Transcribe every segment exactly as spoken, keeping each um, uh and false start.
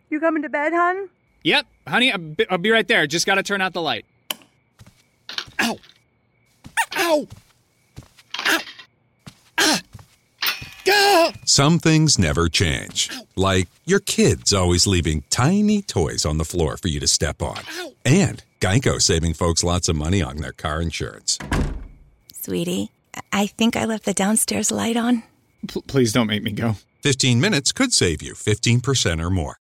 You coming to bed, hon? Yep, honey, I'll be, I'll be right there. Just gotta turn out the light. Ow! Ow! Ow! Ah! Gah! Some things never change. Like your kids always leaving tiny toys on the floor for you to step on. And Geico saving folks lots of money on their car insurance. Sweetie, I think I left the downstairs light on. P- please don't make me go. fifteen minutes could save you fifteen percent or more.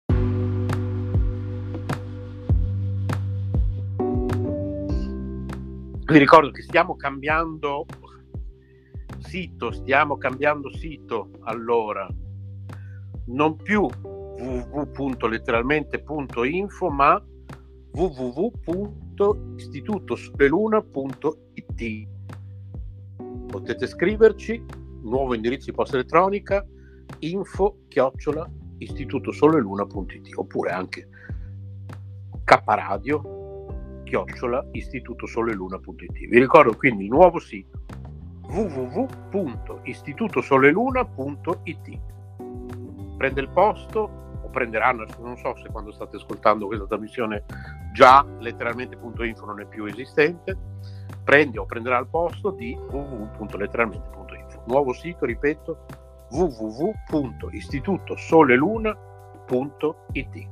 Vi ricordo che stiamo cambiando sito, stiamo cambiando sito, allora non più www punto letteralmente punto info ma www punto istituto soleluna punto it. Potete scriverci, nuovo indirizzo di posta elettronica info chiocciola istitutosoleluna punto it oppure anche kradio chiocciola istitutosoleluna punto it. Vi ricordo quindi il nuovo sito www punto istitutosoleluna punto it. Prende il posto o prenderanno, non so se quando state ascoltando questa trasmissione già letteralmente punto info non è più esistente, prende o prenderà il posto di www punto letteralmente punto info. Nuovo sito, ripeto, www punto istitutosoleluna punto it.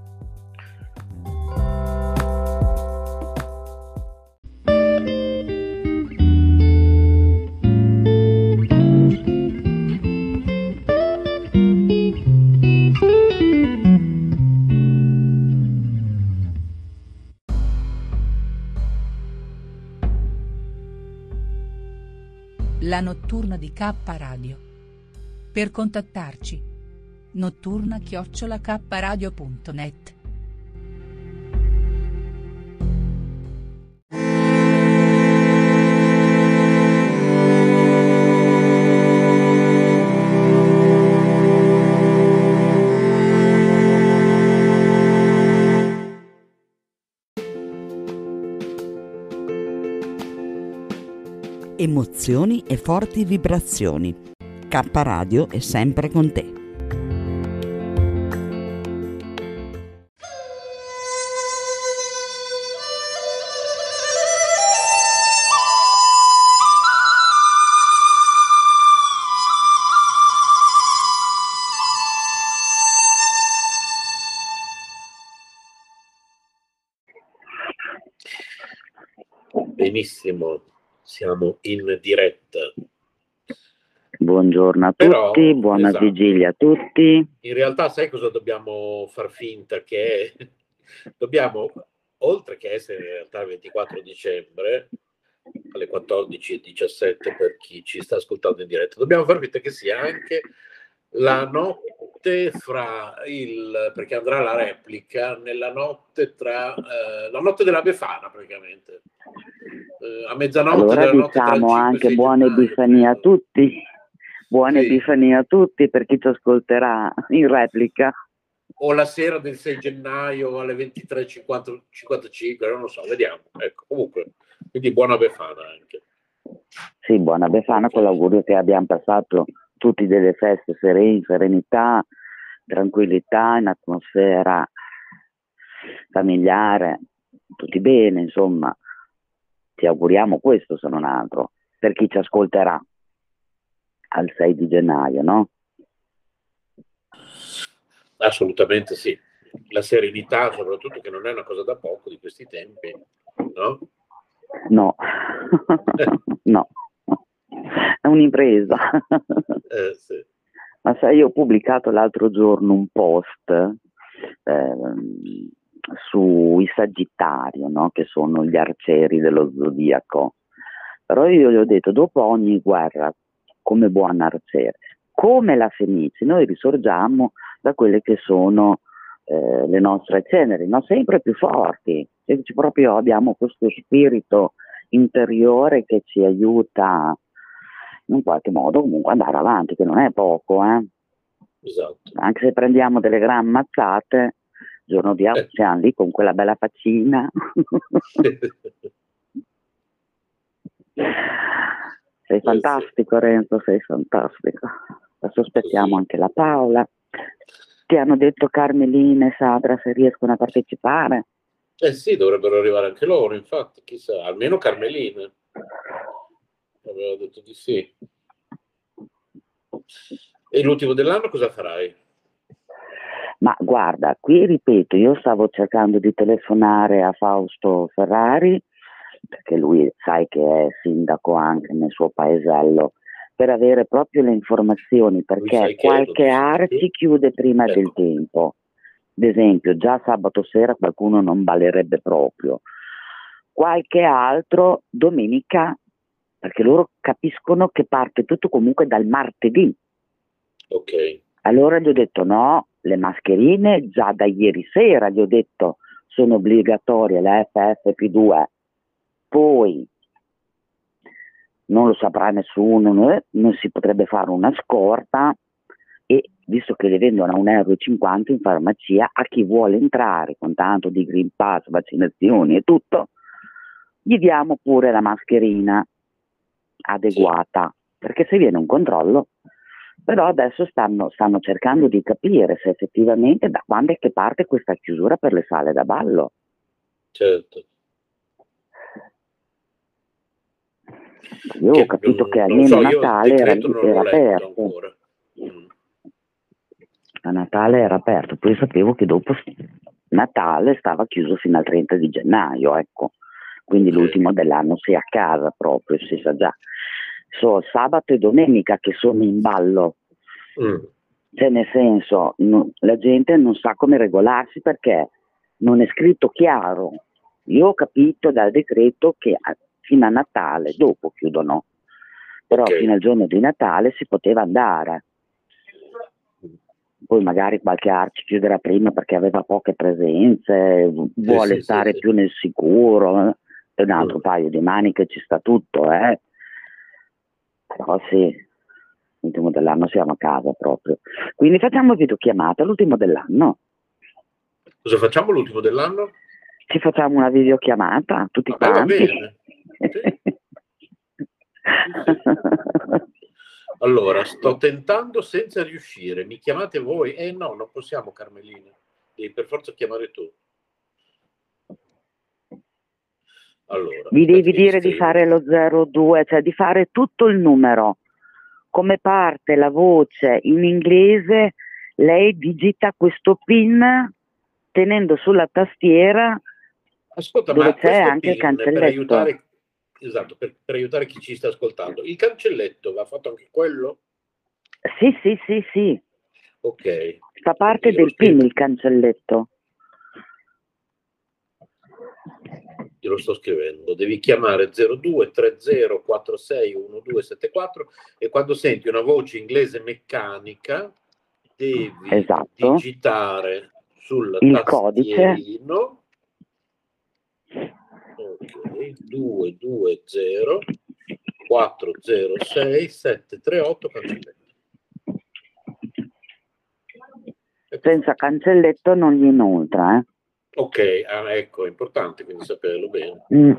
La notturna di K Radio. Per contattarci, notturna chiocciola k radio punto net. Emozioni e forti vibrazioni. K Radio è sempre con te. Benissimo, siamo in diretta. Buongiorno a Però, tutti, buona esatto. vigilia a tutti. In realtà sai cosa dobbiamo far finta che è? Dobbiamo, oltre che essere in realtà il ventiquattro dicembre alle quattordici e diciassette per chi ci sta ascoltando in diretta, dobbiamo far finta che sia anche la notte fra il, perché andrà la replica nella notte tra eh, la notte della Befana praticamente eh, a mezzanotte Allora della notte tra il diciamo cinque e anche sei buone gennaio, Epifanie a credo. tutti, buone Sì. Epifanie a tutti per chi ci ascolterà in replica. O la sera del sei gennaio alle ventitré e cinquantacinque, non lo so, vediamo. Ecco, comunque, quindi buona Befana anche. Sì, buona Befana, con l'augurio che abbiamo passato tutti delle feste sereni, serenità, tranquillità, in atmosfera familiare, tutti bene, insomma. Ti auguriamo questo, se non altro, per chi ci ascolterà al sei di gennaio, no? Assolutamente sì. La serenità, soprattutto, che non è una cosa da poco di questi tempi, no? No, no, è un'impresa. Eh, sì. Ma sai, io ho pubblicato l'altro giorno un post eh, sui Sagittario, no? Che sono gli arcieri dello zodiaco. Però io gli ho detto, dopo ogni guerra, come buon arciere, come la Fenice, noi risorgiamo da quelle che sono eh, le nostre ceneri, no? Sempre più forti. E proprio abbiamo questo spirito interiore che ci aiuta in qualche modo comunque andare avanti, che non è poco, eh? Esatto. Anche se prendiamo delle gran mazzate, il giorno di oggi siamo lì con quella bella faccina. Sei fantastico, Renzo, sei fantastico. Adesso aspettiamo anche la Paola. ti hanno detto Carmelina e Sadra se riescono a partecipare? Eh sì, dovrebbero arrivare anche loro, infatti, chissà, almeno Carmelina. Aveva detto di sì. E l'ultimo dell'anno cosa farai? Ma guarda, qui ripeto, io stavo cercando di telefonare a Fausto Ferrari, perché lui sai che è sindaco anche nel suo paesello, per avere proprio le informazioni, perché qualche Arci chiude prima ecco. del tempo. Ad esempio, già sabato sera qualcuno non ballerebbe proprio. Qualche altro domenica, perché loro capiscono che parte tutto comunque dal martedì. Ok. Allora gli ho detto no, le mascherine già da ieri sera, gli ho detto sono obbligatorie, la F F P due, poi non lo saprà nessuno, non si potrebbe fare una scorta e visto che le vendono a un euro e cinquanta in farmacia, a chi vuole entrare con tanto di Green Pass, vaccinazioni e tutto, gli diamo pure la mascherina adeguata, perché se viene un controllo. Però adesso stanno, stanno cercando di capire se effettivamente da quando è che parte questa chiusura per le sale da ballo. Certo. Io che ho capito non, che almeno so, Natale era, era aperto. Ancora. Mm. A Natale era aperto, poi sapevo che dopo Natale stava chiuso fino al trenta di gennaio, ecco. Quindi okay. L'ultimo dell'anno si è a casa proprio, si sa già. So, sabato e domenica che sono in ballo, mm. cioè nel senso no, la gente non sa come regolarsi perché non è scritto chiaro. Io ho capito dal decreto che a, fino a Natale, dopo chiudono, però okay. Fino al giorno di Natale si poteva andare, poi magari qualche Arci chiuderà prima perché aveva poche presenze, vuole sì, stare sì, più sì. Nel sicuro, e un altro mm. paio di maniche ci sta tutto, eh. Però sì, l'ultimo dell'anno siamo a casa proprio. Quindi facciamo videochiamata l'ultimo dell'anno. Cosa facciamo l'ultimo dell'anno? Ci facciamo una videochiamata, tutti Vabbè, quanti. Va bene. Sì. Allora, sto tentando senza riuscire. Mi chiamate voi? Eh no, non possiamo, Carmelina. Devi per forza chiamare tu. Allora, vi devi dire di fare lo zero due, cioè di fare tutto il numero. Come parte la voce in inglese, lei digita questo PIN tenendo sulla tastiera. Ascolta, dove ma c'è anche il cancelletto. Per aiutare, esatto, per, per aiutare chi ci sta ascoltando. Il cancelletto va fatto anche quello? Sì, sì, sì, sì. Ok. Fa parte del PIN il cancelletto. Io lo sto scrivendo, devi chiamare zero due tre zero quattro sei uno due sette quattro e quando senti una voce inglese meccanica devi esatto. digitare sul il tastierino codice. Ok, due due zero quattro zero sei sette tre otto cancelletto. Senza cancelletto non gli inoltra, eh. Ok, ah, ecco, è importante quindi saperlo bene. Mm.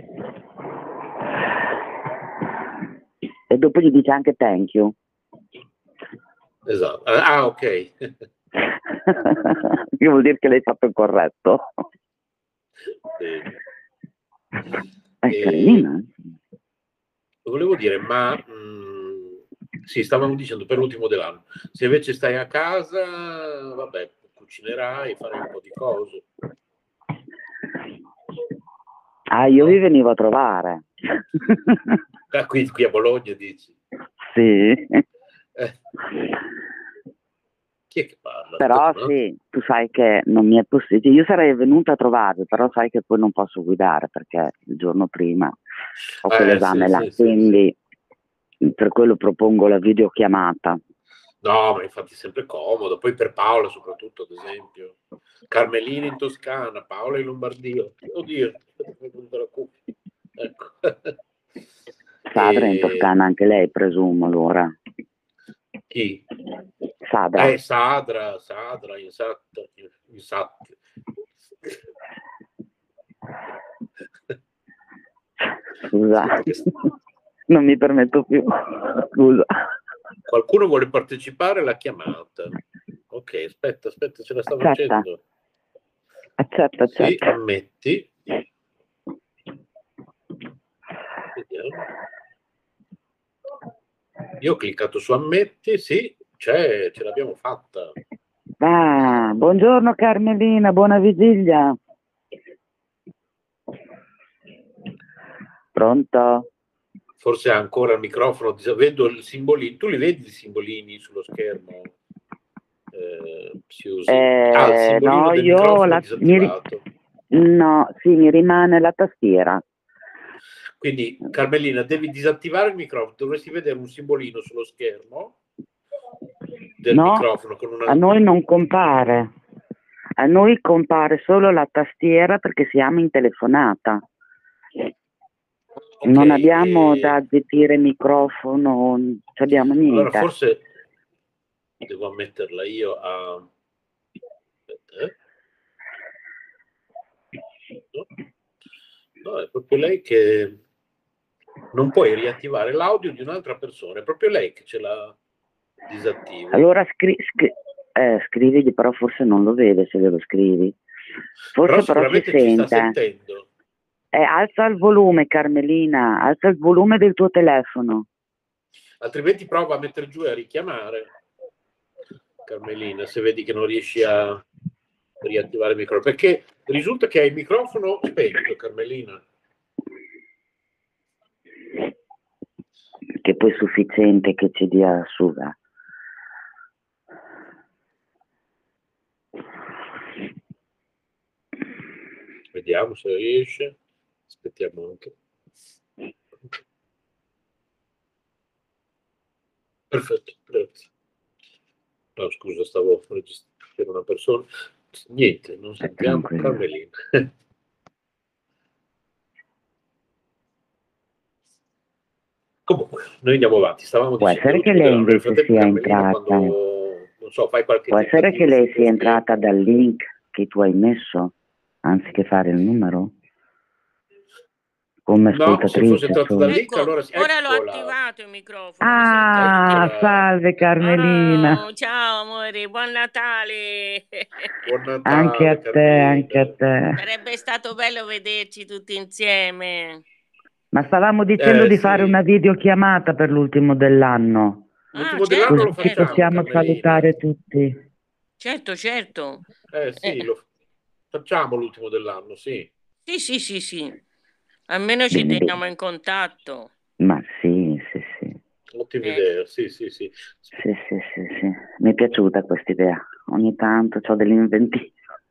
E dopo gli dice anche thank you. Esatto. Ah, ok. Che vuol dire che l'hai fatto il corretto. Sì. È e... carina. Volevo dire, ma mh, sì, stavamo dicendo per l'ultimo dell'anno. Se invece stai a casa, vabbè, cucinerai, farai un po' di cose. Ah, io no? Vi venivo a trovare. Ah, qui, qui a Bologna, dici? Sì. Eh. Chi è che parla? Però Aspetta, sì, no? tu sai che non mi è possibile. Io sarei venuta a trovarvi, però sai che poi non posso guidare perché il giorno prima ho eh, quell'esame sì, là, sì, quindi sì, sì. Per quello propongo la videochiamata. No, ma infatti è sempre comodo. Poi per Paola soprattutto, ad esempio. Carmelina in Toscana, Paola in Lombardia. Oddio, la cuffia. Ecco. Sadra e... in Toscana anche lei, presumo, allora. Chi? Sadra. Eh, Sadra, Sadra, in Sat, in Sat. Scusa, non mi permetto più. Scusa. Qualcuno vuole partecipare alla chiamata. Ok. Ok, aspetta, aspetta, ce la sto Accetta. facendo. Accetta, accetta. Sì, ammetti. Vediamo. Io ho cliccato su ammetti, sì, c'è, ce l'abbiamo fatta. Ah, buongiorno Carmelina, buona vigilia. Pronto? Forse ha ancora il microfono, vedo il simbolino, tu li vedi i simbolini sullo schermo? Eh, si usa. Eh, ah, il simbolino no, del io microfono la, è disattivato. mi, no, sì, mi rimane la tastiera. Quindi, Carmelina, devi disattivare il microfono, dovresti vedere un simbolino sullo schermo del no, microfono con una... a noi non compare. A noi compare solo la tastiera perché siamo in telefonata. Okay, non abbiamo e... da zittire microfono, non abbiamo niente. Allora, forse devo ammetterla io a... Aspetta, eh. No. No, è proprio lei che... Non puoi riattivare l'audio di un'altra persona, è proprio lei che ce l'ha disattivo. Allora scri- scri- eh, scrivigli, però forse non lo vede se glielo scrivi. Forse però, però si sicuramente ci sta sente. sentendo. Eh, alza il volume, Carmelina, alza il volume del tuo telefono. Altrimenti prova a mettere giù e a richiamare, Carmelina, se vedi che non riesci a riattivare il microfono. Perché risulta che hai il microfono spento, Carmelina. Che poi è sufficiente che ci dia suga. Vediamo se riesce. Aspettiamo anche. Perfetto, grazie. No, scusa, stavo registrando una persona. Niente, non sentiamo Carmelina. Comunque, noi andiamo avanti. Stavamo Può dicendo essere che lei invece sia Carmelina, entrata. quando, non so, fai qualche Può essere che lei sia entrata che... dal link che tu hai messo, anziché fare il numero? Come No, se fosse entrato tu. dal link, Ecco, allora ora l'ho eccola. attivato il microfono. Ah, Eccola. salve Carmelina. Oh, ciao amore, buon Natale. Buon Natale, Anche a te, Carmelina. anche a te. Sarebbe stato bello vederci tutti insieme. Ma stavamo dicendo Eh, di sì. fare una videochiamata per l'ultimo dell'anno. L'ultimo Ah, dell'anno certo, lo Così ci facciamo, possiamo Carmelina. salutare tutti. certo, certo. Eh sì, Eh. lo facciamo l'ultimo dell'anno, sì. Sì, sì, sì, sì. Almeno ci Bene, teniamo bene. in contatto. Ma sì, sì, sì. Ottima Eh. idea, sì, sì, sì. Sì, sì, sì, sì. Mi è piaciuta questa idea. Ogni tanto ho dell'inventiva.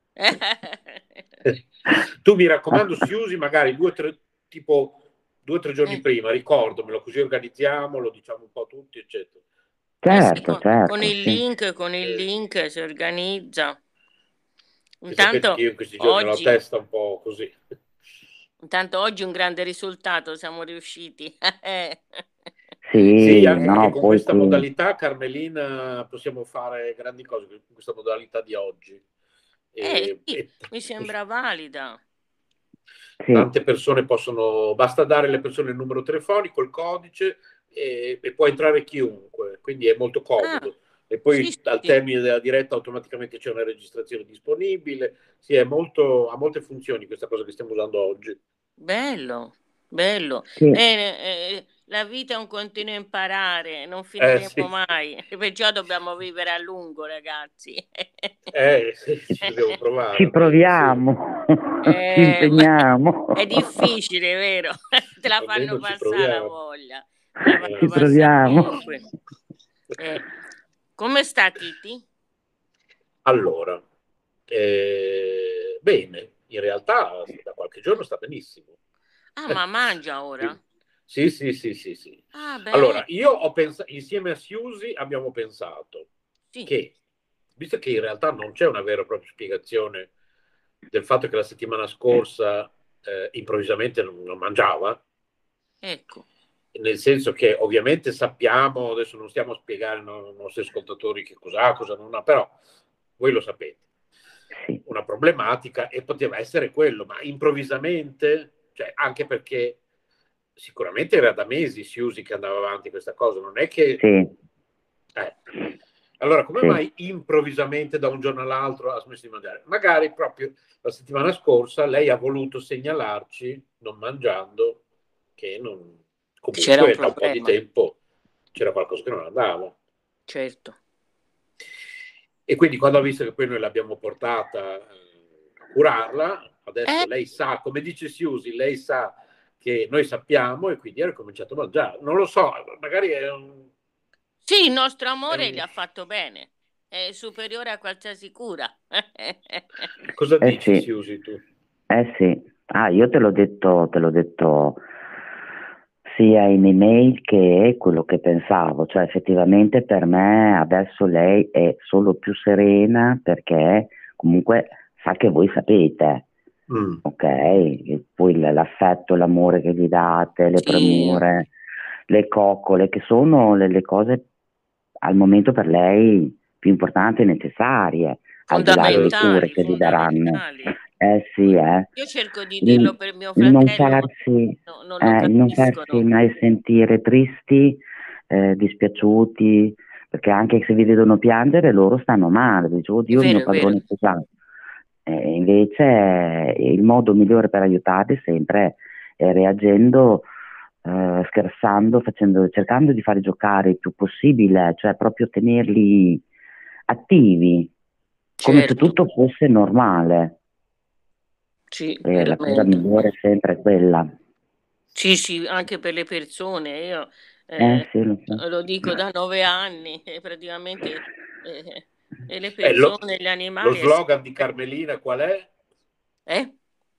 Tu mi raccomando, si usi magari due o tre, tipo due o tre giorni Eh. prima, ricordamelo, così organizziamo, lo diciamo un po' tutti, eccetera. Eh sì, Certo, con, certo. con il sì. link, con il Eh. link si organizza. E sapete Intanto che io in questi giorni ho la oggi, testa un po' così. intanto oggi un grande risultato, siamo riusciti. Sì, Sì, anche no, perché con poi questa qui. modalità, Carmelina, possiamo fare grandi cose con questa modalità di oggi. Eh, E, sì, e, mi sembra valida. Sì. Tante persone possono, basta dare alle persone il numero telefonico, il codice e, e può entrare chiunque, quindi è molto comodo. Ah, E poi sì, al sì. termine della diretta automaticamente c'è una registrazione disponibile. Sì, è molto, ha molte funzioni questa cosa che stiamo usando oggi. Bello, bello. Sì. Eh, eh, la vita è un continuo imparare, non finiremo Eh, sì. mai, perciò dobbiamo vivere a lungo, ragazzi. Eh, sì, ci dobbiamo provare. Ci almeno, proviamo, Eh, ci impegniamo. È difficile, vero? Te la fanno Almeno ci passare la proviamo. voglia. Te la fanno Ci passare proviamo. comunque. Eh, come sta Kitty? Allora, eh, bene, in realtà da qualche giorno sta benissimo. Ah, ma mangia ora? Sì, sì, sì, sì, sì. Ah, beh. Allora, io ho pensato, insieme a Suzy abbiamo pensato Sì. che, visto che in realtà non c'è una vera e propria spiegazione del fatto che la settimana scorsa eh, improvvisamente non, non mangiava, Ecco. nel senso che ovviamente sappiamo, adesso non stiamo a spiegare ai nostri ascoltatori che cos'ha, cosa non ha, però voi lo sapete, Sì. una problematica e poteva essere quello, ma improvvisamente, cioè anche perché sicuramente era da mesi Suzy che andava avanti questa cosa, non è che... Sì. Eh, Allora, come Sì. mai improvvisamente da un giorno all'altro ha smesso di mangiare? Magari proprio la settimana scorsa lei ha voluto segnalarci, non mangiando, che non, C'era un comunque da un po' di problema, tempo c'era qualcosa che non andava. certo. E quindi quando ha visto che poi noi l'abbiamo portata eh, a curarla, adesso Eh, lei sa, come dice Siusi, lei sa che noi sappiamo e quindi ha ricominciato a mangiare. Non lo so, magari è un... sì, il nostro amore è- gli ha fatto bene, è superiore a qualsiasi cura. Cosa Eh dici, sì, Siusi, tu? eh sì. Ah, io te l'ho detto, te l'ho detto sia in email che quello che pensavo, cioè effettivamente per me adesso lei è solo più serena perché comunque sa che voi sapete, Mm. ok? E poi l- l'affetto, l'amore che gli date, le Sì, premure, le coccole, che sono le, le cose al momento per lei più importanti e necessarie, al di là delle cure fondamentali, che gli daranno. fondamentali. Eh sì, eh. Io cerco di dirlo Il, per mio il non fratello, ma farsi, no- non lo eh, il non farsi capiscono. mai sentire tristi, eh, dispiaciuti, perché anche se vi vedono piangere loro stanno male, dice È oddio il vero, mio è vero. padrone cos'ha. Eh, invece eh, il modo migliore per aiutarli sempre è reagendo, eh, scherzando, facendo, cercando di fare giocare il più possibile, cioè proprio tenerli attivi, come se Certo, tutto fosse normale. sì, E la cosa veramente. migliore è sempre quella. Sì, sì, anche per le persone. Io Eh eh, sì, lo so. lo dico da nove anni, e praticamente eh, e le Eh, lo, persone, gli lo animali è slogan di sempre... Carmelina qual è? Eh?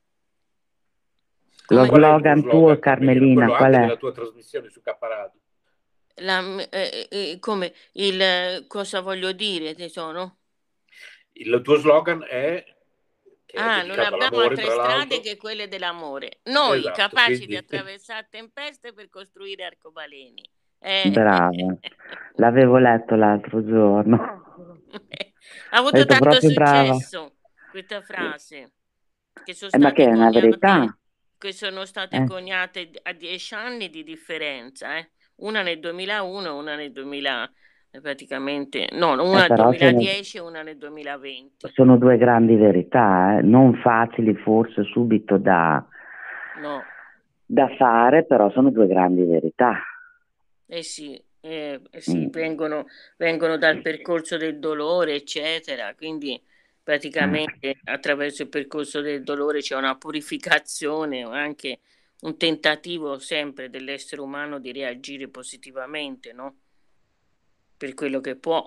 Lo Come? Qual è il tuo slogan tuo, slogan, Carmelina? Carmelina, Quello qual anche è? della tua trasmissione su K Radio. La, eh, eh, come il eh, cosa voglio dire, tesoro? Il tuo slogan è, che è Ah, non dedicato abbiamo all'amore, altre tra strade l'altro. che quelle dell'amore. Noi, Esatto, capaci di quindi attraversare tempeste per costruire arcobaleni. Eh. Brava, l'avevo letto l'altro giorno. Ha Ho avuto detto tanto proprio brava. successo questa frase, che sono Eh, ma che state è una coniate, verità? che sono state Eh, coniate a dieci anni di differenza, eh. Una nel duemilauno e una nel duemila, eh, praticamente, no, eh, una nel però sono, duemiladieci e una nel duemilaventi. sono due grandi verità, eh, non facili forse subito da, No, da fare, però sono due grandi verità. eh sì, eh, eh sì, Mm. vengono, vengono dal percorso del dolore, eccetera, quindi praticamente attraverso il percorso del dolore c'è una purificazione o anche un tentativo sempre dell'essere umano di reagire positivamente, no? Per quello che può.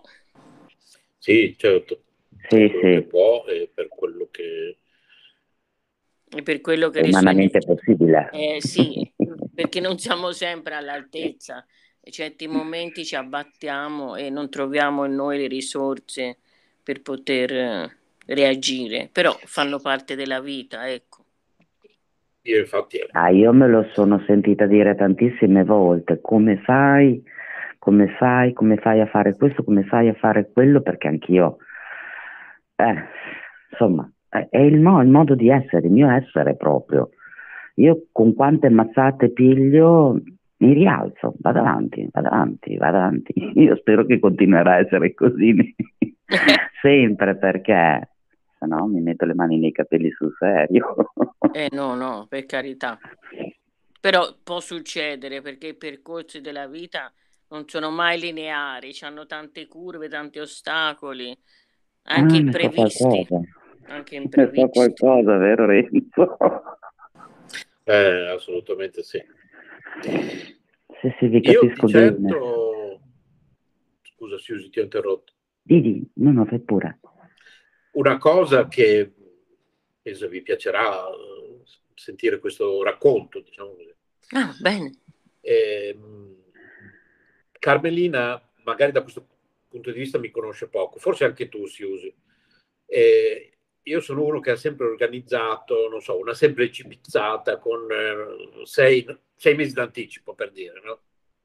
sì, certo, per Sì, quello che sì, può e per quello che... E per quello che è le sue... umanamente possibile. Eh sì, perché non siamo sempre all'altezza. In certi momenti ci abbattiamo e non troviamo in noi le risorse per poter eh, reagire, però fanno parte della vita, ecco. Io infatti... Ah, io me lo sono sentita dire tantissime volte, come fai, come fai, come fai a fare questo, come fai a fare quello, perché anch'io, eh, insomma, è, è il, mo- il modo di essere, il mio essere proprio. Io con quante mazzate piglio mi rialzo, vado avanti, vado avanti, vado avanti. Io spero che continuerà a essere così sempre, perché se no mi metto le mani nei capelli sul serio. Eh no, no, per carità. Però può succedere perché i percorsi della vita non sono mai lineari, hanno tante curve, tanti ostacoli, Ah, anche ne so imprevisti, qualcosa. anche Ne so imprevisti. qualcosa, vero Renzo? Eh, assolutamente sì. Sì, sì, vi Io di capisco bene. certo... Scusa, Siusi, ti ho interrotto. Didi, no, no, fai pure. Una cosa che penso vi piacerà eh, sentire questo racconto, diciamo così. Ah, bene. Eh, Carmelina, magari da questo punto di vista mi conosce poco, forse anche tu, Siusi. Eh, io sono uno che ha sempre organizzato, non so, una semplice pizzata con eh, sei, sei mesi d'anticipo, per dire, no?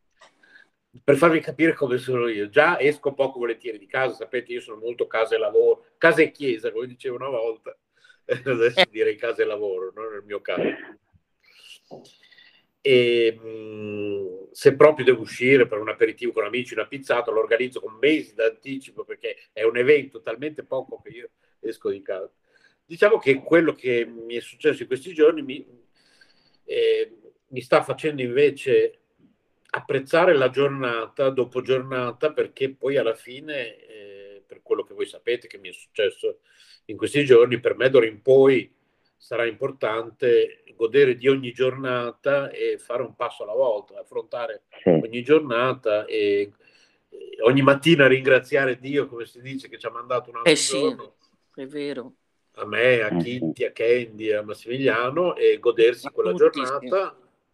Per farvi capire come sono io. Già esco poco volentieri di casa, sapete, io sono molto casa e lavoro, casa e chiesa, come dicevo una volta, adesso direi casa e lavoro, no? Nel mio caso. e mh, se proprio devo uscire per un aperitivo con amici, una pizzata, lo organizzo con mesi d'anticipo perché è un evento talmente poco che io esco di casa. Diciamo che quello che mi è successo in questi giorni mi, eh, mi sta facendo invece apprezzare la giornata dopo giornata, perché poi alla fine, eh, per quello che voi sapete che mi è successo in questi giorni, per me d'ora in poi sarà importante godere di ogni giornata e fare un passo alla volta, affrontare Sì. ogni giornata e e ogni mattina ringraziare Dio, come si dice, che ci ha mandato un altro Eh sì, giorno, è vero. a me, a Eh, Kitty, a Candy, a Massimiliano, e godersi A quella tutti, sì. giornata.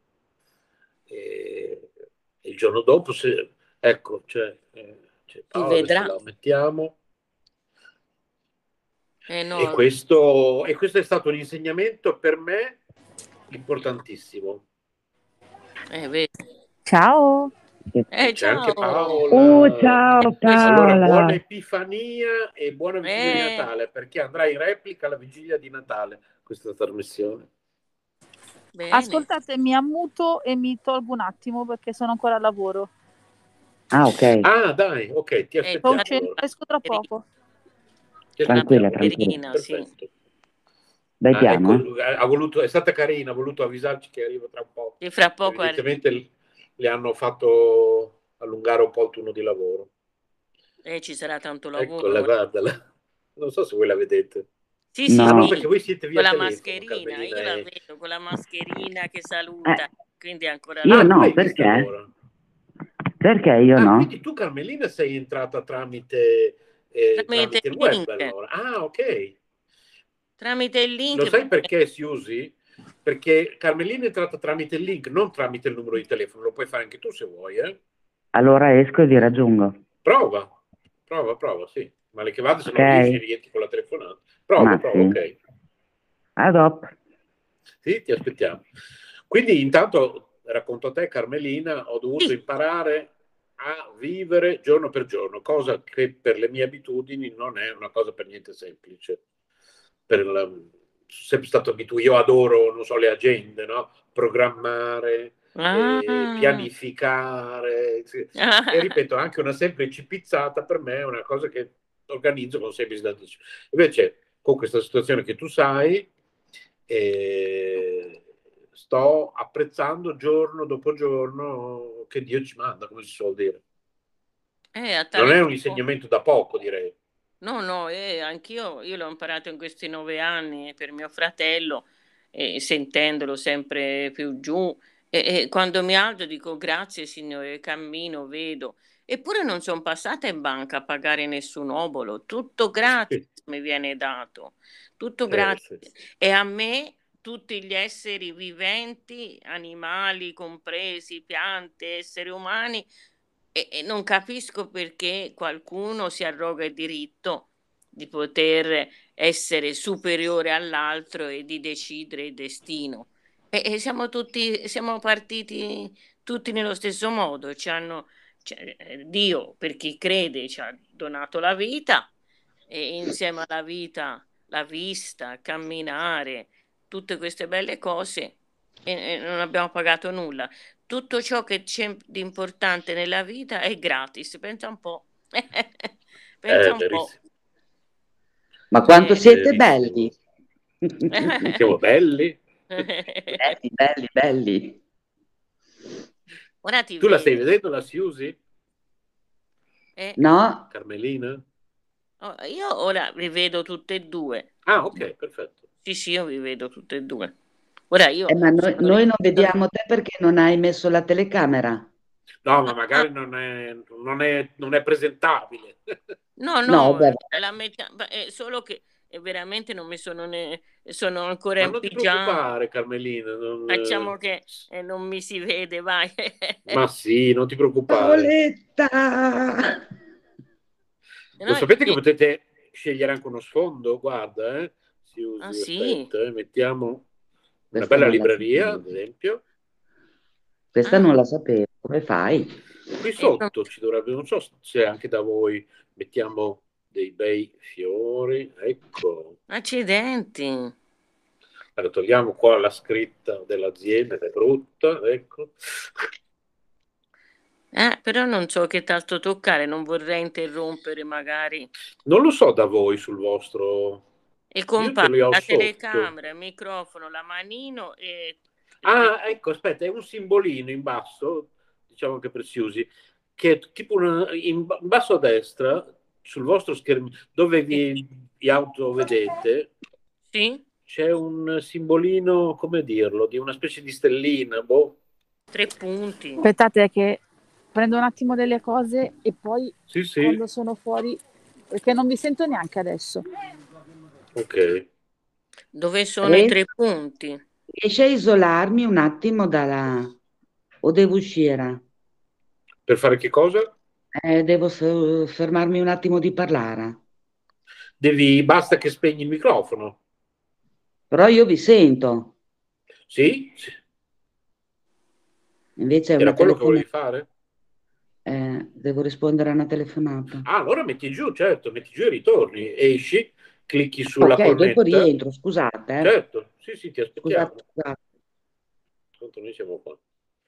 E e il giorno dopo, se, ecco, cioè, eh, cioè, Si ah, vedrà. adesso la mettiamo. Eh E no, questo, e questo è stato un insegnamento per me importantissimo. è vero. Ciao. Eh, C'è anche ciao. Paola. Oh, ciao Eh, Allora, buona Paola. Epifania e buona vigilia di Eh, Natale, perché andrà in replica la vigilia di Natale questa trasmissione. bene. Ascoltate, mi ammuto e mi tolgo un attimo perché sono ancora al lavoro. Ah, ok. Ah, dai, ok, ti Eh, Sto aspettiamo uscendo, allora. esco tra poco. Ti Tranquilla, aspettiamo. tranquilla. Carina, sì. Perfetto. Dai Ah, piano, eh. ecco, ha voluto, è stata carina, ha voluto avvisarci che arriva tra un po'. Sì, fra poco arriva. Evidentemente l- le hanno fatto allungare un po' il turno di lavoro. Eh, ci sarà tanto lavoro. Eccola, guardala. Non so se voi la vedete. Sì, sì, Ah no, No. sì, perché voi siete con via la telefono, mascherina, Carmelina. io la e- vedo con la mascherina che saluta, Eh, quindi è ancora Io Ah, là. tu no, l'hai vista perché? allora? Perché io Ah, no? quindi tu, Carmelina, sei entrata tramite, eh, Tramite tramite il il web link, allora. Ah, ok. tramite il Lo link, sai perché perché si usi? Perché Carmelina è entrata tramite il link, non tramite il numero di telefono. Lo puoi fare anche tu se vuoi, eh? Allora esco e vi raggiungo. Prova, prova, prova, sì. Male che vada, se Ok. non riesci, rientri con la telefonata. Prova, Ma prova, sì. ok. A dopo. Sì, ti aspettiamo. Quindi intanto, racconto a te, Carmelina, ho dovuto sì, imparare a vivere giorno per giorno, cosa che per le mie abitudini non è una cosa per niente semplice. Per la, sono sempre stato abituato, io adoro, non so, le agende, no? Programmare, ah, eh, pianificare, sì. E ripeto, anche una semplice pizzata per me è una cosa che organizzo con sei mesi d'anticipo. Invece, con questa situazione che tu sai, eh, sto apprezzando giorno dopo giorno che Dio ci manda, come si suol dire. eh, a Non tale è un punto, insegnamento da poco, direi. no, no, eh, anch'io io l'ho imparato in questi nove anni per mio fratello, e sentendolo sempre più giù, e, e quando mi alzo dico grazie Signore, cammino, vedo, eppure non sono passata in banca a pagare nessun obolo, tutto gratis Sì, mi viene dato, tutto eh, gratis. sì. E a me tutti gli esseri viventi, animali compresi, piante, esseri umani, e, e non capisco perché qualcuno si arroga il diritto di poter essere superiore all'altro e di decidere il destino. E, e siamo tutti, siamo partiti tutti nello stesso modo. Ci hanno, cioè, eh, Dio, per chi crede, ci ha donato la vita, e insieme alla vita la vista, camminare, tutte queste belle cose, e, e non abbiamo pagato nulla. Tutto ciò che c'è di importante nella vita è gratis, pensa un po'. Pensa È un po'. verissimo. Ma quanto Eh, siete Verissimo. belli! Siamo belli. Belli, belli, belli. Ora ti Tu la stai vedo. vedendo, la Siusi? Eh, No? Carmelina? oh, io ora vi vedo tutte e due. Ah, ok, perfetto. Sì, sì, io vi vedo tutte e due. Ora io Eh, ma noi, sono noi non rimasta- vediamo te perché non hai messo la telecamera. No, ma Ah, magari non è, non è, non è presentabile. no, No, no, beh, la metà, beh, è solo che eh, veramente non mi sono ne, sono ancora Ma in non ti pigiama. preoccupare, Carmelina. non, Facciamo eh, che eh, non mi si vede, vai. Ma sì, non ti preoccupare. Paoletta! Lo No, sapete che sì. potete scegliere anche uno sfondo? Guarda, eh. Si usi, Ah, sì? aspetta, eh, mettiamo una Questa bella non la libreria, sapevo. ad esempio. Questa Ah, non la sapevo. Come fai? Qui e non- sotto ci dovrebbe, non so se anche da voi mettiamo dei bei fiori. Ecco. accidenti. Allora, togliamo qua la scritta dell'azienda, che è brutta, ecco. Eh, però non so che tasto toccare, non vorrei interrompere magari. Non lo so da voi sul vostro... E Io ce compare li ho la sotto. telecamera, il microfono, la manino e... Ah, ecco, aspetta, è un simbolino in basso, diciamo che per si usi, che è tipo una, in, ba- in basso a destra, sul vostro schermo, dove vi, vi autovedete, Sì? c'è un simbolino, come dirlo, di una specie di stellina, boh. Tre punti. Aspettate che prendo un attimo delle cose e poi Sì, sì, quando sono fuori, perché non vi sento neanche adesso. ok. Dove sono i Riesci, tre punti? riesci a isolarmi un attimo dalla... o devo uscire? Per fare che cosa? Eh, devo f- fermarmi un attimo di parlare. Devi, basta che spegni il microfono. Però io vi sento. Sì? Sì. Invece è Era una quello che volevi telefonata. fare? Eh, devo rispondere a una telefonata. Ah, allora metti giù, certo, metti giù e ritorni, esci, clicchi sulla Ok, dopo cornetta. rientro, scusate. eh. Certo, sì, sì, ti aspettiamo. Scusate, scusate. Tanto noi siamo qua.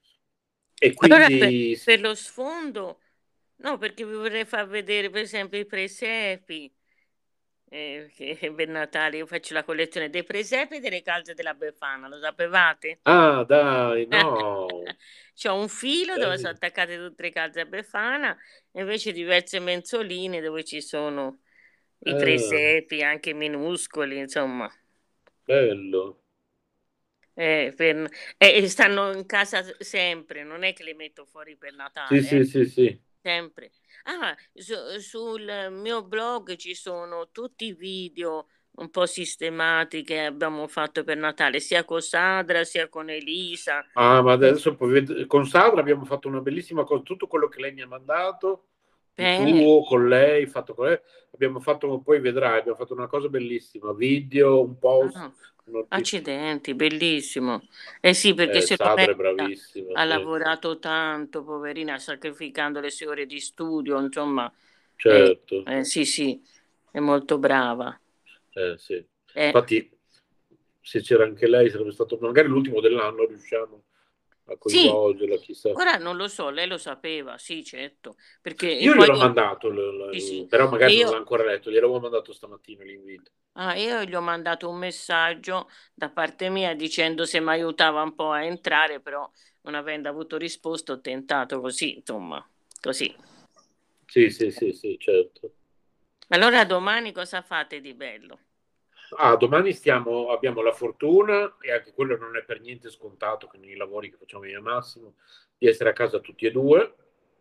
E Allora per, quindi, per lo sfondo, no, perché vi vorrei far vedere per esempio i presepi. Eh, che per Natale io faccio la collezione dei presepi e delle calze della Befana, lo sapevate? ah, dai, no. C'ho un filo dove sono Bello. attaccate tutte le calze a Befana e invece diverse mensoline dove ci sono i Ah, presepi, anche minuscoli, insomma. bello. Eh, per- e stanno in casa sempre, non è che le metto fuori per Sì, Natale, sì, eh, sì, sì. sempre. Ah, su- sul mio blog ci sono tutti i video un po' sistemati che abbiamo fatto per Natale, sia con Sandra sia con Elisa. Ah, ma adesso poi ved- con Sandra abbiamo fatto una bellissima cosa, tutto quello che lei mi ha mandato, di Bene. tuo, con lei, fatto con lei, abbiamo fatto, poi vedrai, abbiamo fatto una cosa bellissima, video, un post, Ah, noti- accidenti, bellissimo. Eh sì, perché eh, se lo Sandra è merita. bravissima, Ha sì. lavorato tanto, poverina, sacrificando le sue ore di studio, insomma. Eh, Certo, eh, sì, sì, è molto brava. eh, sì. Eh, Infatti, se c'era anche lei, sarebbe stato magari l'ultimo dell'anno, riusciamo a sì, coinvolgerla, chissà. ora non lo so, lei lo sapeva, sì, certo, perché e Io poi gliel'ho io, mandato, l- sì, l- sì, però e magari non l'ha io, ancora letto, gliel'avevo mandato stamattina l'invito. ah, io gli ho mandato un messaggio da parte mia dicendo se mi aiutava un po' a entrare, però non avendo avuto risposta ho tentato così, insomma, così. Sì, sì, sì, sì, certo. Allora domani cosa fate di bello? Ah, domani stiamo, abbiamo la fortuna, e anche quello non è per niente scontato con i lavori che facciamo io e Massimo, di essere a casa tutti e due.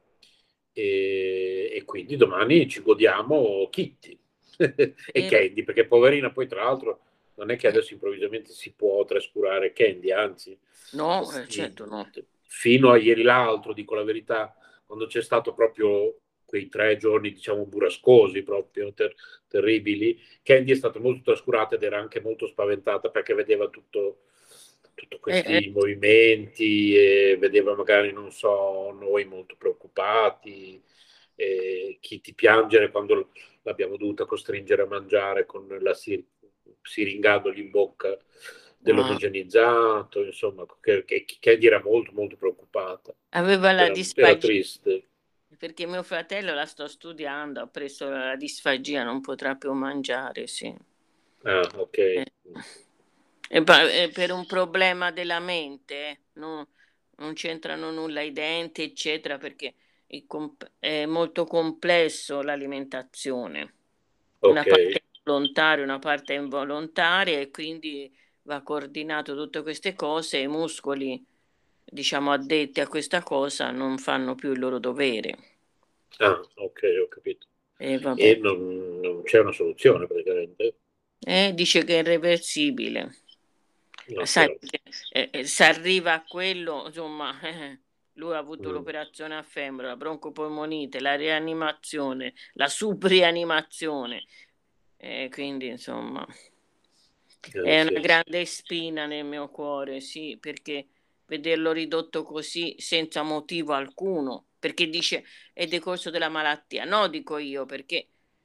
E, e quindi domani ci godiamo Kitty e Vero? Candy, perché poverina poi tra l'altro non è che adesso improvvisamente si può trascurare Candy, anzi, No, eh, certo no. fino a ieri l'altro, dico la verità, quando c'è stato proprio quei tre giorni, diciamo, burrascosi, proprio ter- terribili, Candy è stata molto trascurata ed era anche molto spaventata perché vedeva tutto, tutti Eh, eh, questi movimenti e vedeva magari, non so, noi molto preoccupati, e chi ti piangere quando l'abbiamo dovuta costringere a mangiare con la sir- siringandogli in bocca no. dell'omogenizzato, insomma, che, che, che era molto molto preoccupata, Aveva la era, era disfagia, triste. perché mio fratello la sto studiando, ha preso la disfagia, non potrà più mangiare, sì. Ah, ok. Eh, e pa- eh, per un problema della mente, eh, no- non c'entrano nulla i denti, eccetera, perché è, comp- è molto complesso l'alimentazione. Una Ok. parte è volontaria, una parte è involontaria e quindi va coordinato tutte queste cose e i muscoli, diciamo, addetti a questa cosa non fanno più il loro dovere. Ah, ok, ho capito. E E vabbè, non, non c'è una soluzione praticamente. eh, dice che è irreversibile. No, Sai, però. perché, eh, eh, se arriva a quello, insomma, eh, lui ha avuto Mm, l'operazione a femmine, la broncopolmonite, la rianimazione, la subrianimazione, e quindi insomma eh, è una sì. grande spina nel mio cuore, sì, perché vederlo ridotto così senza motivo alcuno, perché dice è decorso della malattia, no, dico io, perché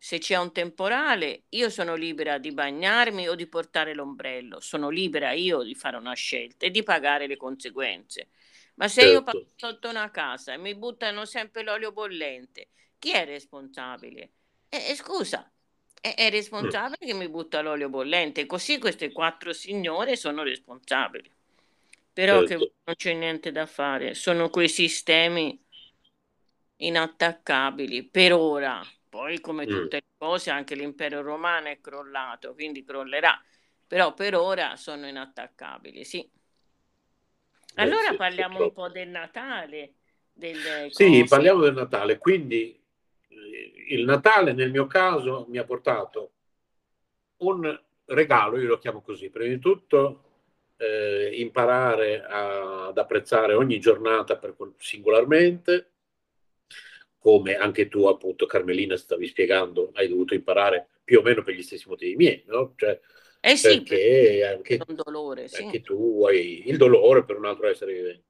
se c'è un temporale, io sono libera di bagnarmi o di portare l'ombrello, sono libera io di fare una scelta e di pagare le conseguenze. Ma se io passo Certo. sotto una casa e mi buttano sempre l'olio bollente, chi è responsabile? E, e scusa, è, è Mm. responsabile che mi butta l'olio bollente, così queste quattro signore sono responsabili. Però che Certo. non c'è niente da fare, sono quei sistemi inattaccabili per ora. Poi, come Mm. tutte le cose, anche l'impero romano è crollato, quindi crollerà. Però per ora sono inattaccabili, sì. Eh Allora sì, parliamo un purtroppo. po' del Natale, delle Sì, cose. parliamo del Natale. Quindi eh, il Natale nel mio caso mi ha portato un regalo, io lo chiamo così, prima di tutto eh, imparare a- ad apprezzare ogni giornata per quel- singolarmente, come anche tu appunto Carmelina stavi spiegando, hai dovuto imparare più o meno per gli stessi motivi miei, no? Cioè, Eh sì, perché perché è anche, un dolore, sì. anche tu hai il dolore per un altro essere vivente.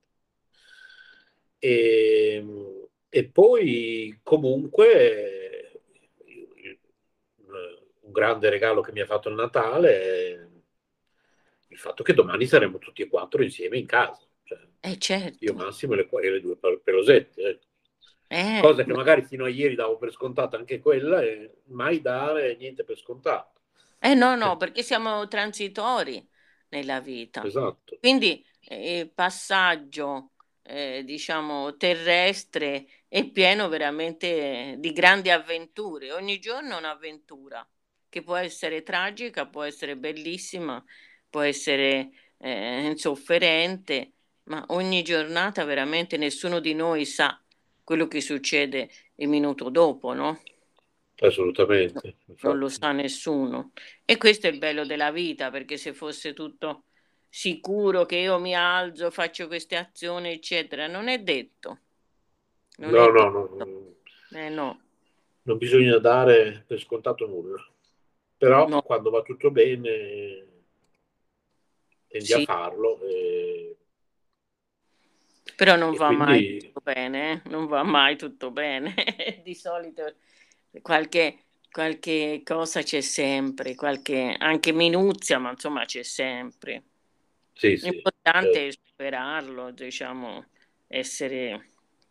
E, e poi comunque il- un grande regalo che mi ha fatto il Natale è il fatto che domani saremo tutti e quattro insieme in casa. Cioè, Eh io certo. Massimo e le, e le due pel- pelosette. eh. Eh, Cosa che magari fino a ieri davo per scontata anche quella e mai dare niente per scontato. eh no, no, perché siamo transitori nella vita. Esatto. Quindi eh, il passaggio, eh, diciamo, terrestre è pieno veramente di grandi avventure. Ogni giorno è un'avventura che può essere tragica, può essere bellissima, può essere eh, insofferente, ma ogni giornata veramente nessuno di noi sa quello che succede il minuto dopo, no? Assolutamente. Non lo Infatti. sa nessuno. E questo è il bello della vita, perché se fosse tutto sicuro che io mi alzo, faccio queste azioni, eccetera, non è detto. Non No, è no, detto. no, Eh no, non bisogna dare per scontato nulla. Però no, quando va tutto bene tendi a sì, farlo e, però non e va mai quindi tutto bene, eh? Non va mai tutto bene. Di solito qualche, qualche cosa c'è sempre, qualche anche minuzia, ma insomma c'è sempre. sì, sì, L'importante è certo. superarlo, diciamo, essere.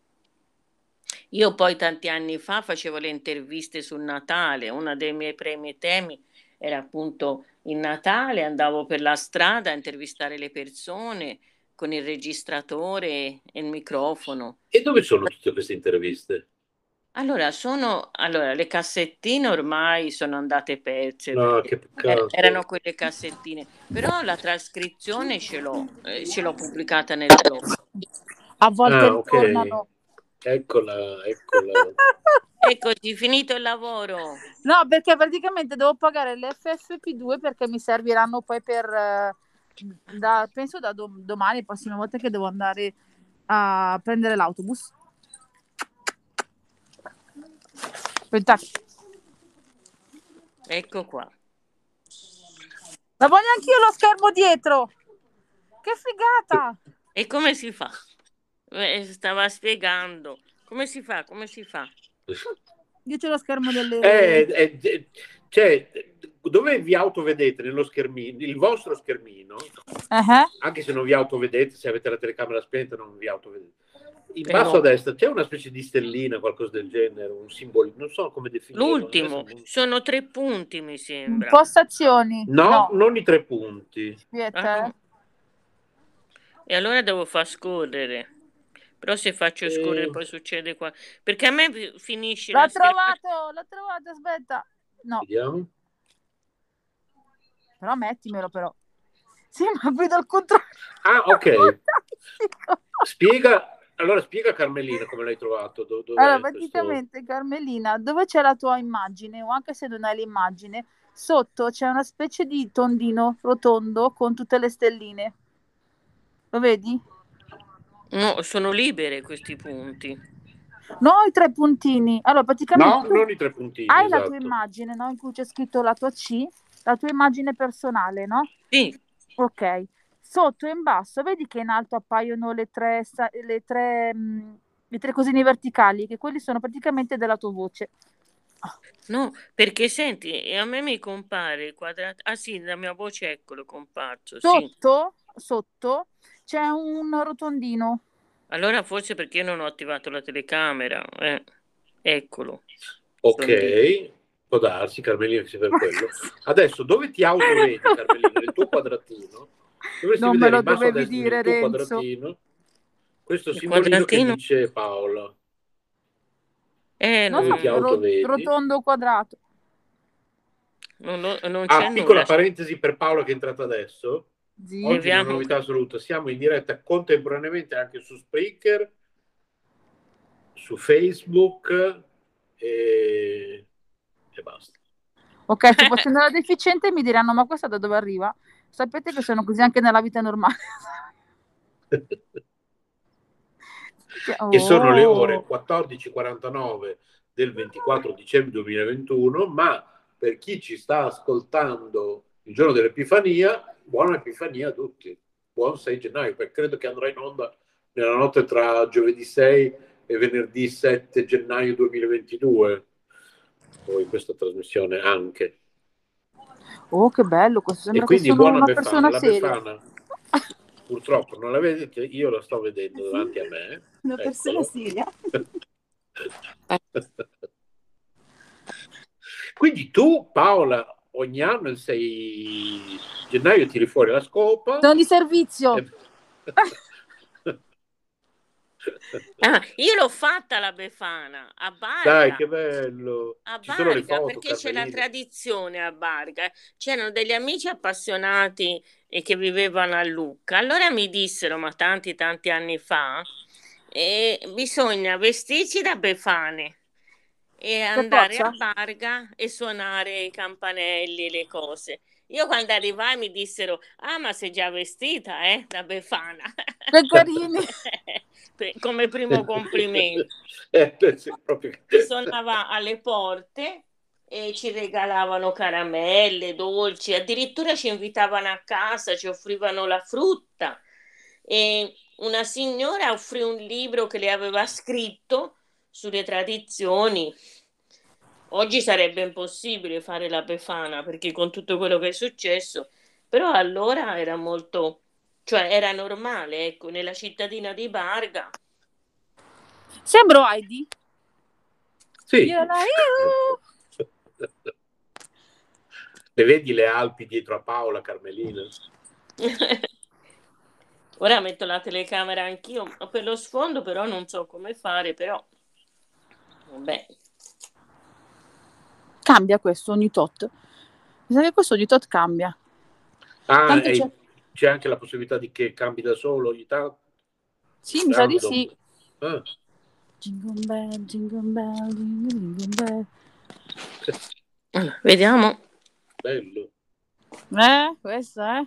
Io poi tanti anni fa facevo le interviste sul Natale, uno dei miei primi temi era appunto il Natale, andavo per la strada a intervistare le persone con il registratore e il microfono. E dove sono tutte queste interviste? Allora, sono, allora, le cassettine ormai sono andate perse No, perché che er- erano peccato. quelle cassettine, però la trascrizione ce l'ho, eh, ce l'ho pubblicata nel blog. A volte Ah, ok. ritornano. Eccola, eccola. Eccoci, finito il lavoro. No, perché praticamente devo pagare le F F P due perché mi serviranno poi per, eh, da, penso da dom- domani, la prossima volta che devo andare a prendere l'autobus. Aspetta, Ecco qua. la voglio anch'io lo schermo dietro. Che figata! E come si fa? Eh, stava spiegando. Come si fa? Come si fa? Io c'ho lo schermo delle... Eh, eh, eh, cioè, dove vi autovedete nello schermino, il vostro schermino, Uh-huh. anche se non vi autovedete, se avete la telecamera spenta non vi autovedete. In Eh, basso no. a destra c'è una specie di stellina, qualcosa del genere, un simbolo, non so come definirlo. L'ultimo, Adesso non- sono tre punti, mi sembra. Impostazioni. No, No. non i tre punti. Aspetta, Ah, eh. no. E allora devo far scorrere. Però se faccio scorrere Eh, poi succede qua. Perché a me fi- finisce L'ho la schermata. trovato, l'ho trovato, aspetta. No, vediamo. però mettimelo però. Sì, ma guido al contrario. Ah, ok. Spiega, allora spiega a Carmelina come l'hai trovato. do- dov'è Allora, questo? praticamente, Carmelina, dove c'è la tua immagine, o anche se non hai l'immagine, sotto c'è una specie di tondino rotondo con tutte le stelline. Lo vedi? No, sono libere questi punti. No, i tre puntini. Allora, praticamente No, tu non i tre puntini, hai la tua esatto. immagine, no? In cui c'è scritto la tua C, la tua immagine personale, no? Sì, Ok. Sotto e in basso, vedi che in alto appaiono le tre, sa- le tre, mh, le tre cosine verticali, che quelli sono praticamente della tua voce. No, perché senti, e a me mi compare quadrato. Ah sì, la mia voce eccolo comparso, sì. Sotto, sotto c'è un rotondino. Allora forse perché io non ho attivato la telecamera, eh. Eccolo. Ok, può darsi, Carmelina, che sia per quello. Adesso, dove ti autovedi, Carmelina? Nel tuo quadratino? Dovresti Non me vedere lo in basso a dovevi destra dire, nel tuo Renzo. quadratino questo Il simbolino che quadratino? dice Paola. Eh, Non Dove so, ti non, ro- autovedi? rotondo quadrato. non, non- non Ah, c'è piccola nulla. parentesi per Paola che è entrata adesso. Sì. Oggi una Leviamo. novità assoluta. Siamo in diretta contemporaneamente anche su Spreaker, su Facebook e, e basta. Ok, sto facendo la deficiente e mi diranno ma questa da dove arriva? Sapete che sono così anche nella vita normale. Che sono le ore Oh. quattordici e quarantanove del ventiquattro dicembre duemilaventuno, ma per chi ci sta ascoltando il giorno dell'Epifania, buona Epifania a tutti. Buon sei gennaio, perché credo che andrà in onda nella notte tra giovedì sei e venerdì sette gennaio duemilaventidue, poi questa trasmissione anche. Oh, che bello, questo E sembra che quindi sono buona una Befana. persona La seria. Befana purtroppo non la vedete, io la sto vedendo davanti a me. Una persona Eccolo. seria. Quindi tu, Paola, ogni anno il sei gennaio tiri fuori la scopa. Sono di servizio. E... Ah, io l'ho fatta la Befana a Barga. Dai, che bello. A Ci sono le Barga, foto, perché c'è la Carmelina. tradizione a Barga. C'erano degli amici appassionati e che vivevano a Lucca. Allora mi dissero, ma tanti tanti anni fa, eh, bisogna vestirsi da Befane e andare a forza? Barga e suonare i campanelli e le cose. Io quando arrivai mi dissero, ah ma sei già vestita, eh, da Befana. Che carini. Come primo complimento. eh, sì, proprio... Si suonava alle porte e ci regalavano caramelle, dolci, addirittura ci invitavano a casa, ci offrivano la frutta. E una signora offrì un libro che le aveva scritto sulle tradizioni. Oggi sarebbe impossibile fare la Befana perché con tutto quello che è successo, però allora era molto, cioè era normale, ecco, nella cittadina di Barga. Sembro Heidi. Sì. Io la io. Le vedi le Alpi dietro a Paola, Carmelina? Ora metto la telecamera anch'io per lo sfondo, però non so come fare, però vabbè. Cambia questo ogni tot. Mi sa che questo ogni tot cambia. Ah, Tanto e c'è... c'è anche la possibilità di che cambi da solo ogni tanto? Sì, mi sa di Random. sì. Ah. Jingle bell, jingle bell, jingle bell. Allora, vediamo. Bello. Eh, questo è.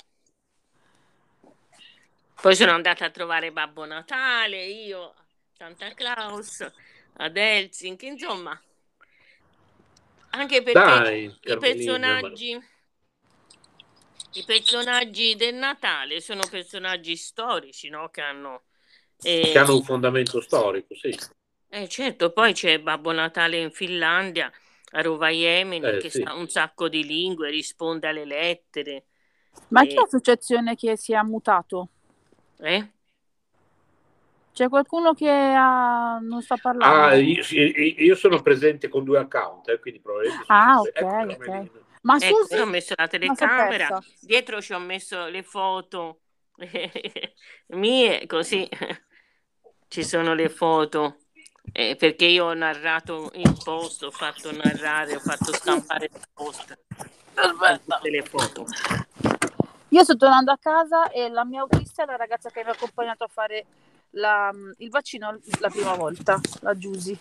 Poi sono andata a trovare Babbo Natale, io, Santa Claus, ad Helsinki, insomma. Anche perché Dai, i Carmelina, personaggi ma... i personaggi del Natale sono personaggi storici, no? Che hanno eh, che hanno un fondamento storico, sì. Eh, certo, poi c'è Babbo Natale in Finlandia, a Rovaiemini, Eh, che sì. sa un sacco di lingue, risponde alle lettere. Ma E- chi è l'associazione che si è mutato? Eh? C'è qualcuno che ha... non sta parlando? Ah, io, sì, io sono presente con due account, eh, quindi probabilmente Ah, succede. ok, Ecco, ok. Carmelina. Ma Ecco, Susi? io ho messo la Ma s'è telecamera, persa. dietro ci ho messo le foto mie, così ci sono le foto. Eh, perché io ho narrato il post, ho fatto narrare, ho fatto stampare il post con tutte le foto. Io sto tornando a casa e la mia autista è la ragazza che mi ha accompagnato a fare la- il vaccino la prima volta, la Giusy.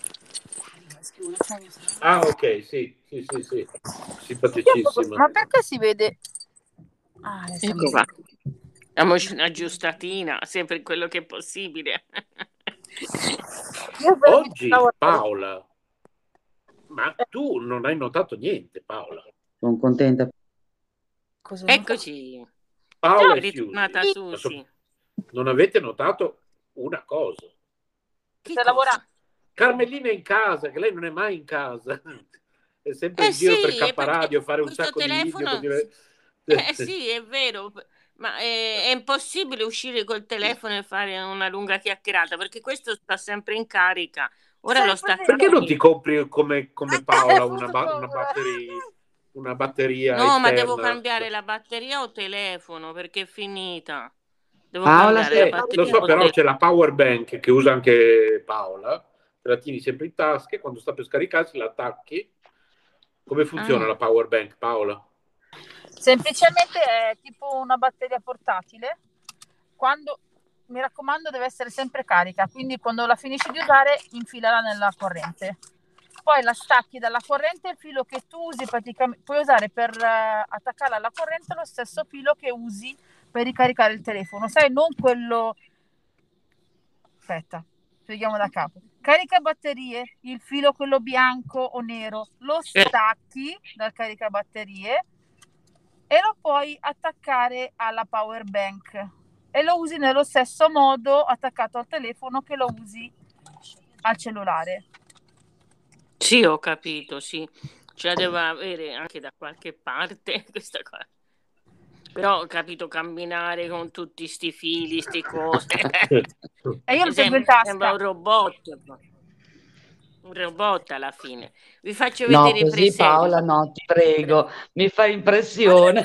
Ah, ok, sì, sì, sì, sì. Simpaticissima. Ma perché si vede? Ah, adesso Ecco mi- qua. Diamoci una giustatina, sempre quello che è possibile. Io per Oggi, lavorare. Paola, ma tu non hai notato niente, Paola. Sono contenta. Cosa Eccoci. Paola È e ritornata Susi, Susi. non avete notato una cosa. Che Stai cosa? lavorando? Carmelina è in casa, che lei non è mai in casa. È sempre Eh in giro per sì, e K perché Radio a fare un questo sacco di video. telefono... per dire- Eh sì, è vero, ma è, è impossibile uscire col telefono e fare una lunga chiacchierata perché questo sta sempre in carica. Ora lo Sempre stacca Perché non lì. ti via. compri come, come Paola Ho una, avuto ba- una, paura. battery- una batteria No, ma devo esterna? cambiare la batteria o telefono perché è finita. Devo Paola, cambiare la Eh, se... lo batteria so, o però telefono. c'è la power bank che usa anche Paola, te la tieni sempre in tasca e quando sta per scaricarsi la attacchi. Come funziona Ah, la power bank, Paola? Semplicemente è tipo una batteria portatile. Quando, mi raccomando, deve essere sempre carica, quindi quando la finisci di usare, infilala nella corrente. Poi la stacchi dalla corrente, il filo che tu usi praticamente puoi usare per eh, attaccarla alla corrente lo stesso filo che usi per ricaricare il telefono, sai, non quello. Aspetta, spieghiamo da capo. Carica batterie, il filo quello bianco o nero, lo eh, stacchi dal caricabatterie e lo puoi attaccare alla power bank e lo usi nello stesso modo attaccato al telefono che lo usi al cellulare. sì, ho capito, sì. Ce la devo avere anche da qualche parte questa cosa. Però ho capito camminare con tutti sti fili, sti cose. E io lo tengo in Sembra, sembra tasca. un robot. Un robot alla fine. Vi faccio No, vedere i così presepi. Paola, no, ti prego, mi fa impressione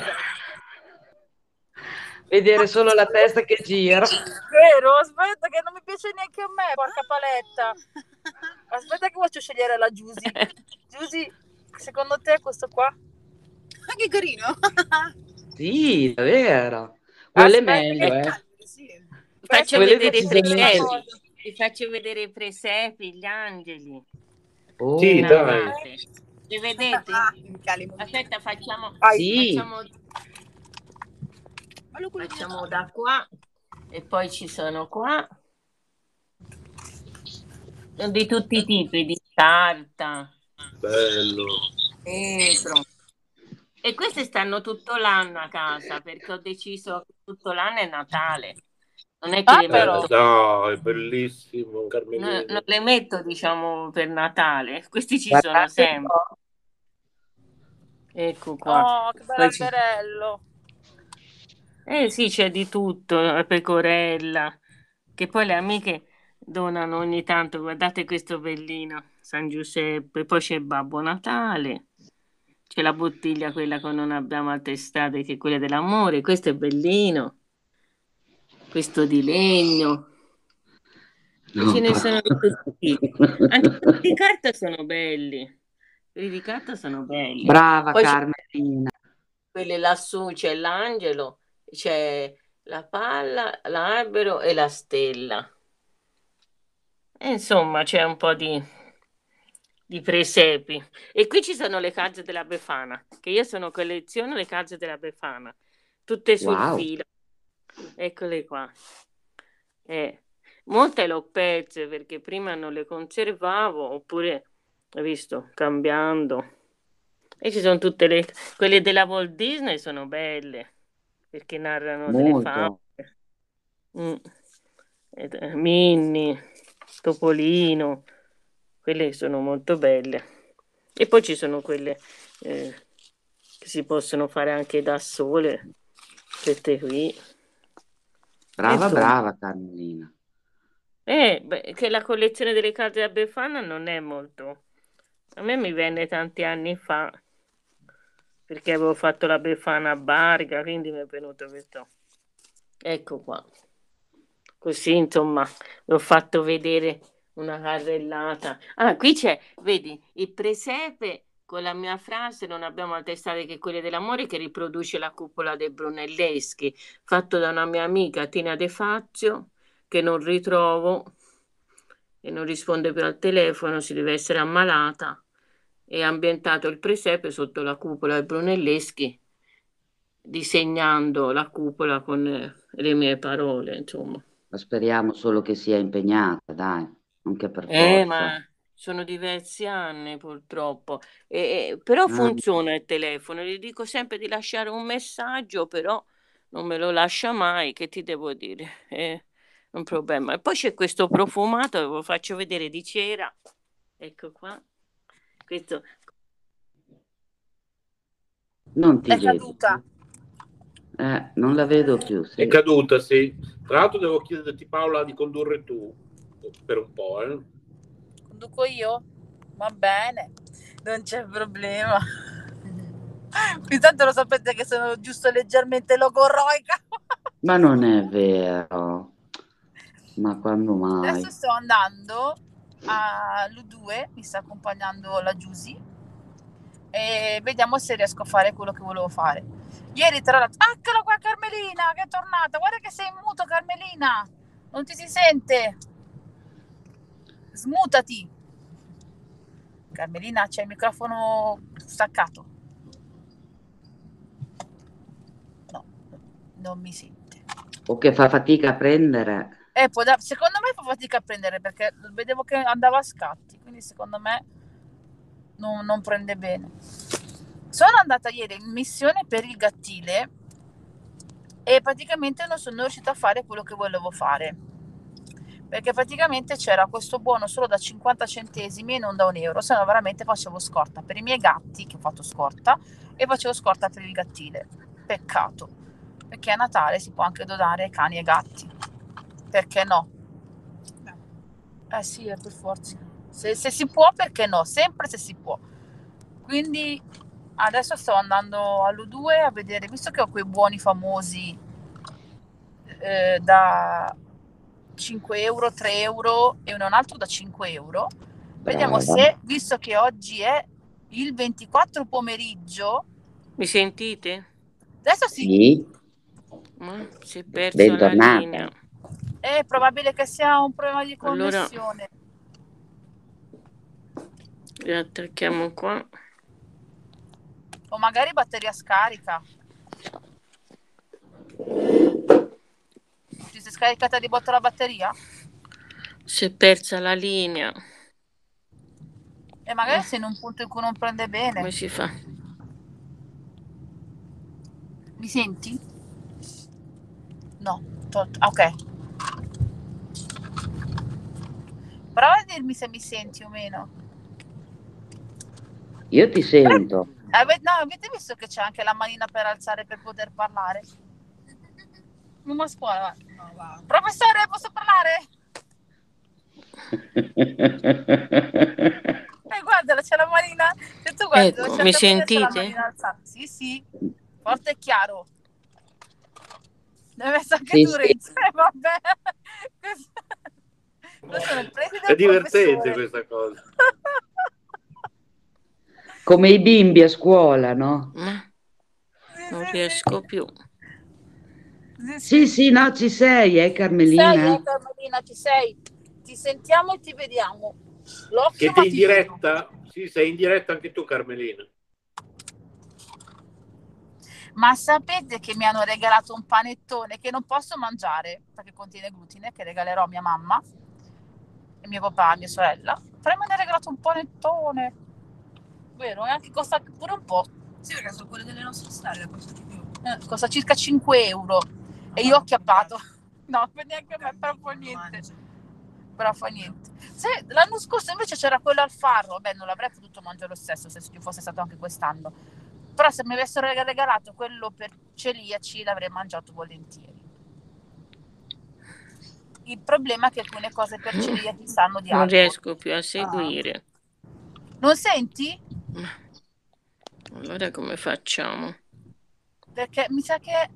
vedere solo la testa che gira. Vero? Aspetta che non mi piace neanche a me, porca paletta. Aspetta che faccio scegliere la Giusy. Giusy, secondo te questo qua? Ah, che carino! Sì, davvero. Quello è Aspetta meglio, che... eh. Sì. Vi faccio Quelle vedere i decisamente. presepi. Vi faccio vedere i presepi, gli angeli. Oh, Sì, dai. Innamorate. Li vedete? Cali, Aspetta, facciamo, sì. facciamo, facciamo da qua e poi ci sono qua. Sono di tutti i tipi, di carta, Bello. vetro. E queste stanno tutto l'anno a casa perché ho deciso che tutto l'anno è Natale. Non è che Ah, le però. metto, Eh, dai, bellissimo, no- Carmelina. non le metto, diciamo, per Natale. Questi ci sono Guardate un sempre. po'. Ecco qua. Oh, che Poi ci- bell'alberello. Eh sì, c'è di tutto, la pecorella, che poi le amiche donano ogni tanto. Guardate questo bellino, San Giuseppe. Poi c'è Babbo Natale, c'è la bottiglia, quella che non abbiamo altre strade, che è quella dell'amore. Questo è bellino, questo di legno. E No, ce ne pa- sono di tutti i tipi. Anche quelli di carta sono belli. Quelli di carta sono belli. Brava Poi c'è Carmelina. quelli lassù, c'è l'angelo, c'è la palla, l'albero e la stella. E insomma, c'è un po' di, di presepi. E qui ci sono le calze della Befana, che io sono colleziono le calze della Befana, tutte sul Wow. filo. Eccole qua. Eh, molte le ho perse perché prima non le conservavo, oppure, hai visto, cambiando. E ci sono tutte le... Quelle della Walt Disney sono belle, perché narrano delle Molto. favole. Mm. Ed, eh, Minnie, Topolino, quelle sono molto belle. E poi ci sono quelle eh, che si possono fare anche da sole, queste qui. Brava, Insomma, brava Carmelina. eh, beh, che la collezione delle carte da Befana non è molto... A me mi venne tanti anni fa, perché avevo fatto la Befana a Barga, quindi mi è venuto questo. Ecco qua. Così, insomma, vi ho fatto vedere una carrellata. Ah, qui c'è, vedi, il presepe con la mia frase non abbiamo altre strade che quelle dell'amore, che riproduce la cupola dei Brunelleschi, fatto da una mia amica Tina De Fazio, che non ritrovo e non risponde più al telefono, si deve essere ammalata, e ha ambientato il presepe sotto la cupola dei Brunelleschi, disegnando la cupola con eh, le mie parole, insomma. Ma speriamo solo che sia impegnata, dai, non che per Eh, forza. ma sono diversi anni purtroppo. E- e- però Ah, funziona il telefono, gli dico sempre di lasciare un messaggio, però non me lo lascia mai, che ti devo dire? Eh, un problema. E poi c'è questo profumato, ve lo faccio vedere di cera. Ecco qua. Questo Non ti È vedo. caduta. Eh, non la vedo più. È Sì. caduta, sì. Tra l'altro devo chiederti, Paola, di condurre tu per un po', eh. Conduco io? Va bene, non c'è problema. Intanto lo sapete che sono giusto leggermente logorroica. Ma non è vero. Ma quando mai? Adesso sto andando all'U due, mi sta accompagnando la Giusy e vediamo se riesco a fare quello che volevo fare. Ieri tra l'altro, eccola qua Carmelina che è tornata, guarda che sei in muto Carmelina, non ti si sente, smutati. Carmelina, c'è il microfono staccato. No, non mi sente. O che fa fatica a prendere. Eh, può da- secondo me fa fatica a prendere perché vedevo che andava a scatti, quindi secondo me non, non prende bene. Sono andata ieri in missione per il Gattile e praticamente non sono riuscita a fare quello che volevo fare, perché praticamente c'era questo buono solo da cinquanta centesimi e non da un euro, se no veramente facevo scorta per i miei gatti, che ho fatto scorta, e facevo scorta per il Gattile. Peccato, perché a Natale si può anche donare cani e gatti, perché no? Eh sì, è per forza, se, se si può, perché no? Sempre se si può. Quindi adesso sto andando all'U due a vedere, visto che ho quei buoni famosi eh, da cinque euro, tre euro e un altro da cinque euro, vediamo Brava. se, visto che oggi è il ventiquattro pomeriggio, mi sentite? adesso sì, Sì, Ma si è persa la bentornata. linea. è probabile che sia un problema di Allora connessione. riattacchiamo qua. O magari batteria scarica. Ti sei scaricata di botto la batteria? Si è persa la linea. E magari sei in un punto in cui non prende bene. Come si fa? Mi senti? No, to- ok. Prova a dirmi se mi senti o meno. Io ti sento. Ave- no, avete visto che c'è anche la manina per alzare per poter parlare? Non a scuola. va. Professore, posso parlare? Eh, guardala, c'è la manina. Se tu guardi, Ecco, dove c'è mi il tappino, c'è la sentite? manina alzata. Sì, sì, forte e chiaro. L'hai messo anche Sì, tu, sì. Renzo. Eh, vabbè. Questo è il preside È del divertente professore. questa cosa. Come i bimbi a scuola, no? Ma Sì, non sì, riesco più. sì. Sì, Sì, sì, no, ci sei, eh, Ci sei, Carmelina? eh, Carmelina, ci sei. Ti sentiamo e ti vediamo. L'occhio, Siete ma in ti vedo. diretta? Sì, sei in diretta anche tu, Carmelina. Ma sapete che mi hanno regalato un panettone che non posso mangiare perché contiene glutine, che regalerò a mia mamma e mio papà e mia sorella. Però mi hanno regalato un panettone, vero? E anche costa pure un po'. Sì, perché sono quelle delle nostre stelle, costa di più. Eh, costa circa cinque euro. E io ho acchiappato. No, per neanche a me, però fa niente. Però fa niente. Se, l'anno scorso invece c'era quello al farro, beh, non l'avrei potuto mangiare lo stesso se ci fosse stato anche quest'anno. Però se mi avessero regalato quello per celiaci l'avrei mangiato volentieri. Il problema è che alcune cose per celiaci sanno di Non alcol. riesco più a seguire. Non senti? Allora come facciamo? Perché mi sa che...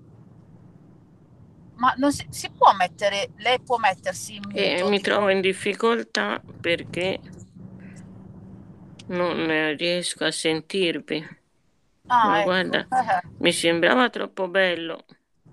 Ma non si, si può mettere... Lei può mettersi in muto. E mi tipo- trovo in difficoltà perché non riesco a sentirvi. Ah, Ma ecco. guarda, mi sembrava troppo bello.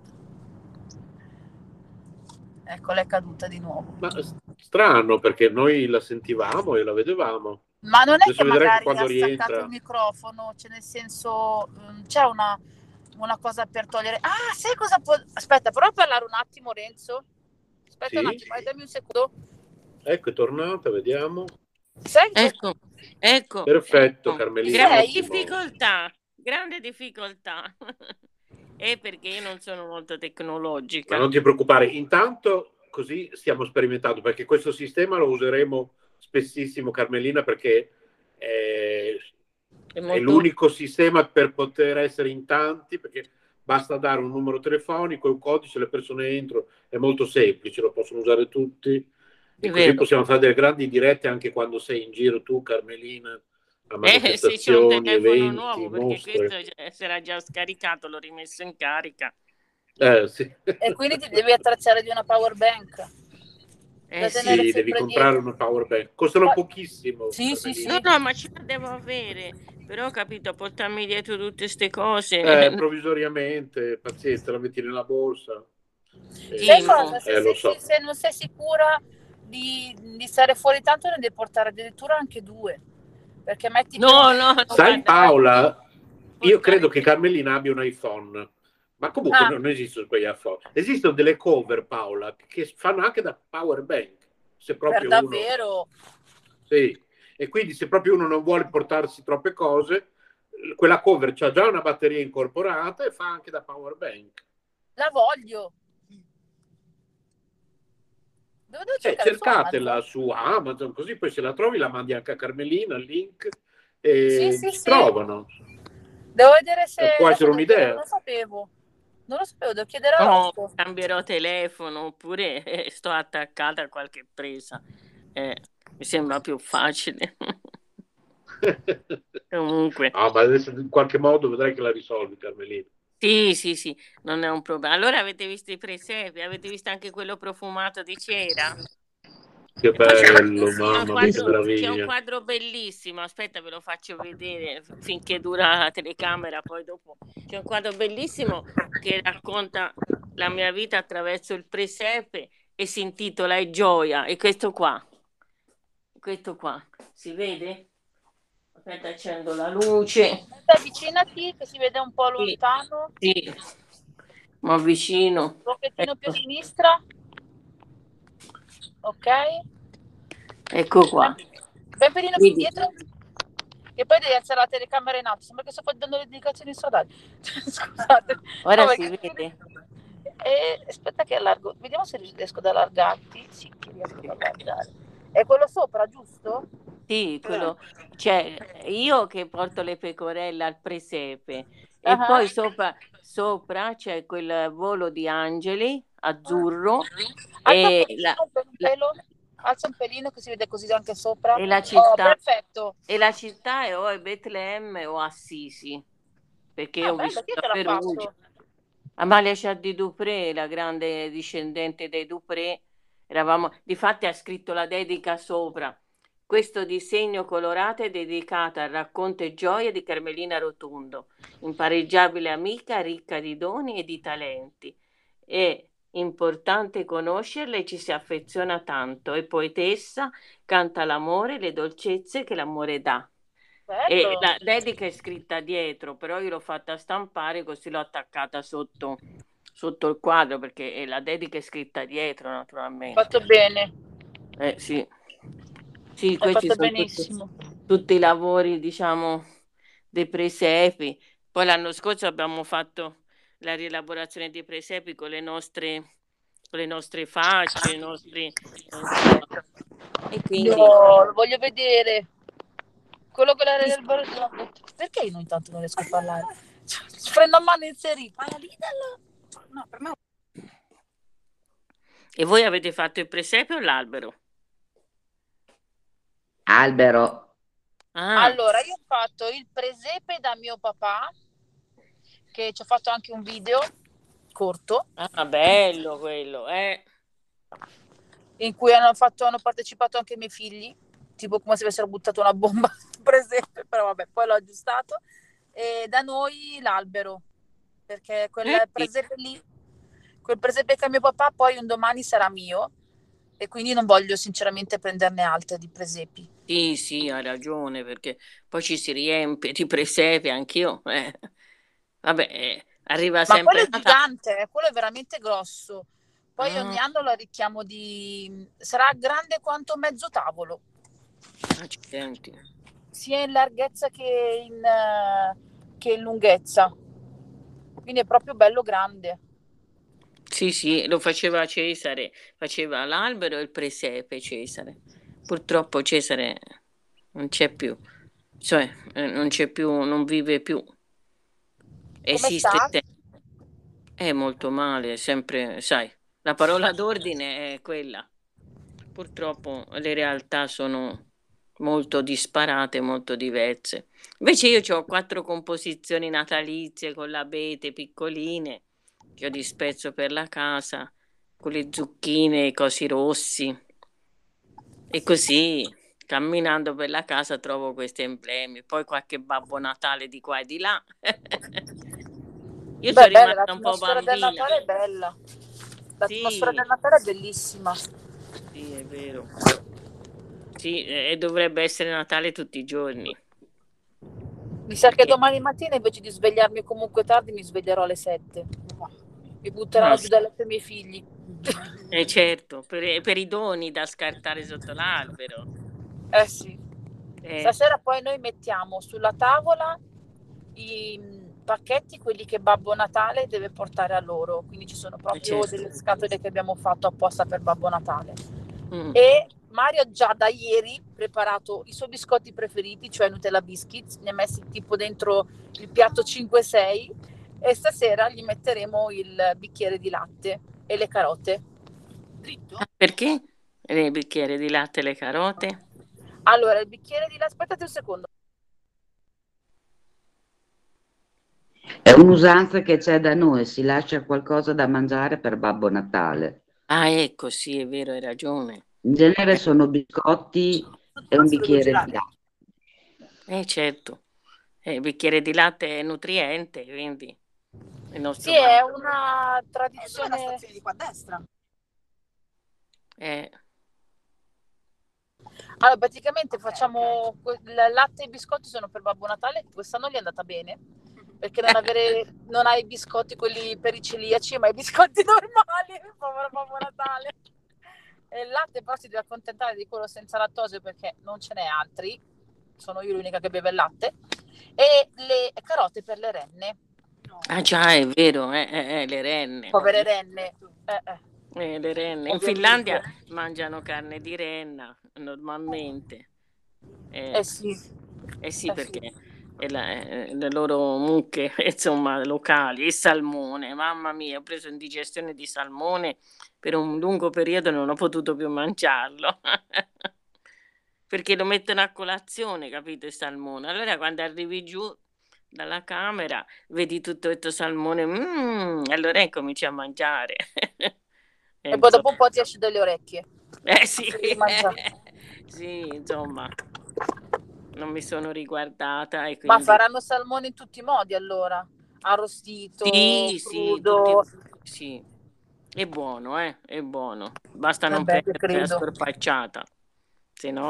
Ecco, l'è caduta di nuovo. Ma strano, perché noi la sentivamo e la vedevamo. Ma non è Adesso che vedrai che magari quando ha staccato rientra... il microfono, cioè nel senso mm, c'è una, una cosa per togliere. Ah, sai cosa può... Aspetta, prova a parlare un attimo, Renzo. Aspetta Sì. un attimo, eh, dammi un secondo. Ecco, è tornata, vediamo. Sei? Ecco, ecco. Perfetto, ecco. Carmelina. Grande Sei? difficoltà, grande difficoltà. È perché io non sono molto Ma tecnologica. non ti preoccupare. Intanto così stiamo sperimentando, perché questo sistema lo useremo spessissimo, Carmelina, perché è, È è molto l'unico sistema per poter essere in tanti, perché basta dare un numero telefonico e un codice, le persone entrano, è molto semplice, lo possono usare tutti e È così vero. possiamo fare delle grandi dirette anche quando sei in giro tu, Carmelina, a Eh, se c'è un manifestazioni, telefono eventi, nuovo, perché mostre. questo eh, si era già scaricato, l'ho rimesso in carica. Eh, sì. E quindi ti devi attrezzare di una power bank. Eh Da sì. tenere Sì, devi sempre comprare dietro. una power bank, costano Poi- pochissimo. Sì, sì, sì. No, no, ma ce la devo avere. Però ho capito, portarmi dietro tutte queste cose. Eh, provvisoriamente, pazienza, la metti nella borsa. Eh, Sai Sì, cosa? no. Se, eh, lo se- so. se- se non sei sicura di, di stare fuori tanto, ne devi portare addirittura anche due. Perché metti che No, uno- no, no, Sai guarda, Paola, io portare- credo che Carmelina abbia un iPhone, ma comunque Ah. non esistono quegli iPhone. Esistono delle cover, Paola, che fanno anche da power bank. Se per proprio uno... davvero. Sì. E quindi se proprio uno non vuole portarsi troppe cose, quella cover c'ha già una batteria incorporata e fa anche da power bank. La voglio. Dove devo Eh, cercare? Su cercatela Amazon? su Amazon, così poi se la trovi la mandi anche a Carmelina, il link, e Sì, sì, si sì. trovano. Devo vedere se... Può essere adesso devo chiedere, un'idea. non lo sapevo. Non lo sapevo, devo chiedere a no, Rocco. cambierò telefono oppure eh, sto attaccata a qualche presa. Eh, mi sembra più facile. Comunque, No, ma adesso in qualche modo vedrai che la risolvi, Carmelina. sì, sì, sì, non è un problema. Allora avete visto i presepi? Avete visto anche quello profumato di cera? Che E poi c'è, bello, c'è un mamma mia, che quadro, c'è un meraviglia. quadro bellissimo. Aspetta, ve lo faccio vedere finché dura la telecamera, poi dopo. C'è un quadro bellissimo che racconta la mia vita attraverso il presepe e si intitola È gioia. E questo qua, questo qua, si vede? Aspetta, accendo la luce. Aspetta, avvicinati che si vede un po' Sì, lontano. sì, mi avvicino. Un pochettino più a Ecco, sinistra. Ok. ecco qua. Ben pedino più Vedi? indietro. E poi devi alzare la telecamera in alto. Sembra che sto dando le indicazioni stradali. Scusate. Ora No, si perché- vede? E aspetta che allargo. Vediamo se riesco ad allargarti. Sì, che riesco ad allargare. È quello sopra, giusto? Sì, quello, cioè io che porto le pecorelle al presepe e Ah. poi sopra, sopra c'è quel volo di angeli azzurro Alza un e pelino, la, un la- pelo. Alza un pelino che si vede così anche sopra. e la Oh, città, perfetto. e la città è o è Betlemme o Assisi, perché Ah, ho bello, visto chi è a che l'ha Perugia. fatto? Amalia Chad di Dupré, la grande discendente dei Dupré, eravamo, difatti ha scritto la dedica sopra. Questo disegno colorato è dedicato al racconto e gioia di Carmelina Rotondo, impareggiabile amica, ricca di doni e di talenti. È importante conoscerla e ci si affeziona tanto. È poetessa, canta l'amore e le dolcezze che l'amore dà. E Bello. la dedica è scritta dietro, però io l'ho fatta stampare così l'ho attaccata sotto, sotto il quadro perché eh, la dedica è scritta dietro, naturalmente. Fatto bene. Eh, sì. Sì, Hai questi fatto sono tutti, benissimo. tutti i lavori, diciamo, dei presepi. Poi l'anno scorso abbiamo fatto la rielaborazione dei presepi con le nostre, con le nostre facce, i nostri, eh, insomma. E quindi No, lo voglio vedere. Quello con la del bar- Perché io intanto non riesco a parlare? Prendo a mano inserito. Ma la Lidl? No, per me. E voi avete fatto il presepe o l'albero? Albero. Ah, Allora, io ho fatto il presepe da mio papà, che ci ho fatto anche un video corto, ah, bello quello, eh. in cui hanno, fatto, hanno partecipato anche i miei figli, tipo come se avessero buttato una bomba presepe, però vabbè, poi l'ho aggiustato. E da noi l'albero, perché quel Eh, sì. presepe lì, quel presepe che ha mio papà, poi un domani sarà mio, e quindi non voglio sinceramente prenderne altre di presepi. Sì, sì, hai ragione, perché poi ci si riempie di presepe, anch'io. Eh. Vabbè, eh, arriva Ma quello sempre è Natale. gigante, eh, quello è veramente grosso. Poi Ah, ogni anno lo arricchiamo di... sarà grande quanto mezzo tavolo, accidenti. sia in larghezza che in, eh, che in lunghezza. Quindi è proprio bello grande. Sì, sì, lo faceva Cesare, faceva l'albero e il presepe Cesare. Purtroppo Cesare non c'è più, cioè eh, non c'è più, non vive più. Come Esiste sta? te- è molto male, sempre, sai, la parola d'ordine è quella. Purtroppo le realtà sono molto disparate, molto diverse. Invece io ho quattro composizioni natalizie con l'abete piccoline che ho disperso per la casa, con le zucchine, i cosi rossi. E così, camminando per la casa, trovo questi emblemi. Poi qualche Babbo Natale di qua e di là. Io sono Beh, bella, rimasta un po' l'atmosfera del bambina. Natale è bella. L'atmosfera Sì, del Natale è bellissima. sì, è vero. Sì, e dovrebbe essere Natale tutti i giorni. Mi sa che Perché, domani mattina invece di svegliarmi comunque tardi mi sveglierò alle sette. Mi butteranno ah, giù sì, da letto i miei figli. eh, certo, per, per i doni da scartare sotto l'albero. Eh sì. Eh, Stasera poi noi mettiamo sulla tavola i mm, pacchetti, quelli che Babbo Natale deve portare a loro. Quindi ci sono eh, proprio certo. delle scatole che abbiamo fatto apposta per Babbo Natale. Mm. E Mario ha già da ieri preparato i suoi biscotti preferiti, cioè Nutella Biscuits, ne ha messi tipo dentro il piatto cinque sei e stasera gli metteremo il bicchiere di latte e le carote. Dritto? Ah, perché? Il bicchiere di latte e le carote? Allora, il bicchiere di latte, aspettate un secondo. È un'usanza che c'è da noi, si lascia qualcosa da mangiare per Babbo Natale. Ah, ecco, sì, è vero, hai ragione. In genere sono biscotti e un bicchiere di latte. Eh, certo. Eh, il bicchiere di latte è nutriente, quindi il nostro Sì, è Babbo. una tradizione di qua a destra. Eh, Allora, praticamente facciamo que- il latte e i biscotti sono per Babbo Natale, quest'anno gli è andata bene, perché non, avere, non hai i biscotti quelli per i celiaci, ma i biscotti normali, povero Babbo Natale. E il latte però si deve accontentare di quello senza lattosio perché non ce n'è altri, sono io l'unica che beve il latte, e le carote per le renne, ah già, è vero, eh, eh, eh, le renne. povere renne. Eh, eh. Eh, le renne. In Ovviamente. Finlandia mangiano carne di renna normalmente. Eh, Eh sì, eh sì, eh perché sì. è la- eh, le loro mucche, insomma, locali, il salmone. Mamma mia, ho preso indigestione di salmone per un lungo periodo e non ho potuto più mangiarlo. Perché lo mettono a colazione, capito, il salmone. Allora quando arrivi giù dalla camera, vedi tutto questo salmone, mm, allora incominci a mangiare. E E poi insomma, dopo un po' ti esce dalle orecchie. eh sì, Devi mangiare. sì, insomma, non mi sono riguardata e Ma quindi faranno salmone in tutti i modi allora? Arrostito, sì, sì, tutti, crudo. sì, è buono, eh, è buono. Basta non Vabbè, che prendere la credo. scorpacciata, se no.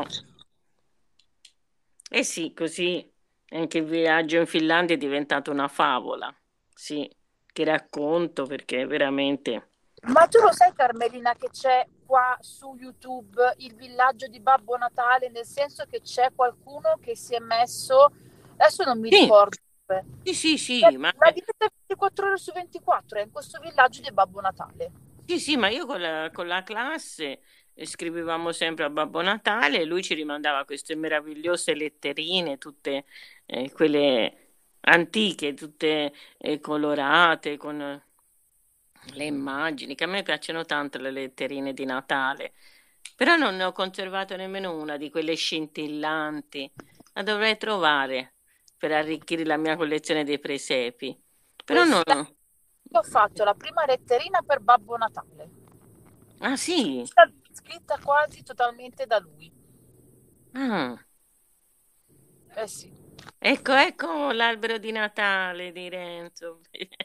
Eh sì, così anche il viaggio in Finlandia è diventato una favola. Sì, ti racconto perché veramente. Ma tu lo sai, Carmelina, che c'è qua su YouTube il villaggio di Babbo Natale, nel senso che c'è qualcuno che si è messo, adesso non mi Sì, ricordo, dove. sì, sì, Cioè, sì, ma, la diretta ventiquattro ore su ventiquattro è in questo villaggio di Babbo Natale. sì, sì, ma io con la, con la classe eh, scrivevamo sempre a Babbo Natale e lui ci rimandava queste meravigliose letterine, tutte eh, quelle antiche, tutte eh, colorate, con eh, le immagini, che a me piacciono tanto le letterine di Natale. Però non ne ho conservato nemmeno una di quelle scintillanti. La dovrei trovare per arricchire la mia collezione dei presepi. Però non... Questa ho fatto la prima letterina per Babbo Natale, Ah sì? scritta, scritta quasi totalmente da lui. Ah, Eh sì. ecco, ecco l'albero di Natale di Renzo.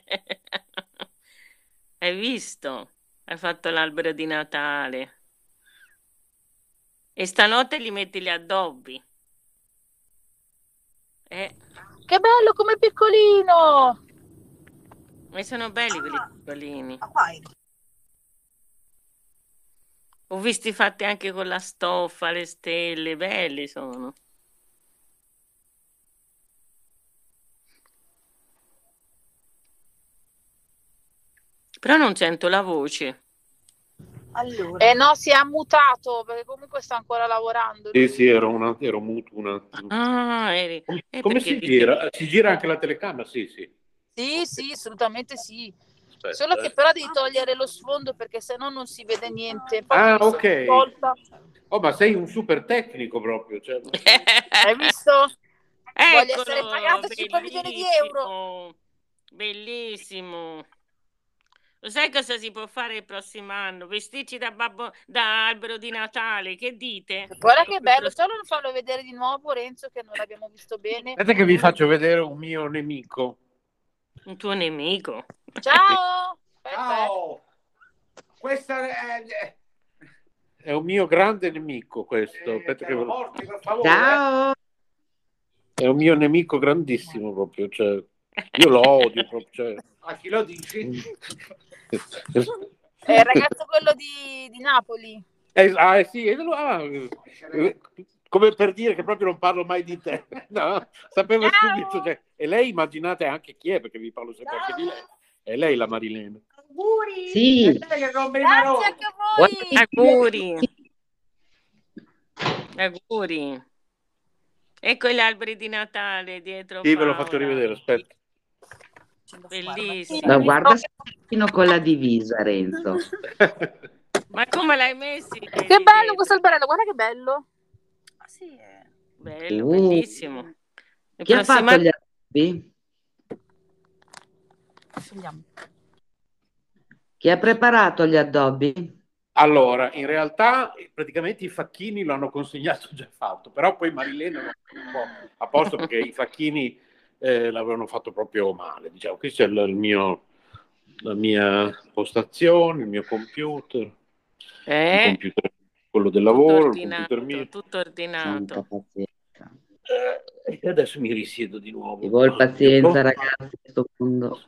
Hai visto? Hai fatto l'albero di Natale. E stanotte gli metti gli addobbi. Eh, Che bello come piccolino! e sono belli quelli piccolini. Ah, qua è- Ho visti fatti anche con la stoffa, le stelle, belli sono. Però non sento la voce. Allora. Eh no, si è ammutato perché comunque sta ancora lavorando. Sì, sì, ero, una, ero muto un attimo. Ah, eri... Come, eh, come si dice... gira? Si gira anche la telecamera? Sì, sì. Sì, sì, assolutamente sì. Aspetta, Solo che eh. però devi togliere lo sfondo perché sennò non si vede niente. Infatti Ah, mi sono ok. tolta. Oh, ma sei un super tecnico proprio. Cioè... Hai visto? Voglio Eccolo, essere pagato cinque milioni di euro. Bellissimo. Lo sai cosa si può fare il prossimo anno? Vestirci da, babbo, da albero di Natale, che dite? Guarda che bello, solo non farlo vedere di nuovo Renzo che non l'abbiamo visto bene. Aspetta che vi faccio vedere un mio nemico. Un tuo nemico? Ciao! Ciao! Questa è... è un mio grande nemico questo. Aspetta che ve lo... morti, per favore. Ciao! È un mio nemico grandissimo proprio, cioè... io lo odio proprio. Cioè... A chi lo dici? È il ragazzo quello di, di Napoli. Eh, ah, eh, sì, ah, eh, come per dire che proprio non parlo mai di te. No, sapevo Ciao. subito. Cioè, e lei immaginate anche chi è, perché vi parlo sempre anche di lei. È lei la Marilena. Auguri! Sì. Grazie anche a voi. Auguri. Auguri. Ecco gli alberi di Natale dietro. Sì, ve lo Paola. faccio rivedere, aspetta. Bellissimo. Ma guarda fino con la divisa, Renzo. Ma come l'hai messi? Che bello questo alberello, guarda che bello. Ah, sì, è... Bello, Uh. bellissimo. E Chi ha prossima- fatto gli addobbi? Scegliamo. Chi ha preparato gli addobbi? Allora, in realtà praticamente i facchini l'hanno consegnato già fatto, però poi Marilena l'ha fatto un po' a posto perché i facchini eh, l'avevano fatto proprio male. Diciamo, qui c'è il, il mio, la mia postazione, il mio computer, Eh, il computer, quello del tutto lavoro, il ordinato, computer mio. tutto ordinato. Santa pazienza. Eh, e adesso mi risiedo di nuovo. Ci vuole pazienza, ragazzi, in questo mondo.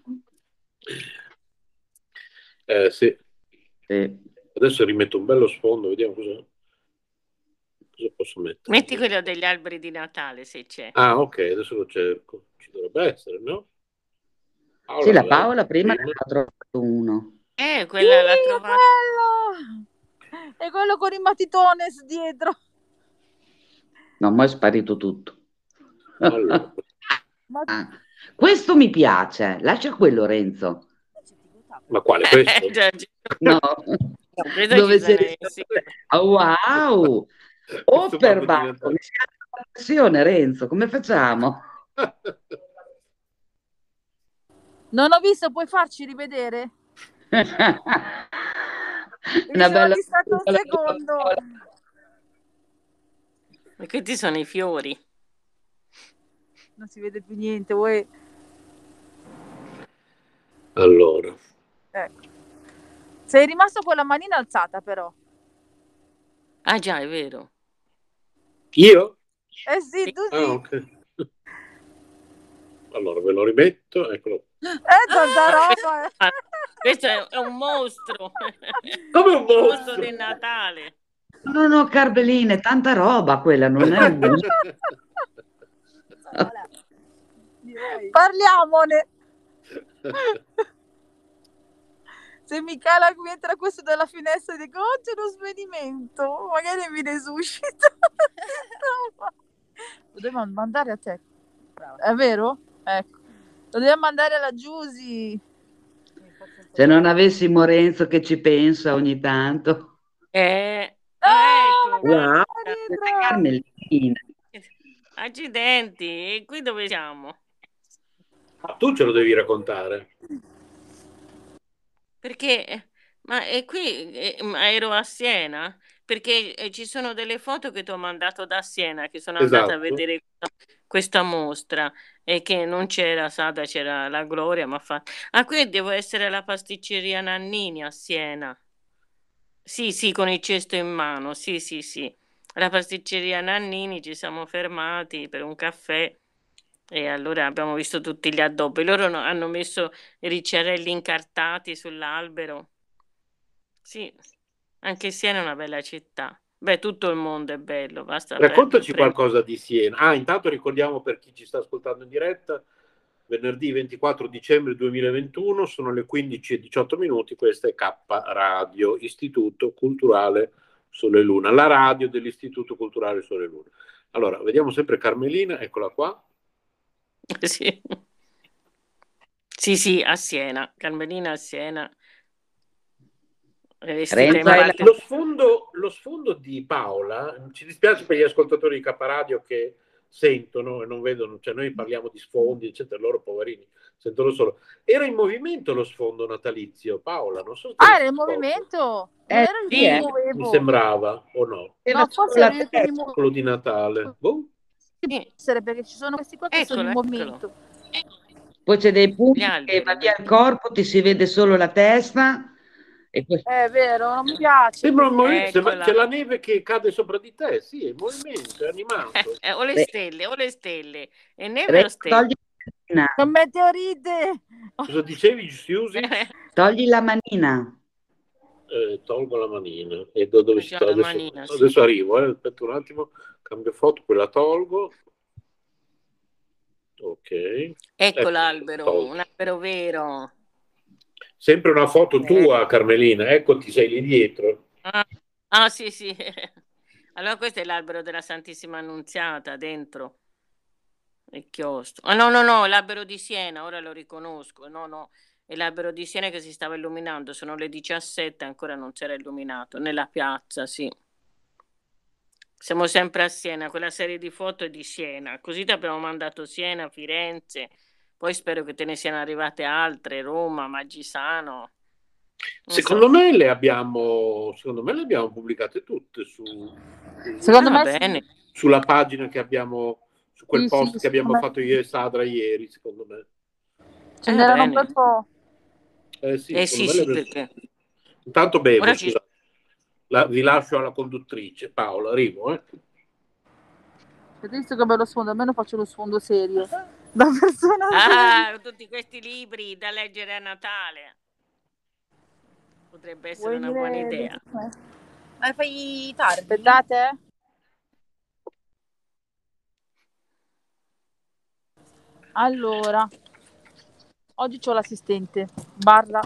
Eh, sì. Sì. Adesso rimetto un bello sfondo, vediamo cosa, cosa posso mettere. Metti quello degli alberi di Natale se c'è. Ah, ok, adesso lo cerco. Ci dovrebbe essere, no? Paola, Sì, la l'aveva Paola prima prima. ne ha trovato uno. Eh, quella l'ha Sì, trovata. bello! E quello con i matitones dietro. No, ma è sparito tutto. Allora. Ah, questo mi piace. Lascia quello, Renzo. Ma quale questo? Già, già. No. Credo Dove ci sarà c'è- messi. Oh, wow! O Questo per Babbo di Babbo, Natale. mi scappa la passione, Renzo, come facciamo? Non ho visto, puoi farci rivedere? Mi Una sono bella distratto un secondo. E questi sono i fiori. Non si vede più niente, vuoi? Allora. Ecco. Sei rimasto con la manina alzata però. Ah già, è vero. Io? Eh sì, tu sì. Ah, ok. Allora, ve lo rimetto, eccolo. Eh, tanta roba. Ah, questo è, è un mostro. Come un Il mostro mostro? del Natale. No, no, Carbeline, tanta roba quella, non è un mostro. Parliamone. Se Michela qui entra questo dalla finestra e dico oh c'è uno svenimento, magari mi resuscita. Lo dobbiamo mandare a te. È vero? Ecco. Lo dobbiamo mandare alla Giusy. Se non avessimo Renzo che ci pensa ogni tanto. Eh, Ah, ecco, Wow, guarda. Carmelina. Accidenti, e qui dove siamo? Ah, tu ce lo devi raccontare. Perché, ma è qui, eh, ma ero a Siena, perché eh, ci sono delle foto che ti ho mandato da Siena, che sono andata a Esatto. vedere questa, questa mostra e che non c'era Sada, c'era la Gloria, ma fa... Ah, qui devo essere alla pasticceria Nannini a Siena. Sì, sì, con il cesto in mano, sì, sì, sì. Alla pasticceria Nannini ci siamo fermati per un caffè e allora abbiamo visto tutti gli addobbi. Loro no- hanno messo i ricciarelli incartati sull'albero. Sì, anche Siena è una bella città. Beh, tutto il mondo è bello, basta Raccontaci pre- pre- qualcosa di Siena. Ah, intanto ricordiamo per chi ci sta ascoltando in diretta venerdì ventiquattro dicembre duemilaventuno, sono le quindici e diciotto minuti, questa è K Radio, Istituto Culturale Sole e Luna, la radio dell'Istituto Culturale Sole e Luna. Allora, vediamo sempre Carmelina, eccola qua. Sì. Sì, sì, a Siena, Carmelina a Siena. Lo sfondo, lo sfondo di Paola, ci dispiace per gli ascoltatori di K Radio che sentono e non vedono, cioè noi parliamo di sfondi, eccetera, loro poverini sentono solo. Era in movimento lo sfondo natalizio, Paola, non so se Ah, era in movimento? Eh, Non era io sì, che eh. mi muovevo. mi sembrava, o no? No, forse ero io che mi muovevo. Quello di Natale. Boh. Essere, perché ci sono questi qua che sono in Eccolo, movimento. Poi c'è dei punti Gli alberi, che va via il corpo, ti si vede solo la testa. E poi... È vero, non mi piace. Sembra un movimento, sembra- Eccola. c'è la neve che cade sopra di te, sì, è in movimento, è animato. Eh, o le Beh. stelle, o le stelle. E neve o Re- stelle? Togli la manina. Un meteorite. Cosa dicevi, Susi? Togli la manina. Eh, tolgo la manina. E do- dove C'è si sta? la Adesso, manina, sì. adesso arrivo, eh. Aspetta un attimo, cambio foto, quella tolgo. Ok. Ecco Ecco, l'albero, tolto. un albero vero. Sempre una foto Eh. tua, Carmelina, eccoti, sei lì dietro. Ah, ah, sì, sì. Allora questo è l'albero della Santissima Annunziata, dentro il chiostro. Ah, no, no, no, l'albero di Siena, ora lo riconosco. No, no, è l'albero di Siena che si stava illuminando. Sono le diciassette, ancora non si era illuminato. Nella piazza, sì. Siamo sempre a Siena, quella serie di foto è di Siena. Così ti abbiamo mandato Siena, Firenze. Poi spero che te ne siano arrivate altre, Roma, Maggisano. Non Secondo so. me le abbiamo, secondo me le abbiamo pubblicate tutte su, Secondo Ah, me sì. bene. sulla pagina che abbiamo, su quel Sì, post sì, che abbiamo secondo me fatto io e Sadra ieri, secondo me. Ce Eh, n'erano un bene. bel po'. Eh sì, Eh secondo sì, me sì, le- perché Intanto bevo, ora ci... scusa. La- vi lascio alla conduttrice. Paola, arrivo, eh. Avete visto che bello sfondo? Almeno faccio lo sfondo serio. Da persona seria. Ah, tutti questi libri da leggere a Natale. Potrebbe essere Vuoi una dire buona idea. come? Ma fai tardi? Aspettate. Allora, oggi c'ho l'assistente barra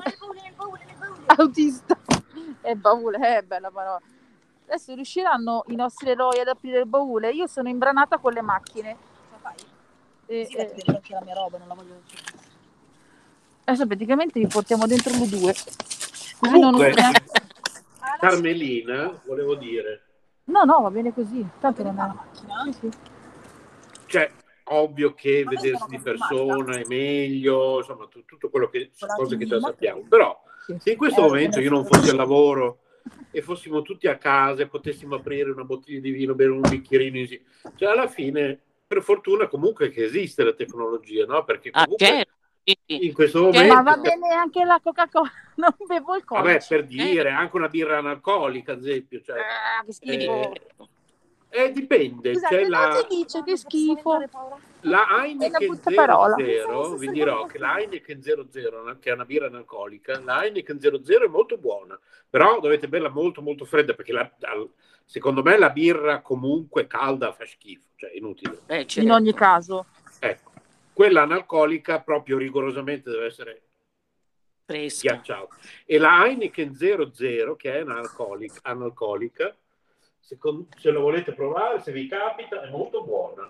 autista e baule, è bella parola. Adesso riusciranno i nostri eroi ad aprire il baule? Io sono imbranata con le macchine. Ce la fai? E, Sì, e- metti dentro anche la mia roba, non la voglio. adesso praticamente vi portiamo dentro le due. Così non Comunque, neanche- Carmelina, volevo dire, No, no, va bene così. Tanto non è. Sì, sì. cioè, ovvio che Ma noi vedersi siamo di conformati, persona è meglio, insomma, tu- tutto quello che, Con la cose che già bimba. sappiamo. Però, Sì. se in questo Eh, momento io non fossi al lavoro e fossimo tutti a casa e potessimo aprire una bottiglia di vino, bere un bicchierino insieme, cioè alla fine, per fortuna comunque che esiste la tecnologia, no? Perché Ah, comunque certo. Sì, sì. in questo Certo. momento... Ma va bene anche la Coca-Cola, non bevo il Vabbè, codice. per dire, anche una birra analcolica, ad esempio, cioè, Ah, che schifo. eh, eh, dipende, Scusate, c'è non la, si dice che schifo. la È una Heineken brutta parola. zero zero, vi dirò che la Heineken zero zero, che è una birra analcolica, la Heineken zero zero è molto buona, però dovete berla molto molto fredda, perché la- al- secondo me la birra comunque calda fa schifo, cioè è inutile. Eh, In certo. ogni caso. Ecco, quella analcolica proprio rigorosamente deve essere Fresca. ghiacciata. E la Heineken zero zero, che è analcolica, analcolica secondo, se lo volete provare, se vi capita, è molto buona.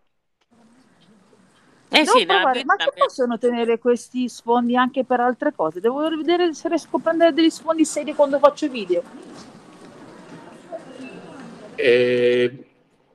Eh Devo sì, la provare, ma birra... che possono tenere questi sfondi anche per altre cose? Devo vedere se riesco a prendere degli sfondi seri quando faccio video. E...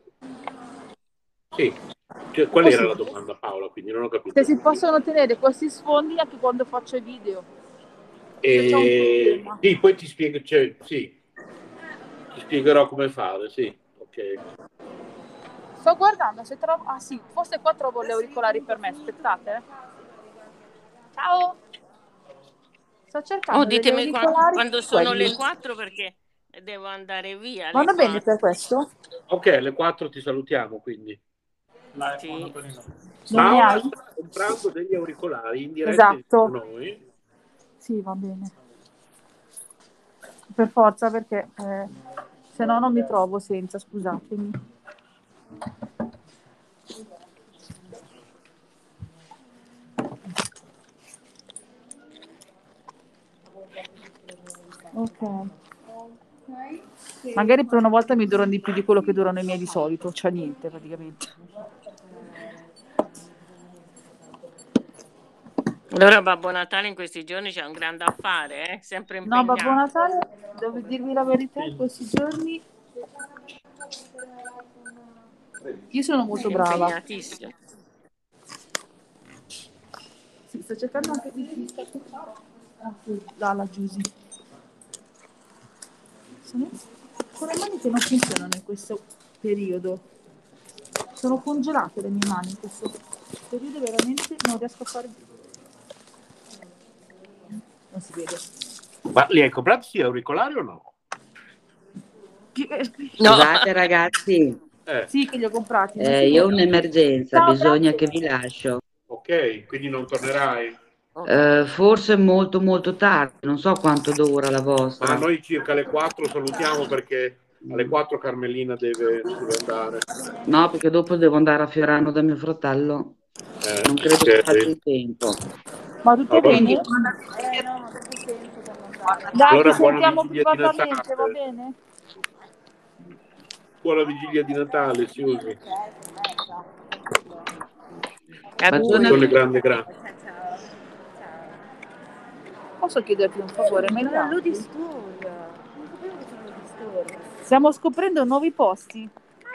Sì. Cioè, qual Oh, era sì. la domanda, Paola? Quindi non ho capito. Se si possono tenere questi sfondi anche quando faccio i video. Se c'è un E... problema. Sì, poi ti spiego, cioè, sì, ti spiegherò come fare, sì, ok. Sto guardando se trovo... Ah sì, forse qua trovo gli auricolari per me, aspettate. eh. Ciao! Sto cercando Oh, degli ditemi qua- auricolari. quando sono quelli. le quattro perché devo andare via. alle Vanno bene quattro. per questo? Ok, alle quattro ti salutiamo, quindi. Sì. Non ne Paola hai? sta comprando degli auricolari in diretta Esatto. con noi. Sì, va bene. Per forza, perché eh, se no non mi trovo senza, scusatemi. Ok. Magari per una volta mi durano di più di quello che durano i miei di solito, cioè niente praticamente. Allora Babbo Natale in questi giorni c'è un grande affare, eh? Sempre No, impegnato. Babbo Natale, devo dirvi la verità, in questi giorni io sono molto brava. Impegnatissimo. Sì, sto cercando anche di là la Giusy. Sono con le mani che non funzionano in questo periodo. Sono congelate le mie mani in questo periodo, veramente non riesco a fare. Non si vede. Ma li hai comprati sì, auricolari o no? Scusate ragazzi, Eh. Sì, che li ho comprati. eh, io ho un'emergenza, Ciao, bisogna grazie. che vi lascio. Ok, quindi non tornerai? Eh, forse molto molto tardi, non so quanto dura la Ma vostra. noi circa alle quattro salutiamo perché alle quattro Carmelina deve, deve andare. No, perché dopo devo andare a Fiorano da mio fratello. Eh, Non credo ok. che faccia in tempo. Ma tutti e Allora- bene? Eh no, non c'è tempo per mandare. Dai, Allora, ci buona sentiamo vigilia di privatamente, va Natale. bene? Buona vigilia di Natale, Siusi. Bacione a Sono le tutti. grandi grandi. Posso chiederti un favore? Me Ma lo lo apri? disturbo. Non sapevo che c'era lo disturbo. Stiamo scoprendo nuovi posti.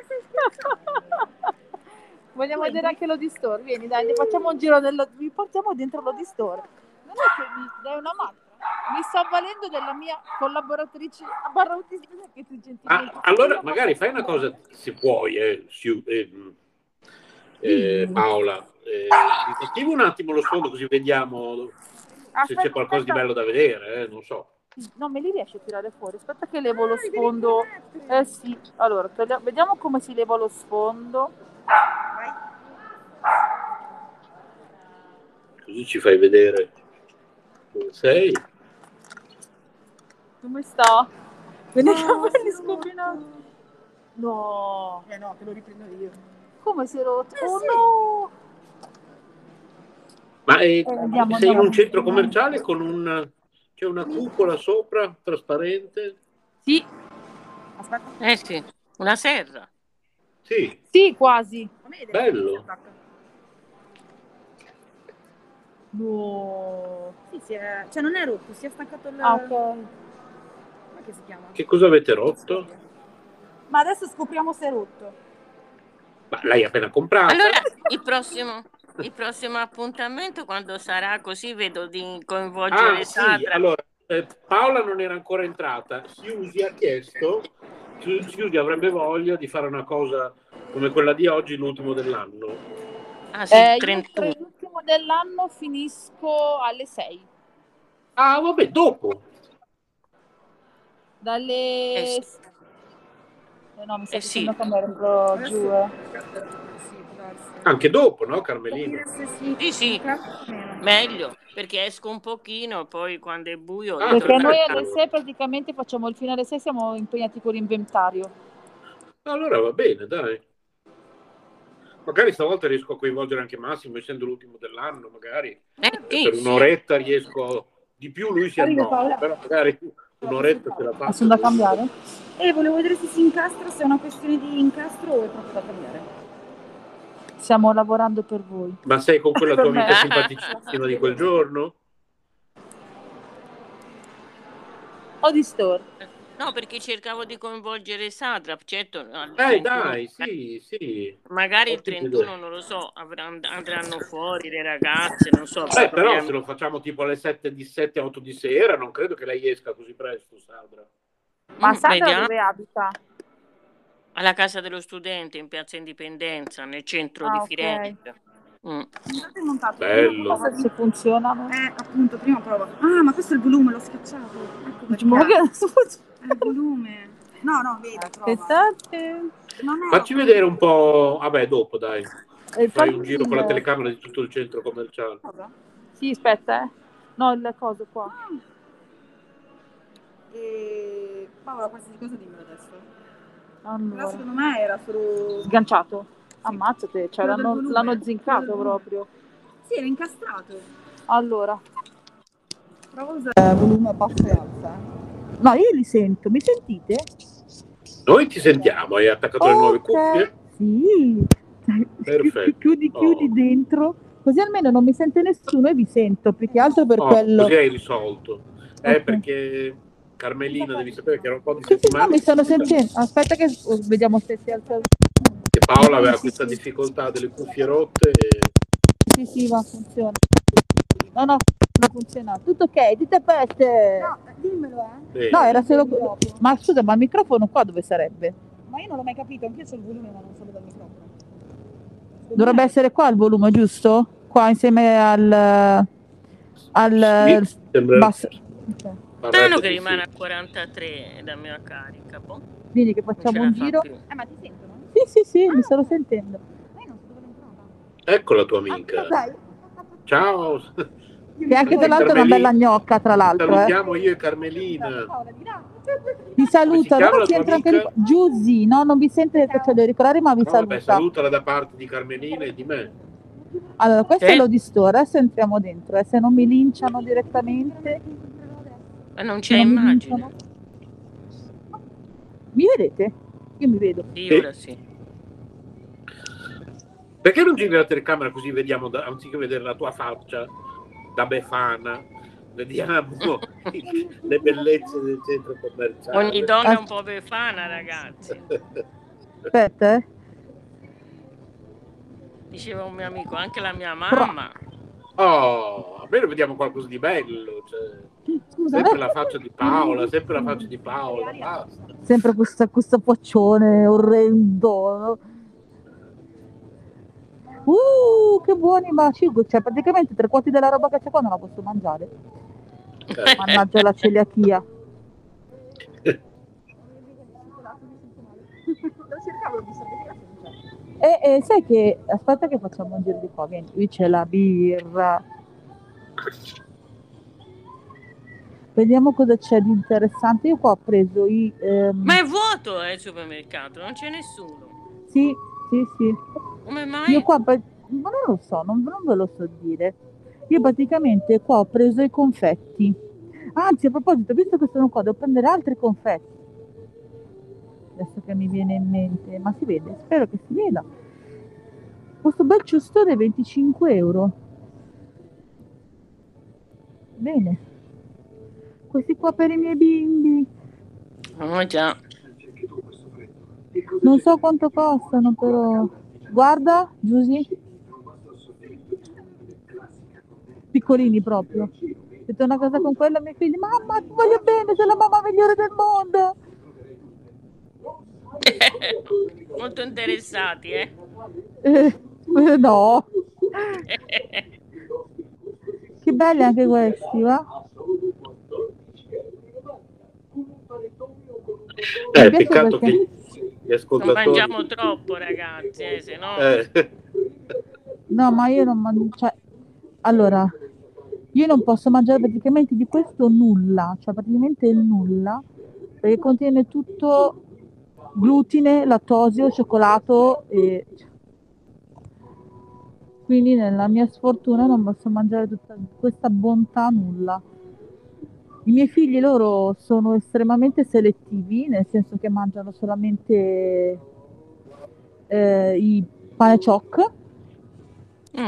Vogliamo vedere anche l'Odi Store? Vieni, dai, ne facciamo un giro nello... vi portiamo dentro l'Odi Store. Non è che mi dai una mano. Mi sto avvalendo della mia collaboratrice a barra autista che tu gentilmente. Ah, allora, magari fai una cosa, se puoi, eh, Siu- eh, eh, Paola. Eh, disattivi un attimo lo sfondo così vediamo se c'è qualcosa di bello da vedere, eh, non so. No, me li riesci a tirare fuori? Aspetta che levo lo sfondo. Eh sì, allora, toglia- vediamo come si leva lo sfondo. Così ci fai vedere dove sei. Come sta? Con i capelli scombinati. No. Eh no, te lo riprendo io. Come si è rotto? Eh Oh sì. no! Ma eh, Eh, andiamo, sei in andiamo. un centro commerciale con un c'è una cupola sopra trasparente? Sì. Aspetta. Eh sì, una serra. Sì, Sì, quasi. bello. No. Sì, si è... cioè non è rotto, si è staccato il... Ah, ok. Come che si chiama? Che cosa avete rotto? Ma adesso scopriamo se è rotto. Ma l'hai appena comprata? Allora, il prossimo, il prossimo appuntamento, quando sarà così, vedo di coinvolgere Ah, sì, Sandra. allora, eh, Paola non era ancora entrata. Siusi ha chiesto, Siu- Siusi avrebbe voglia di fare una cosa come quella di oggi, l'ultimo dell'anno. Ah sì, Eh, io trentuno. per l'ultimo dell'anno finisco alle sei. Ah, vabbè, dopo. Dalle... Eh Eh sì. no, mi sa Eh che sì. sono cambiato giù, eh. Sì, può darsi. Anche dopo, no, Carmelina? Capire se si... Sì, sì, meno. meglio, perché esco un pochino, poi quando è buio Ah, Perché ritorno a noi perfetto. alle sei praticamente facciamo il fine alle sei, siamo impegnati con l'inventario. Allora va bene, dai. Magari stavolta riesco a coinvolgere anche Massimo, essendo l'ultimo dell'anno, magari. Eh sì, Per sì. un'oretta riesco di più, lui si Arrivo, annoia, Paola. però magari un'oretta ce la Ah, fa. sono da cambiare? E volevo vedere se si incastra, se è una questione di incastro o è proprio da cambiare. Stiamo lavorando per voi. Ma sei con quella tua Per me. amica simpaticissima di quel giorno? Odi Store. No, perché cercavo di coinvolgere Sandra, certo. al Dai, trentuno, dai, sì, sì. magari il Ottima trentuno, idea. non lo so, avranno- andranno fuori le ragazze, non so. Beh, però proviamo- se lo facciamo tipo alle sette di sette, otto di sera, non credo che lei esca così presto, Sandra. Ma Mm, Sandra vediamo. dove abita? Alla Casa dello Studente in Piazza Indipendenza, nel centro Ah, di ok. Firenze. Mm. Intanto è montato. Bello. Non so se funzionano. Eh, appunto, prima prova. Ah, ma questo è il volume, l'ho schiacciato. Ecco perché. Ma che adesso faccio? È il volume. No, no, vedi, prova. Aspettate. Non è... Facci vedere un po'. Vabbè, dopo, dai. E Fai fammi un giro con la il- telecamera di tutto il centro commerciale. Cosa? Sì, aspetta, eh. No, il coso qua. E... Paola, qualsiasi cosa dimmelo adesso. Però Allora. secondo me era solo... Sganciato. Ammazzate, cioè Quello del l'hanno, volume. l'hanno Quello zincato del volume. proprio. Sì, era incastrato. Allora. Provo a usare il volume basso e alza. No, io li sento, mi sentite? Noi ti sentiamo, hai attaccato le nuove cuffie? Sì. Perfetto. Chiudi, chiudi Oh. dentro, così almeno non mi sente nessuno e vi sento, più che altro per Oh, quello. così hai risolto. Eh, Ok. perché Carmelina, devi sapere che era un po' di Sì, sì, settimane no, mi stanno sentendo. Aspetta che oh, vediamo se si alza. che Paola aveva Sì, questa sì. difficoltà delle cuffie rotte. E... Sì, sì, va, funziona. No, no, non funziona. Tutto ok, tutto a posto. No, dimmelo, eh. Bene. No, era solo... Ma scusa, ma il microfono qua dove sarebbe? Ma io non l'ho mai capito, anch'io so il volume, ma non so dal microfono. Dovrebbe essere qua il volume, giusto? Qua insieme al... al... Sì, sembra- basso. Ok. Parrebbe Strano che di rimane sì. a quarantatré da mia carica. Boh. Quindi che Non facciamo ce un la fa giro? più. Eh, ma ti sentono? Sì, sì, sì, mi sto sentendo. Ma io non so dove l'ho entrata. Ecco la tua Ah, amica. dai. Ciao. Che anche tra l'altro è una bella gnocca, tra l'altro. Eh. Salutiamo io e Carmelina. Paola, di là. Vi saluta, chiama no, la ci tua entra anche amica? Ric- Giusy, no, non vi sente che c'è da auricolari, ma vi No, vabbè, saluta. salutala da parte di Carmelina e di me. Allora, questo Sì. è l'Odistore, adesso entriamo dentro, eh, se non mi linciano direttamente. Ma non se c'è non mi immagine. linciano. Mi vedete? Io mi vedo. Sì, Sì. ora sì. Perché non giri la telecamera così vediamo, da, anziché vedere la tua faccia da Befana, vediamo le bellezze del centro commerciale. Ogni donna Ah. è un po' befana, ragazzi. Aspetta, eh. Diceva un mio amico, anche la mia mamma. Oh, almeno vediamo qualcosa di bello. Cioè, Scusa, sempre eh. la faccia di Paola, sempre la faccia di Paola. Basta. Sempre questo, questo faccione orrendo. Uh, che buoni, ma cinque, cioè praticamente tre quarti della roba che c'è qua non la posso mangiare. Eh, Mannaggia la celiachia. Lo cercavo, l'ho visto, perché la non c'è. E, e sai che, aspetta che facciamo un giro di qua, vieni, qui c'è la birra. Vediamo cosa c'è di interessante. Io qua ho preso i... ehm, Ma è vuoto eh, il supermercato, non c'è nessuno. Sì, sì, sì. Come mai? Io qua, pra- ma non lo so, non, non ve lo so dire. Io praticamente qua ho preso i confetti. Anzi, a proposito, visto che sono qua, devo prendere altri confetti. Adesso che mi viene in mente, ma si vede? Spero che si veda. Questo bel ciustone è venticinque euro. Bene. Questi qua per i miei bimbi. Oh già. Non so quanto costano, però. Guarda, Giusy. Piccolini proprio. Se torno a casa con quello, i miei figli, mamma, ti voglio bene, sei la mamma migliore del mondo. Molto interessati, eh? Eh, eh, no. Che belli anche questi, va? Eh, Mi piace peccato perché- che gli Non ascoltatori... mangiamo troppo, ragazzi, eh, se no... Eh, No, ma io non mangio, cioè, allora, io non posso mangiare praticamente di questo nulla, cioè praticamente il nulla, perché contiene tutto glutine, lattosio, cioccolato e quindi nella mia sfortuna non posso mangiare tutta questa bontà nulla. I miei figli loro sono estremamente selettivi, nel senso che mangiano solamente eh, i pane ciocc Mm.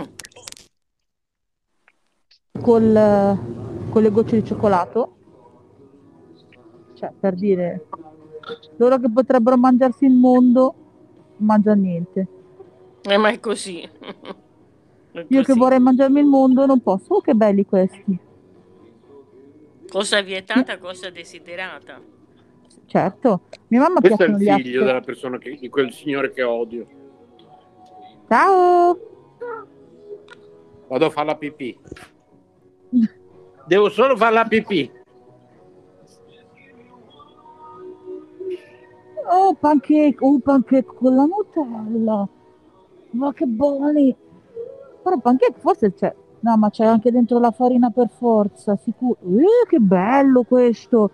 col, con le gocce di cioccolato, cioè per dire, loro che potrebbero mangiarsi il mondo non mangiano niente. Eh, ma è così. È Io che così. vorrei mangiarmi il mondo non posso. Oh, che belli questi. Cosa vietata, cosa desiderata. Certo, mia mamma questo è il piacciono gli figlio apple. della persona che, di quel signore che odio. Ciao. Vado a fare la pipì. Devo solo fare la pipì. Oh, pancake, oh, pancake con la Nutella. Ma che buoni. Però pancake forse c'è. No, ma c'è anche dentro la farina per forza, sicuro. Eh, che bello questo.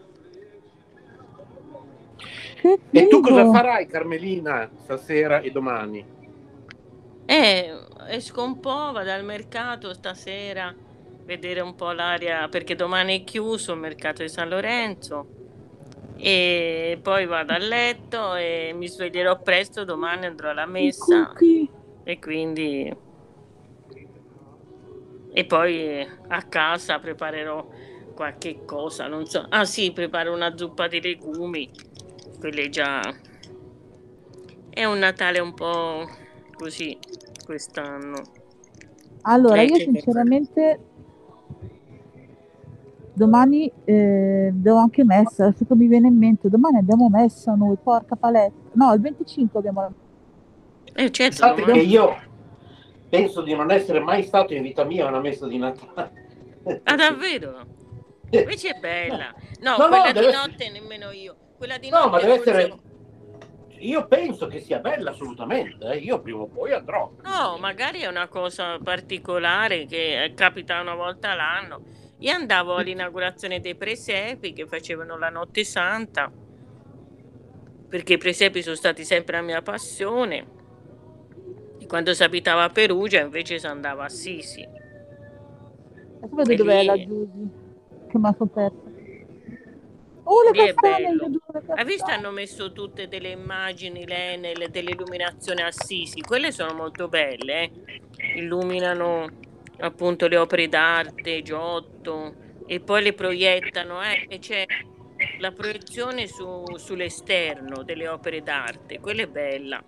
Che E tu cosa figo. farai, Carmelina, stasera e domani? Eh, esco un po', vado al mercato stasera vedere un po' l'aria, perché domani è chiuso il mercato di San Lorenzo, e poi vado a letto e mi sveglierò presto, domani andrò alla messa e quindi e poi a casa preparerò qualche cosa, non so. Ah sì, preparo una zuppa di legumi, quelle già. È un Natale un po' così quest'anno. Allora, Eh, io che- sinceramente domani eh, devo anche messa, adesso che mi viene in mente, domani abbiamo messa noi, porca paletta. No, il venticinque abbiamo la Eh, certo, Pensate che domani. io penso di non essere mai stato in vita mia a una messa di Natale. Ah, davvero? Invece è bella. No, No, no, quella deve di essere- notte nemmeno io. Quella di No, notte ma deve forse- essere. Io penso che sia bella assolutamente. eh. Io prima o poi andrò. No, magari è una cosa particolare che eh, capita una volta l'anno. Io andavo all'inaugurazione dei presepi che facevano la notte santa, perché i presepi sono stati sempre la mia passione. E quando si abitava a Perugia invece si andava a Assisi. Adesso vedo E dov'è lì- la Giusy, che mi ha son persa. Oh, le Lì è castane, bello. vedo le Hai visto? castane. Hanno messo tutte delle immagini, le, nelle- dell'illuminazione a Assisi. Quelle sono molto belle, eh. Illuminano appunto le opere d'arte, Giotto, e poi le proiettano, eh, e c'è la proiezione su- sull'esterno delle opere d'arte. Quella è bella.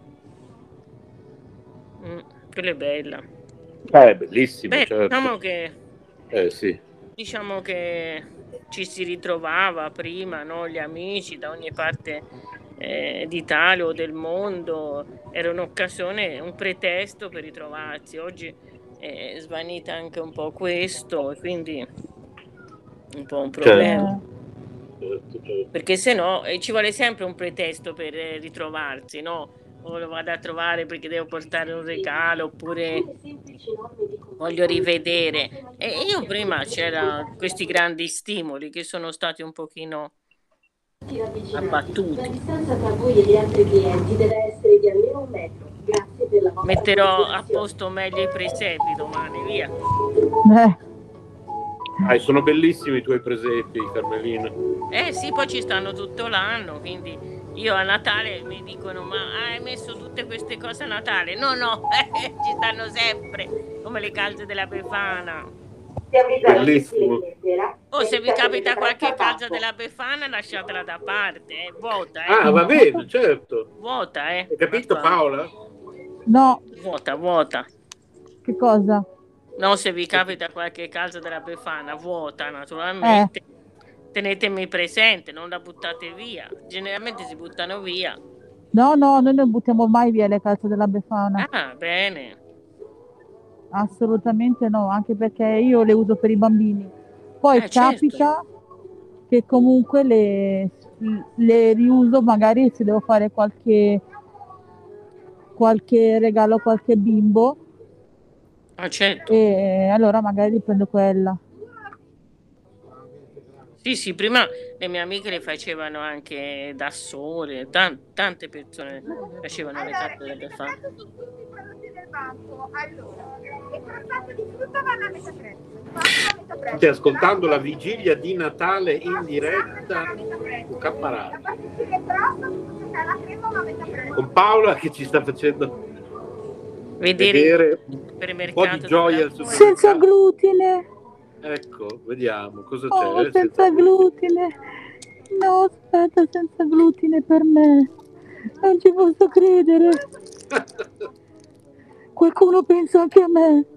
Mm, quella è bella. Eh, bellissimo, Beh, certo. diciamo che Eh sì. Diciamo che ci si ritrovava prima, no? Gli amici da ogni parte eh, d'Italia o del mondo, era un'occasione, un pretesto per ritrovarsi. Oggi è svanita anche un po' questo e quindi un po' un problema. Certo, certo. Perché se no eh, ci vuole sempre un pretesto per eh, ritrovarsi, no? O lo vado a trovare perché devo portare un regalo oppure voglio rivedere. E io prima c'erano questi grandi stimoli che sono stati un pochino abbattuti. La distanza tra voi e gli altri clienti deve essere di almeno un metro. Grazie per la vostra Metterò a considerazione. posto meglio i presepi domani, via. Eh, Ah, sono bellissimi i tuoi presepi, Carmelina. Eh sì, poi ci stanno tutto l'anno, quindi io a Natale mi dicono ma hai messo tutte queste cose a Natale? No, no, ci stanno sempre, come le calze della Befana. Bellissimo. Oh, se vi capita qualche calza della Befana lasciatela da parte, eh. Vuota, eh. Ah, va bene, certo. Vuota, eh. Hai capito, Paola? no, Vuota, vuota. che cosa? No, se vi capita qualche calza della Befana, vuota naturalmente, tenetemi presente, non la buttate via. Generalmente si buttano via. No, no, noi non buttiamo mai via le calze della Befana. Ah, bene. Assolutamente no, anche perché io le uso per i bambini. Poi Eh, certo. capita che comunque le, le riuso magari se devo fare qualche, qualche regalo a qualche bimbo Ah, certo. e allora magari riprendo quella. Sì, sì, prima le mie amiche le facevano anche da sole, tan- tante persone facevano le carte della Befana. State ascoltando la vigilia di Natale in diretta su K Radio con Paola che ci sta facendo Vedere vedere il un po' supermercato di gioia al della- Senza supermercato. glutine, Ecco, vediamo cosa oh, c'è. senza glutine. No, aspetta, senza glutine per me. Non ci posso credere. Qualcuno pensa anche a me.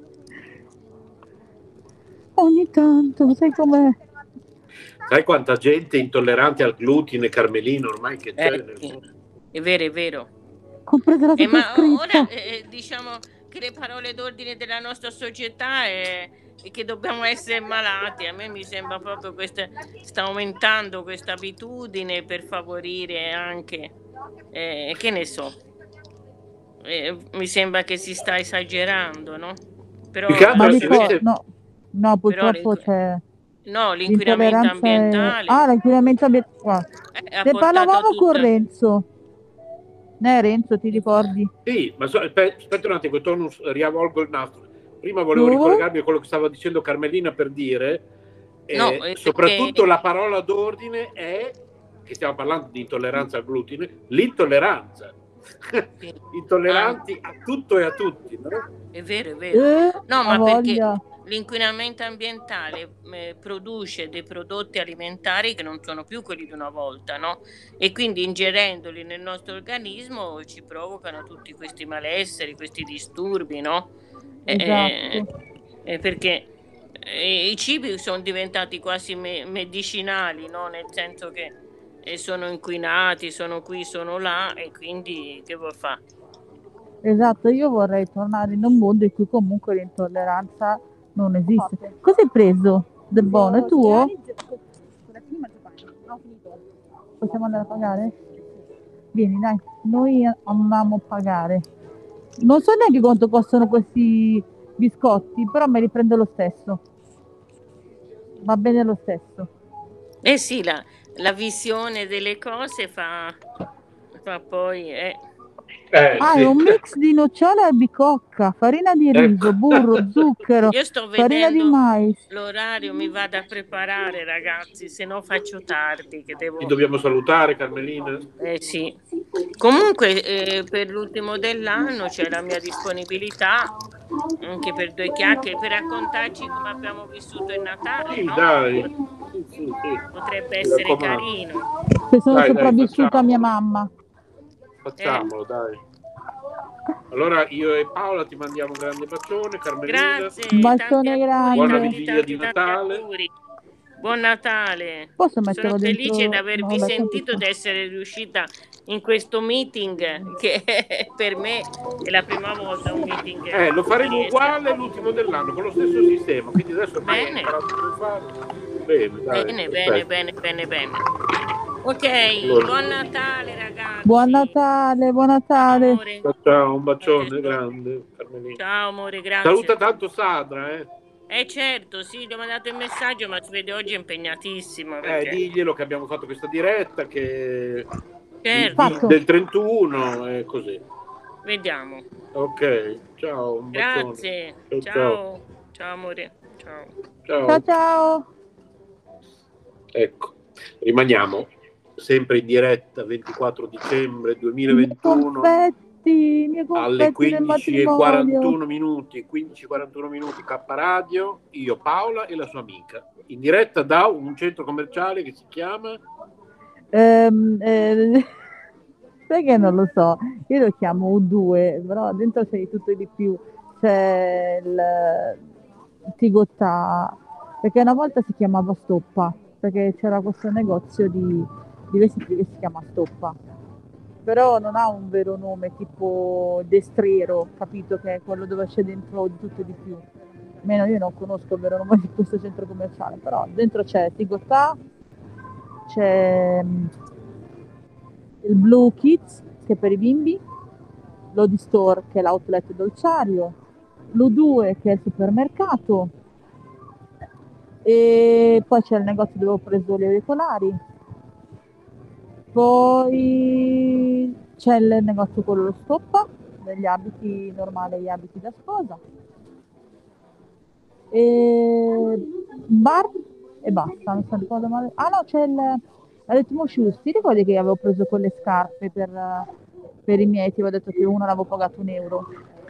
Ogni tanto, sai com'è? Sai quanta gente intollerante al glutine, Carmelino, ormai che c'è Eh, nel sì. mondo? È vero, è vero. Compresa la Eh, ma sottoscritta. ora eh, diciamo che le parole d'ordine della nostra società è, è che dobbiamo essere malati. A me mi sembra proprio questa, sta aumentando questa abitudine per favorire anche, eh, che ne so, eh, mi sembra che si sta esagerando, no? Però, Più che altro, Ma Allora, dico, invece- no, no, purtroppo l'inqu- c'è no, l'inquinamento l'intolleranza. è- ambientale Ah, l'inquinamento ambientale. eh, ha Ne portato parlavamo tutta- con Renzo. Eh, Renzo, ti ricordi? Sì, ma so- aspe- aspetta un attimo, torno, riavvolgo il nastro. prima volevo Tu? ricollegarmi a quello che stava dicendo Carmelina per dire, eh, No, eh, soprattutto perché la parola d'ordine è, che stiamo parlando di intolleranza al glutine, l'intolleranza. sì, Intolleranti anche, a tutto e a tutti, no? è vero, è vero. Eh, No, ha ma perché voglia. l'inquinamento ambientale eh, produce dei prodotti alimentari che non sono più quelli di una volta, no? E quindi ingerendoli nel nostro organismo ci provocano tutti questi malesseri, questi disturbi, no? Eh, Esatto. eh, perché eh, i cibi sono diventati quasi me- medicinali, no? Nel senso che eh, sono inquinati, sono qui, sono là, e quindi che vuoi fare? Esatto, io vorrei tornare in un mondo in cui comunque l'intolleranza non esiste. Cosa hai preso? Del buono? È tuo? Possiamo andare a pagare? Vieni, dai, noi andiamo a pagare. Non so neanche quanto costano questi biscotti, però me li prendo lo stesso. Va bene lo stesso. Eh sì, la, la visione delle cose fa, fa poi... Eh. Eh, Ah, sì. è un mix di nocciole e albicocca, farina di riso, Ecco. burro, zucchero, Io sto farina di vedendo mais. l'orario, mi vado a preparare, ragazzi, se no faccio tardi, che Ti devo... dobbiamo salutare, Carmelina. Eh sì. Comunque eh, per l'ultimo dell'anno c'è la mia disponibilità anche per due chiacchiere, per raccontarci come abbiamo vissuto il Natale, Sì, no? dai. Sì, sì, sì. Potrebbe Mi essere raccomando. carino. Che sono Dai, dai, sopravvissuta a mia facciamolo. mamma. Facciamolo, dai. Allora io e Paola ti mandiamo un grande bacione, Carmelina. Grazie, Un tanti bacione auguri, Buona grande. tanti, vigilia di tanti, tanti Natale. auguri. Buon Natale. Posso Sono metterlo felice di dentro? No, avervi vabbè, sentito, di essere riuscita in questo meeting, che per me è la prima volta un meeting Eh, lo che faremo riesco. uguale l'ultimo dell'anno, con lo stesso sistema, quindi adesso ormai hai Bene, imparato come farlo. Bene, dai, bene, bene, perfetto. bene, bene, bene. Ok, Allora, buon Natale Buon ragazzi. Natale, buon Ciao Natale. amore, ciao, ciao, un ciao bacione tesoro. grande, Carmelina. Ciao amore, Saluta grazie. tanto Sandra, eh. Eh certo, sì, gli ho mandato il messaggio, ma si vede oggi è impegnatissimo Eh, perché... diglielo che abbiamo fatto questa diretta, che di- Certo, di- Fatto. del trentuno e così. vediamo. Ok, ciao, un bacione. Grazie, Ciao, ciao. ciao, ciao amore, ciao. Ciao Ciao. ciao. Ecco, rimaniamo sempre in diretta ventiquattro dicembre I miei duemilaventuno confetti, i miei alle confetti del quindici e matrimonio. quarantuno minuti, quindici e quarantuno minuti K Radio, io Paola e la sua amica, in diretta da un centro commerciale che si chiama Ehm, eh, sai che non lo so, io lo chiamo U due, però dentro c'è di tutto e di più. C'è il Tigottà, perché una volta si chiamava Stoppa, perché c'era questo negozio di, di vestiti che si chiama Stoppa, però non ha un vero nome tipo Destriero, capito, che è quello dove c'è dentro di tutto e di più. Almeno io non conosco il vero nome di questo centro commerciale, però dentro c'è Tigottà, c'è mm, il Blue Kids, che è per i bimbi, l'Odi Store, che è l'outlet dolciario, l'U due, che è il supermercato, e poi c'è il negozio dove ho preso gli auricolari, poi c'è il negozio quello lo Stoppa, degli abiti normali, gli abiti da sposa, e un bar e basta, non so ricordo male. Ah no, c'è il l'Ritmo Shoes, ti ricordi che avevo preso quelle scarpe per, per i miei, ti avevo detto che una l'avevo pagato un euro.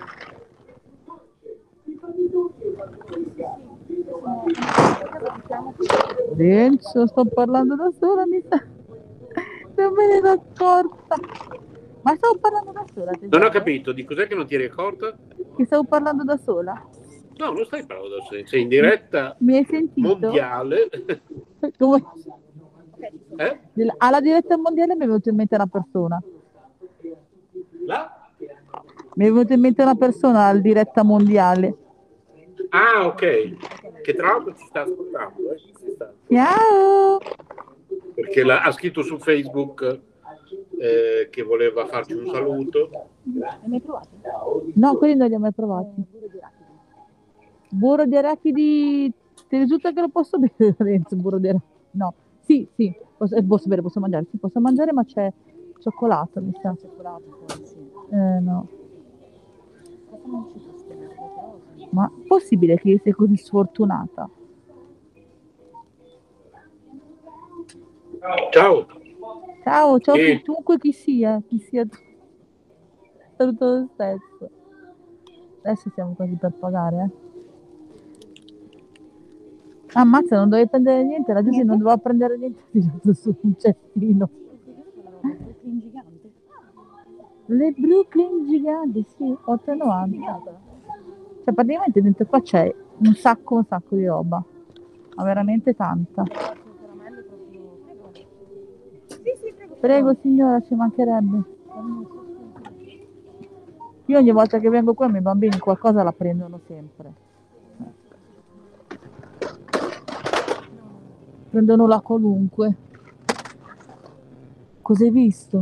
Renzo, sto parlando da sola, mi sa. Non me ne ero accorta. Ma stavo parlando da sola, non ho tesoro? capito di cos'è che non ti eri accorta? Che stavo parlando da sola? No, non stai parlando da sé, sei in diretta Mi hai sentito? mondiale. Come... Eh? Alla diretta mondiale mi è venuta in mente una persona. Là? Mi è venuta in mente una persona alla diretta mondiale. Ah, ok, che tra l'altro ci sta ascoltando, eh? Ci sta. Ciao! Perché la, ha scritto su Facebook eh, che voleva farci un saluto. Hai mai provati? No, quelli non li ho mai provati. Burro di arachidi, ti risulta che lo posso bere, Renzo? Burro di arachidi? No, sì, sì, posso, eh, posso bere, posso mangiare, sì, posso mangiare, ma c'è cioccolato, mi sa. Eh, no. Ma è possibile che io sia così sfortunata? Ciao. Ciao, ciao, Sì. chiunque chi sia, chi sia tu. Saluto lo stesso. Adesso siamo quasi per pagare, eh. Ammazza, non dovevi prendere niente, la gente non doveva prendere niente, ha tirato su un cestino. Le Brooklyn giganti, sì, otto e novanta. Cioè praticamente dentro qua c'è un sacco, un sacco di roba. Ma veramente tanta. Prego signora, ci mancherebbe. Io ogni volta che vengo qua i miei bambini qualcosa la prendono sempre. Prendono la qualunque. Cos'hai visto?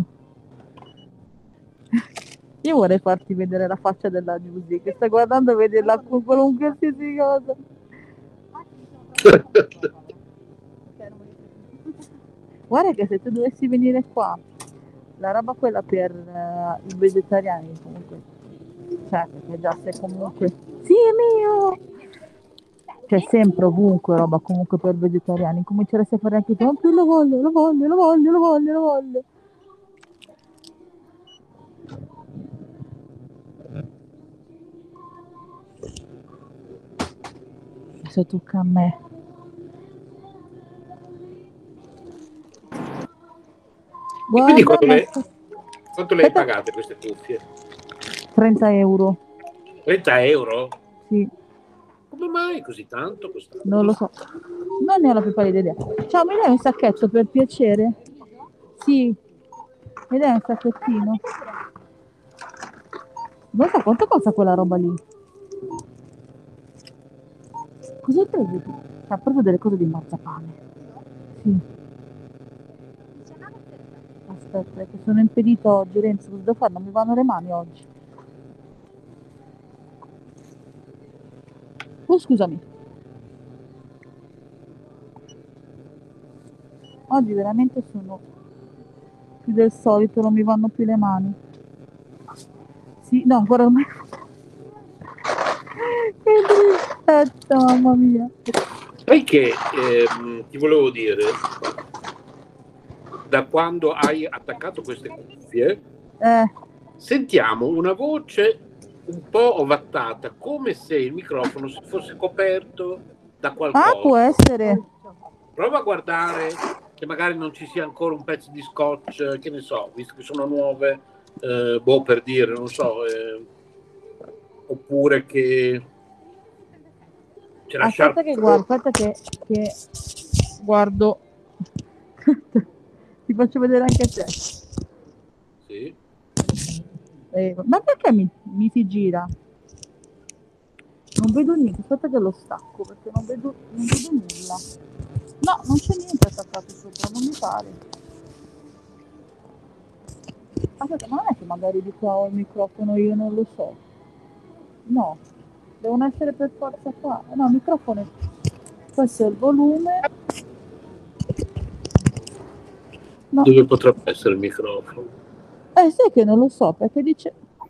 Io vorrei farti vedere la faccia della Giusy che sta guardando e vede la qualunque qualsiasi cosa. Guarda che se tu dovessi venire qua, la roba quella per uh, i vegetariani comunque, cioè perché già sei comunque, sì è mio, c'è sempre ovunque roba comunque per vegetariani, cominceresti a fare anche tu, non più lo voglio, lo voglio, lo voglio, lo voglio, lo voglio. Adesso tocca a me. E quindi quanto le, ma... quanto le hai pagate queste cuffie? trenta euro. trenta euro? Sì. Come mai così tanto costato? Non lo so. Non ne ho la più pallida idea. Ciao, mi dai un sacchetto per piacere? Sì. Mi dai un sacchettino? Non so quanto costa quella roba lì. Cosa hai preso tu? Ha preso delle cose di marzapane. Sì. Aspetta, che sono impedito oggi, Renzo, cosa devo fare? Non mi vanno le mani oggi. Oh, scusami. Oggi veramente sono più del solito, non mi vanno più le mani. Sì, no, guarda ormai. Che tristezza, mamma mia. Sai che ehm, ti volevo dire, da quando hai attaccato queste cuffie, eh. sentiamo una voce un po' ovattata, come se il microfono si fosse coperto da qualcosa. Ah, può essere. Prova a guardare che magari non ci sia ancora un pezzo di scotch, che ne so, visto che sono nuove, eh, boh, per dire, non so, eh, oppure che c'è la aspetta che guardo, aspetta che, che guardo. Ti faccio vedere anche a te. Sì. Eh, ma perché mi, mi si gira? Non vedo niente, aspetta che lo stacco perché non vedo, non vedo nulla. No, non c'è niente attaccato sopra, non mi pare. Aspetta, ma non è che magari di qua ho il microfono, io non lo so. No, devono essere per forza qua. No, il microfono, questo è il volume. No. Dove potrebbe essere il microfono? Eh, sai che non lo so, perché dice...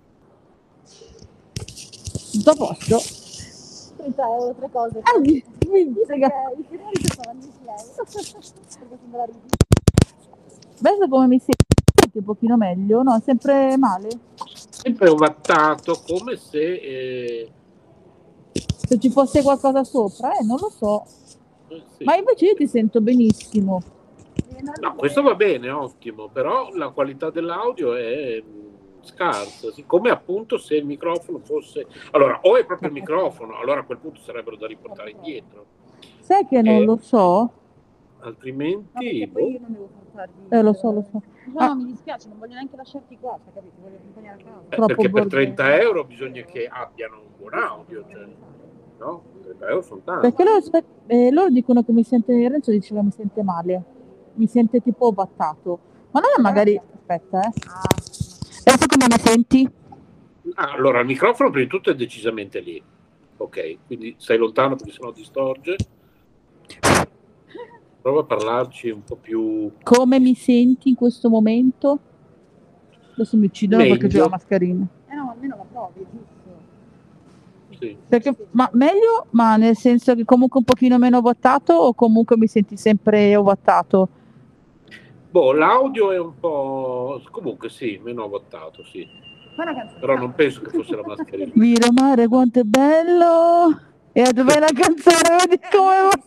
Tutto a posto? trenta euro, tre cose. Ah, mi, mi frega. I signori che sono amici lei. Perché sono della ridi. Vedo come mi senti un pochino meglio, no? Sempre male? Sempre ovattato, come se... Eh... Se ci fosse qualcosa sopra, eh, non lo so. Eh, sì. Ma invece io ti sento benissimo. No, questo va bene, ottimo, però la qualità dell'audio è scarsa, siccome appunto se il microfono fosse... Allora, o è proprio il microfono, allora a quel punto sarebbero da riportare indietro. Sai che non eh, lo so? Altrimenti... No, poi io non devo farti... Eh, lo so, lo so. No, Ah. no, mi dispiace, non voglio neanche lasciarti qua, capito? Ti voglio accompagnare a casa. Eh, Troppo perché per bordello. trenta euro bisogna che abbiano un buon audio, cioè, no? trenta euro sono tanti. Perché loro, aspe- eh, loro dicono che mi sente, Renzo diceva che mi sente male, mi sente tipo battato. Ma non è magari... Aspetta, eh. Adesso come mi senti? Ah, allora, il microfono prima di tutto è decisamente lì, ok? Quindi stai lontano perché sennò distorce. Prova a parlarci un po' più... Come mi senti in questo momento? Adesso mi uccidono Meglio. perché c'è la mascherina. Eh no, almeno la provi, è giusto. sì. Perché, ma meglio, ma nel senso che comunque un pochino meno wattato o comunque mi senti sempre wattato? Boh, l'audio è un po'... comunque sì, meno wattato, sì. Però non penso che fosse la mascherina. Mira mare quanto è bello! E dov'è la canzone? Vedi come va?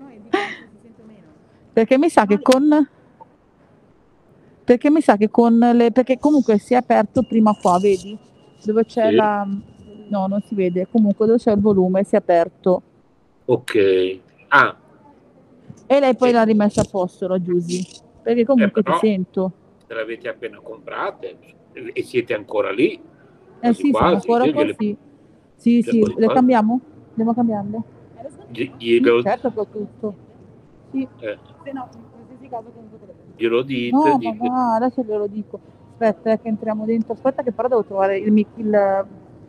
Perché mi sa che con... Perché mi sa che con le... Perché comunque si è aperto prima qua, vedi? Dove c'è Sì. la... No, non si vede. Comunque dove c'è il volume si è aperto. Ok. Ah, E lei poi Sì. l'ha rimessa a posto, la Giusy. Perché comunque Eh, però- ti sento. se l'avete appena comprate e e siete ancora lì, Eh quasi sì, siamo quasi, ancora io qua, gliele- sì. Sì, cioè, sì. quasi Le quasi. cambiamo? Andiamo a cambiarle? Gli- Sì, glielo, certo che ho tutto. Sì. eh, Se no, in qualsiasi caso comunque te le prendo. glielo dite, No, ma dite- va, adesso glielo dico. Aspetta, eh, che entriamo dentro. Aspetta che però devo trovare il... mic- il...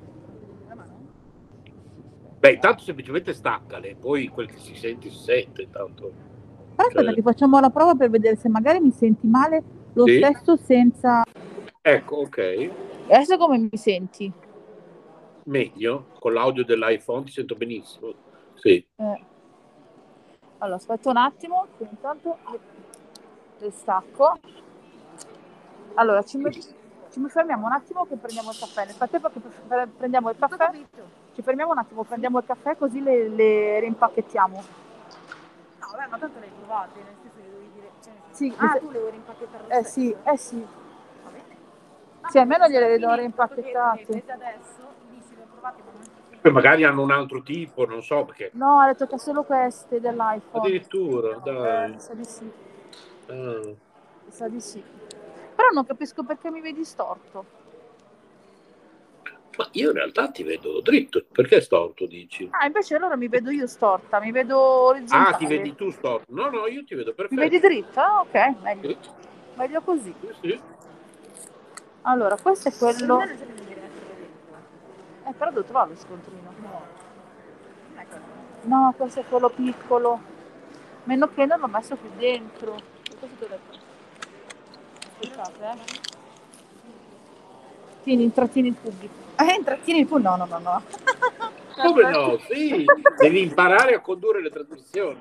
Beh, intanto semplicemente staccale, poi quel che si sente si sente, intanto. Però aspetta Cioè, che facciamo la prova per vedere se magari mi senti male lo Sì. stesso senza... ecco, ok. Adesso come mi senti? Meglio, con l'audio dell'iPhone ti sento benissimo. Sì. Eh. Allora, aspetta un attimo, che intanto le, le stacco. Allora, ci, met- ci fermiamo un attimo che prendiamo il caffè. Nel frattempo che pre- prendiamo il caffè, ci fermiamo un attimo, prendiamo il caffè così le, le rimpacchettiamo. No, vabbè, ma tanto le hai provate, nel senso che dovevi dire... Cioè, Sì, ah, mi- tu le vuoi rimpacchetare lo Eh stesso? sì, eh sì. Va bene. Sì, almeno gliele vedo Quindi, rimpacchettate. perché le prese adesso, dici, le ho provate, ma non so. Poi magari hanno un altro tipo, non so perché. No, ha detto che solo queste dell'iPhone. Addirittura, Eh, dai. mi sa di sì, Ah. mi sa di sì. Però non capisco perché mi vedi storto. Ma io in realtà ti vedo dritto, perché storto dici? Ah, invece allora mi vedo io storta, mi vedo orizzontale. Ah, ti vedi tu storto? No, no, io ti vedo Mi perfetto. vedi dritta? Ah, ok, meglio. Sì, Meglio così. sì, sì. Allora, questo è quello... Non è sempre in diretta, Eh, però devo trovare lo scontrino. no. Non è quello. No, questo è quello piccolo. Meno che non l'ho messo qui dentro. Questo te l'ho detto. Aspettate, eh. Tieni, intrattieni il pubblico. Eh, intrattieni il pubblico? No, no, no, no. Come no? Sì, devi imparare a condurre le trasmissioni.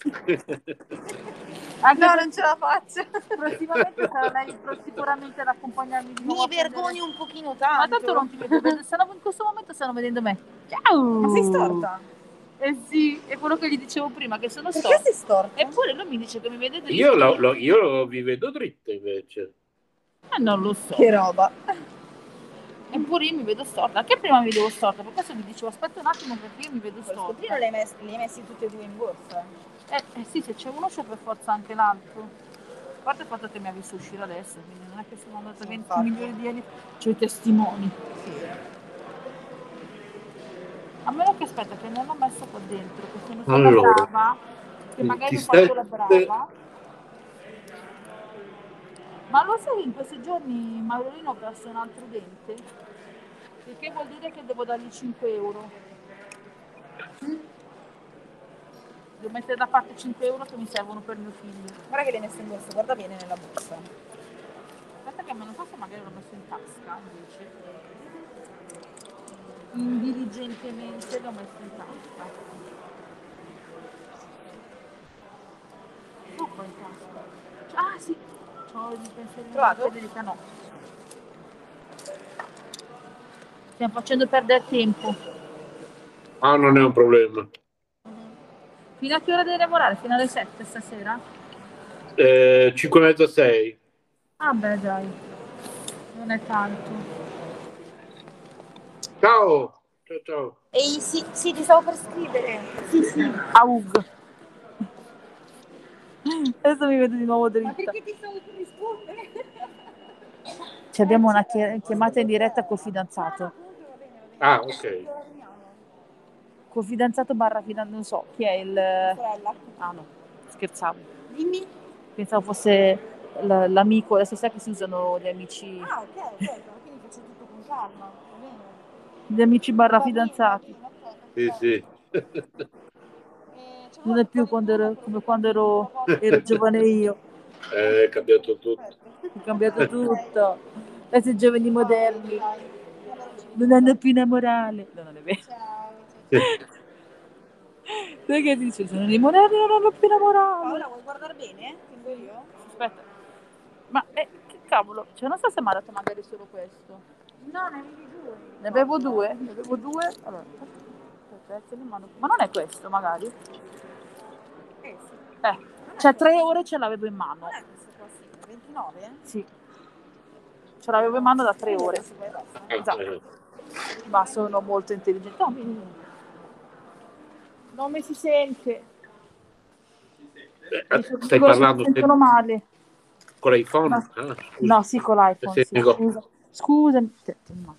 Anche No, per- non ce la faccio. prossimamente sarà lei pro- sicuramente ad accompagnarmi di nuovo. Mi a prendere- vergogno un pochino tanto. Ma tanto non ti vedo, vedo- stanno- in questo momento stanno vedendo me. Ciao! Ma sei storta? Eh sì, è quello che gli dicevo prima, che sono Perché storta. sei storta? Eppure lui mi dice che mi vede dritto. Io, lo, lo- io vi vedo dritte invece. Eh, non lo so. Che roba. Eppure io mi vedo storta. Anche prima mi vedevo storta, per questo mi dicevo aspetta un attimo perché io mi vedo Lo storta. scontrino li hai messi, li hai messi tutti e due in borsa. Eh, eh sì, se c'è uno c'è per forza anche l'altro. A parte il fatto che mi ha visto uscire adesso, quindi non è che sono andata Sì, venti infatti. milioni di anni. C'ho i testimoni. Sì. A meno che aspetta che non l'ho messo qua dentro, che sono stata Allora, brava, che magari ho ventisette. fatto la brava. Ma lo sai che in questi giorni Maurolino ha perso un altro dente? Perché vuol dire che devo dargli cinque euro. Devo mettere da parte cinque euro che mi servono per mio figlio. Guarda che l'hai messo in borsa, guarda bene nella borsa. Aspetta che me non so se magari l'ho messo in tasca invece. Indiligentemente l'ho messo in tasca. No, qua in tasca. Ah sì, c'ho il pensiero Trovato? Federica, no. Stiamo facendo perdere tempo. Ah, non è un problema. Fino a che ora devi lavorare? Fino alle sette stasera? Eh, cinque e mezza, sei. Ah beh dai, non è tanto. Ciao. Ciao, ciao. Ehi, sì, sì, ti stavo per scrivere. Sì, sì. Aug. Adesso mi vedo di nuovo Ma dritta. perché ti stavo per rispondere? Ci abbiamo una chi- chiamata in diretta col fidanzato. Ah, ok. Col fidanzato barra fidanzato, non so, chi è il... Sorella. Ah no, scherzavo. Dimmi. Pensavo fosse l- l'amico, adesso sai che si usano gli amici, Ah, ok, ok, quindi faccio tutto con calma. Va bene. gli amici barra Va bene, fidanzati. va bene, ok, Sì, sì. Eh, ce Non l'ho è più con quando il ero, tuo, come quando ero, perfetto. ero giovane io. Eh, È cambiato tutto. È cambiato tutto. Adesso i giovani moderni Dai, allora ci non hanno più una morale. No, non è vero. Ciao. Perché dice sono i moderni non hanno più innamorato. Paola, vuoi guardare bene? Tengo io? Aspetta, ma eh, che cavolo, cioè non so se mi ha dato magari solo questo. No, ne avevi due. Ne avevo due, ne avevo due. Allora, aspetta, ma non è questo magari? Eh sì. Eh, cioè tre ore ce l'avevo in mano. Non è questo qua, sì. ventinove? Sì. Ce l'avevo in mano da tre ore. Esatto. Ma sono molto intelligente. No, non mi si sente. Eh, stai parlando mi sentono male. con l'iPhone? No, Ah, no sì, con l'iPhone. Sì, Sì. dico- Scusa. Scusami. Te- te- ma-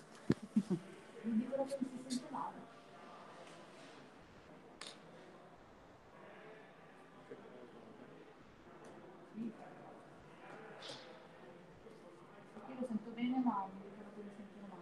Io lo sento bene, ma mi dicono che mi sentono male.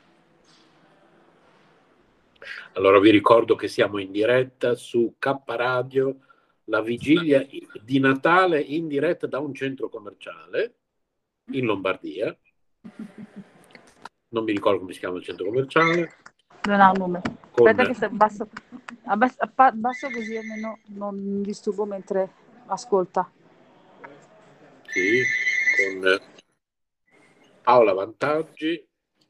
Allora vi ricordo che siamo in diretta su K Radio, la vigilia di Natale in diretta da un centro commerciale in Lombardia. Non mi ricordo come si chiama il centro commerciale. Non ha un nome. Con- Aspetta che se abbasso, abbasso, abbasso così almeno non disturbo mentre ascolta. Sì, con Paola Vantaggi,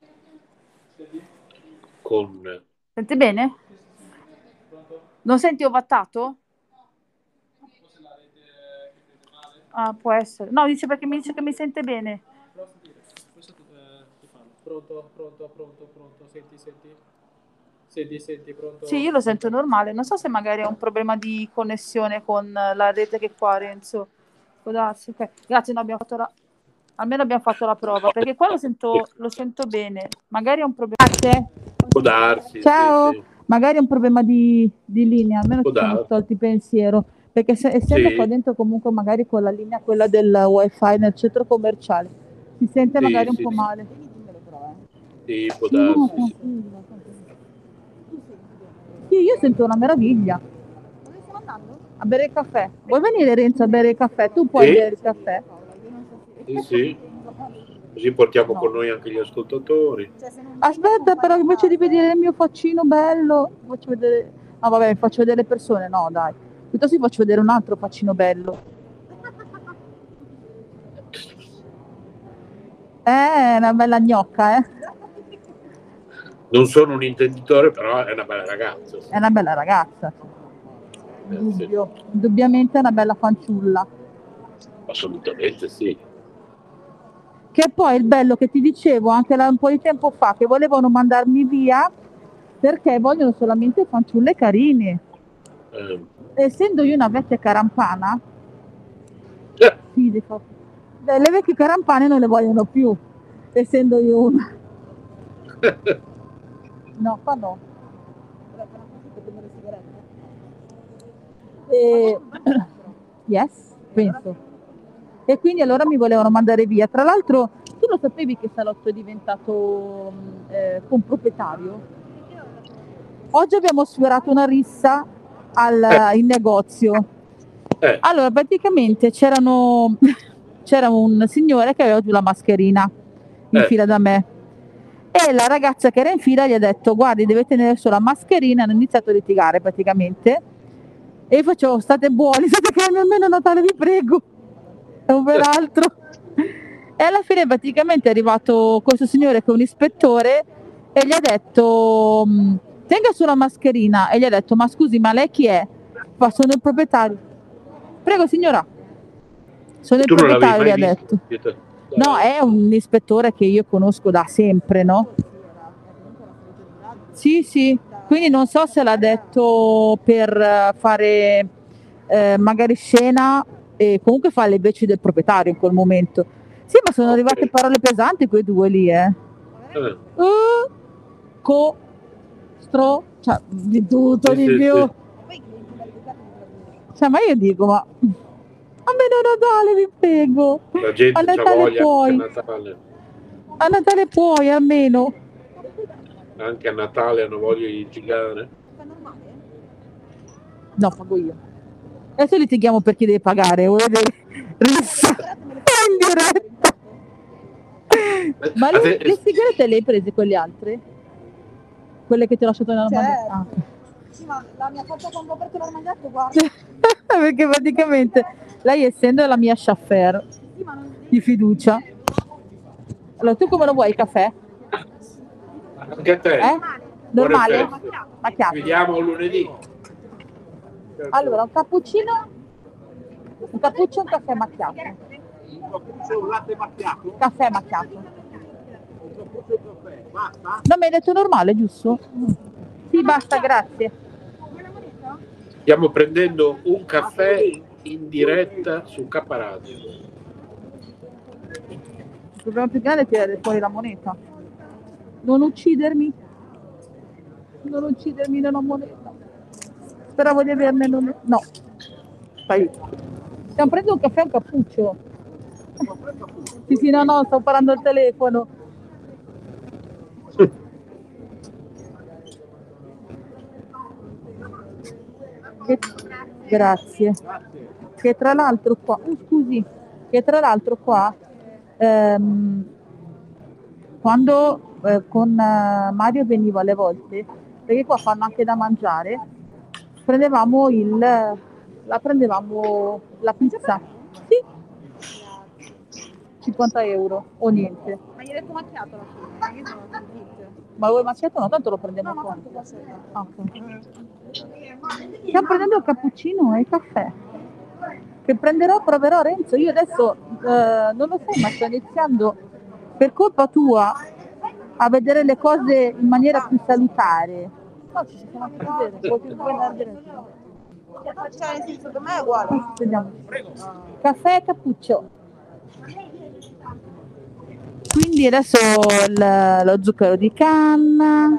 con Senti bene? Non senti ovattato? Ah, può essere. No, dice perché mi dice che mi sente bene. Pronto, pronto, pronto, pronto, senti, senti. Senti, senti, pronto. Sì, io lo sento normale. Non so se magari è un problema di connessione con la rete che qua, Renzo. Può darsi, ok. Grazie, no, abbiamo fatto la... almeno abbiamo fatto la prova, perché qua lo sento, lo sento bene. Magari è un problema... Grazie. Può darsi. Ciao. Sì, sì. Magari è un problema di, di linea, almeno Può ci siamo darsi. tolti pensiero. Perché se, essendo Sì. qua dentro comunque magari con la linea, quella del wifi nel centro commerciale, si sente Sì, magari un sì, po' sì. male. Sì, può Sì, no, darsi. tranquilla, tranquilla. Sì, io sento una meraviglia. Dove stiamo andando? A bere il caffè. Vuoi venire, Renzo, a bere il caffè? Tu puoi Sì. bere il caffè? Sì, sì. Così portiamo No. con noi anche gli ascoltatori. Cioè, se non Aspetta, però invece di vedere il mio faccino bello, ti faccio vedere... No, vabbè, mi faccio vedere le persone. No, dai. Piuttosto ti faccio vedere un altro faccino bello. Eh, è una bella gnocca, eh. Non sono un intenditore, però è una bella ragazza. Sì. È una bella ragazza. Eh, sì. Dubbio. Indubbiamente è una bella fanciulla. Assolutamente sì. Che poi il bello che ti dicevo anche là un po' di tempo fa, che volevano mandarmi via perché vogliono solamente fanciulle carine. Eh, Essendo io una vecchia carampana, eh, sì, le, fa- le le vecchie carampane non le vogliono più, essendo io una. No, qua no. E... Yes, penso. E quindi allora mi volevano mandare via. Tra l'altro, tu lo sapevi che Salotto è diventato mh, eh, comproprietario? Oggi abbiamo sfiorato una rissa al, in negozio. eh, Allora, praticamente c'erano, c'era un signore che aveva giù la mascherina in Eh. fila da me. E la ragazza che era in fila gli ha detto: guardi, deve tenere solo la mascherina. Hanno iniziato a litigare praticamente. E io facevo: state buoni, state calmi, almeno a Natale vi prego. E un peraltro. E alla fine praticamente è arrivato questo signore che è un ispettore e gli ha detto: "Mh, tenga sulla mascherina." E gli ha detto: ma scusi, ma lei chi è? Fa: sono il proprietario. Prego signora. Sono il tu non l'avevi proprietario, gli mai ha visto? detto. No, è un ispettore che io conosco da sempre, no? Sì, sì, quindi non so se l'ha detto per eh, fare eh, magari scena e comunque fa le veci del proprietario in quel momento. Sì, ma sono Ok. arrivate parole pesanti quei due lì, eh. Eh, Uh, co, stro, cioè di tutto, Sì, di sì, più. sì. Cioè, ma io dico, ma almeno a Natale vi prego. La A gente c'ha Natale voglia puoi. anche a Natale. A Natale puoi almeno. Anche a Natale hanno voglia di litigare. No, pago io. Adesso litighiamo per chi deve pagare. Vuoi vedere? Rissa. In diretta. Ma A le, te- le sigarette le hai prese quelle altre? Quelle che ti ho lasciato nella Certo. mano? Ah. Sì, ma la mia faccia quando ho aperto l'armadietto, guarda. Perché praticamente lei, essendo la mia chauffeur di fiducia, allora tu come lo vuoi il caffè? Anche a te. Eh? Normale? Buone feste. Macchiato. Vediamo lunedì. Allora, un cappuccino, un cappuccio e un caffè macchiato. Un latte macchiato? Caffè macchiato. Non mi hai detto normale, giusto? Sì, basta, grazie. Stiamo prendendo un caffè in diretta su K Radio. Il problema più grande è tirare fuori la moneta. Non uccidermi. Non uccidermi, non ho moneta. Speravo di averne, non... No. Stai. Stiamo prendendo un caffè e un cappuccio. Sì, sì, no, no, sto parlando al telefono. Che... Grazie. Che tra l'altro qua... Oh, scusi. Che tra l'altro qua... Ehm, quando eh, con eh, Mario venivo alle volte, perché qua fanno anche da mangiare, prendevamo il... La prendevamo la pizza. Sì. cinquanta euro o niente. Ma gli hai detto macchiato alla fine? Io sono convinta. Ma vuoi macchiato? No, tanto lo prendiamo No, ma qua. tanto qua sera. Ah, ok. Stiamo prendendo il cappuccino e il caffè. Che prenderò, proverò Renzo. Io adesso eh, non lo so, ma sto iniziando per colpa tua a vedere le cose in maniera più salutare. No, ci siamo anche a vedere. Puoi puoi andare diretto. Cioè, nel senso, per me è uguale. Vediamo. Caffè e cappuccio. Quindi adesso il- lo zucchero di canna.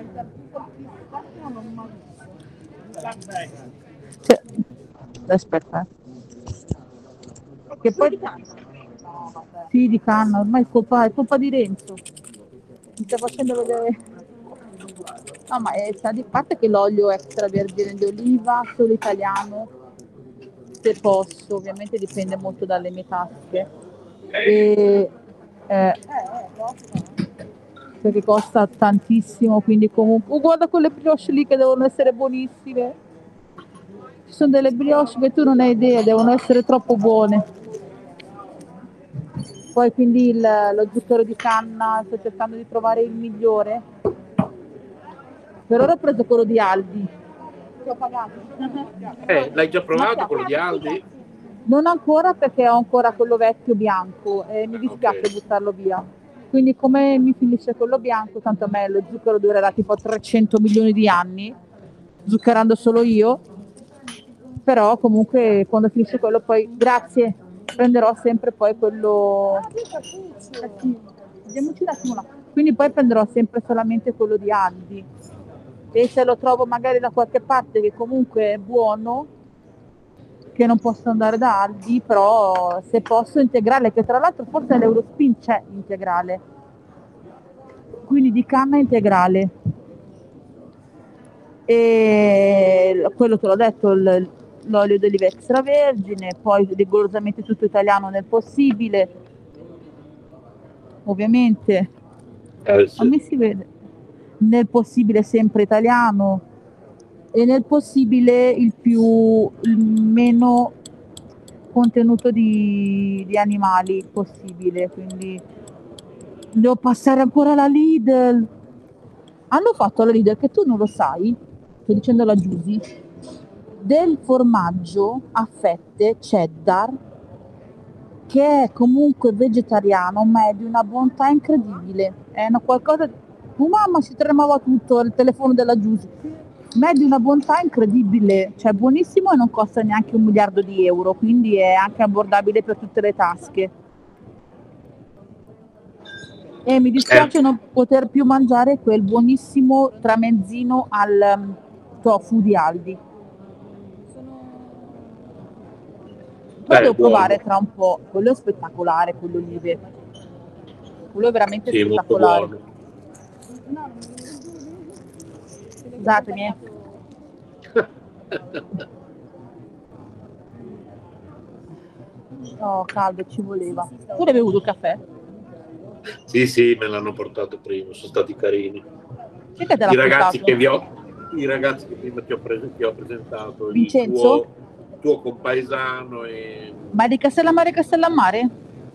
Cioè, aspetta. eh. Che poi... Sì, di canna, ormai è colpa, è colpa di Renzo. Mi sta facendo vedere... No, ma è, sta di parte che l'olio extravergine di oliva, solo italiano, se posso, ovviamente dipende molto dalle mie tasche. E, eh, perché costa tantissimo, quindi comunque... Oh, guarda quelle brioche lì che devono essere buonissime. Ci sono delle brioche che tu non hai idea, devono essere troppo buone. Poi quindi il, lo zucchero di canna, sto cercando di trovare il migliore. Per ora ho preso quello di Aldi. Che ho pagato. Eh, l'hai già provato quello di Aldi? Non ancora perché ho ancora quello vecchio bianco e mi dispiace Ok. buttarlo via. Quindi come mi finisce quello bianco, tanto a me lo zucchero durerà tipo trecento milioni di anni, zuccherando solo io. Però comunque quando finisce quello poi, grazie, prenderò sempre poi quello... Eh sì, vediamoci un attimo là. Quindi poi prenderò sempre solamente quello di Aldi. E se lo trovo magari da qualche parte che comunque è buono, che non posso andare da Aldi, però se posso integrale, che tra l'altro forse l'Eurospin c'è integrale, quindi di canna integrale. E quello te l'ho detto, il- l'olio d'oliva extravergine, poi rigorosamente tutto italiano nel possibile, ovviamente. Eh, sì. A me si vede nel possibile sempre italiano e nel possibile il più il meno contenuto di, di animali possibile, quindi devo passare ancora alla Lidl. Hanno fatto alla Lidl, che tu non lo sai, sto dicendo alla Giusy, del formaggio a fette cheddar che è comunque vegetariano ma è di una bontà incredibile, è una qualcosa. Oh, mamma, si tremava tutto il telefono della Giusy, ma è di una bontà incredibile, cioè buonissimo e non costa neanche un miliardo di euro, quindi è anche abbordabile per tutte le tasche. E mi dispiace Eh. non poter più mangiare quel buonissimo tramezzino al um, tofu di Aldi. Lo Eh, devo buono. provare tra un po', quello è spettacolare, quello olive. Quello è veramente Sì, molto spettacolare. buono. Scusatemi. eh. Oh, caldo, ci voleva. Tu l'hai bevuto il caffè? Sì, sì, me l'hanno portato prima, sono stati carini. Chi è che te l'ha I ragazzi portato? che vi ho, i ragazzi che prima ti ho, pres- ti ho presentato, Vincenzo? il tuo, tuo compaesano e... Ma di Castellammare Castellammare?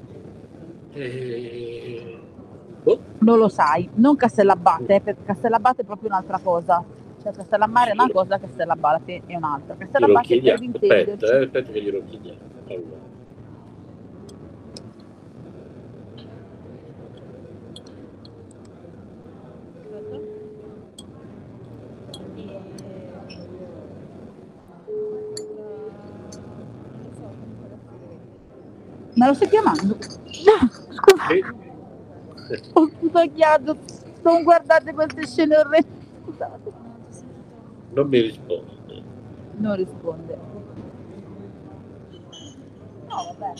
e... boh. Non lo sai, non Castellabate, eh, perché Castellabate è proprio un'altra cosa. Cioè Castellammare è una cosa, Castellabate è un'altra. Glielo Castellabate per chiediamo, intenderci. aspetta, eh, aspetta che glielo chiediamo. Allora. Ma lo stai chiamando? Scusa. Ho sbagliato. Non guardate queste scene orrende. Scusate. Non mi risponde. Non risponde. No, vabbè.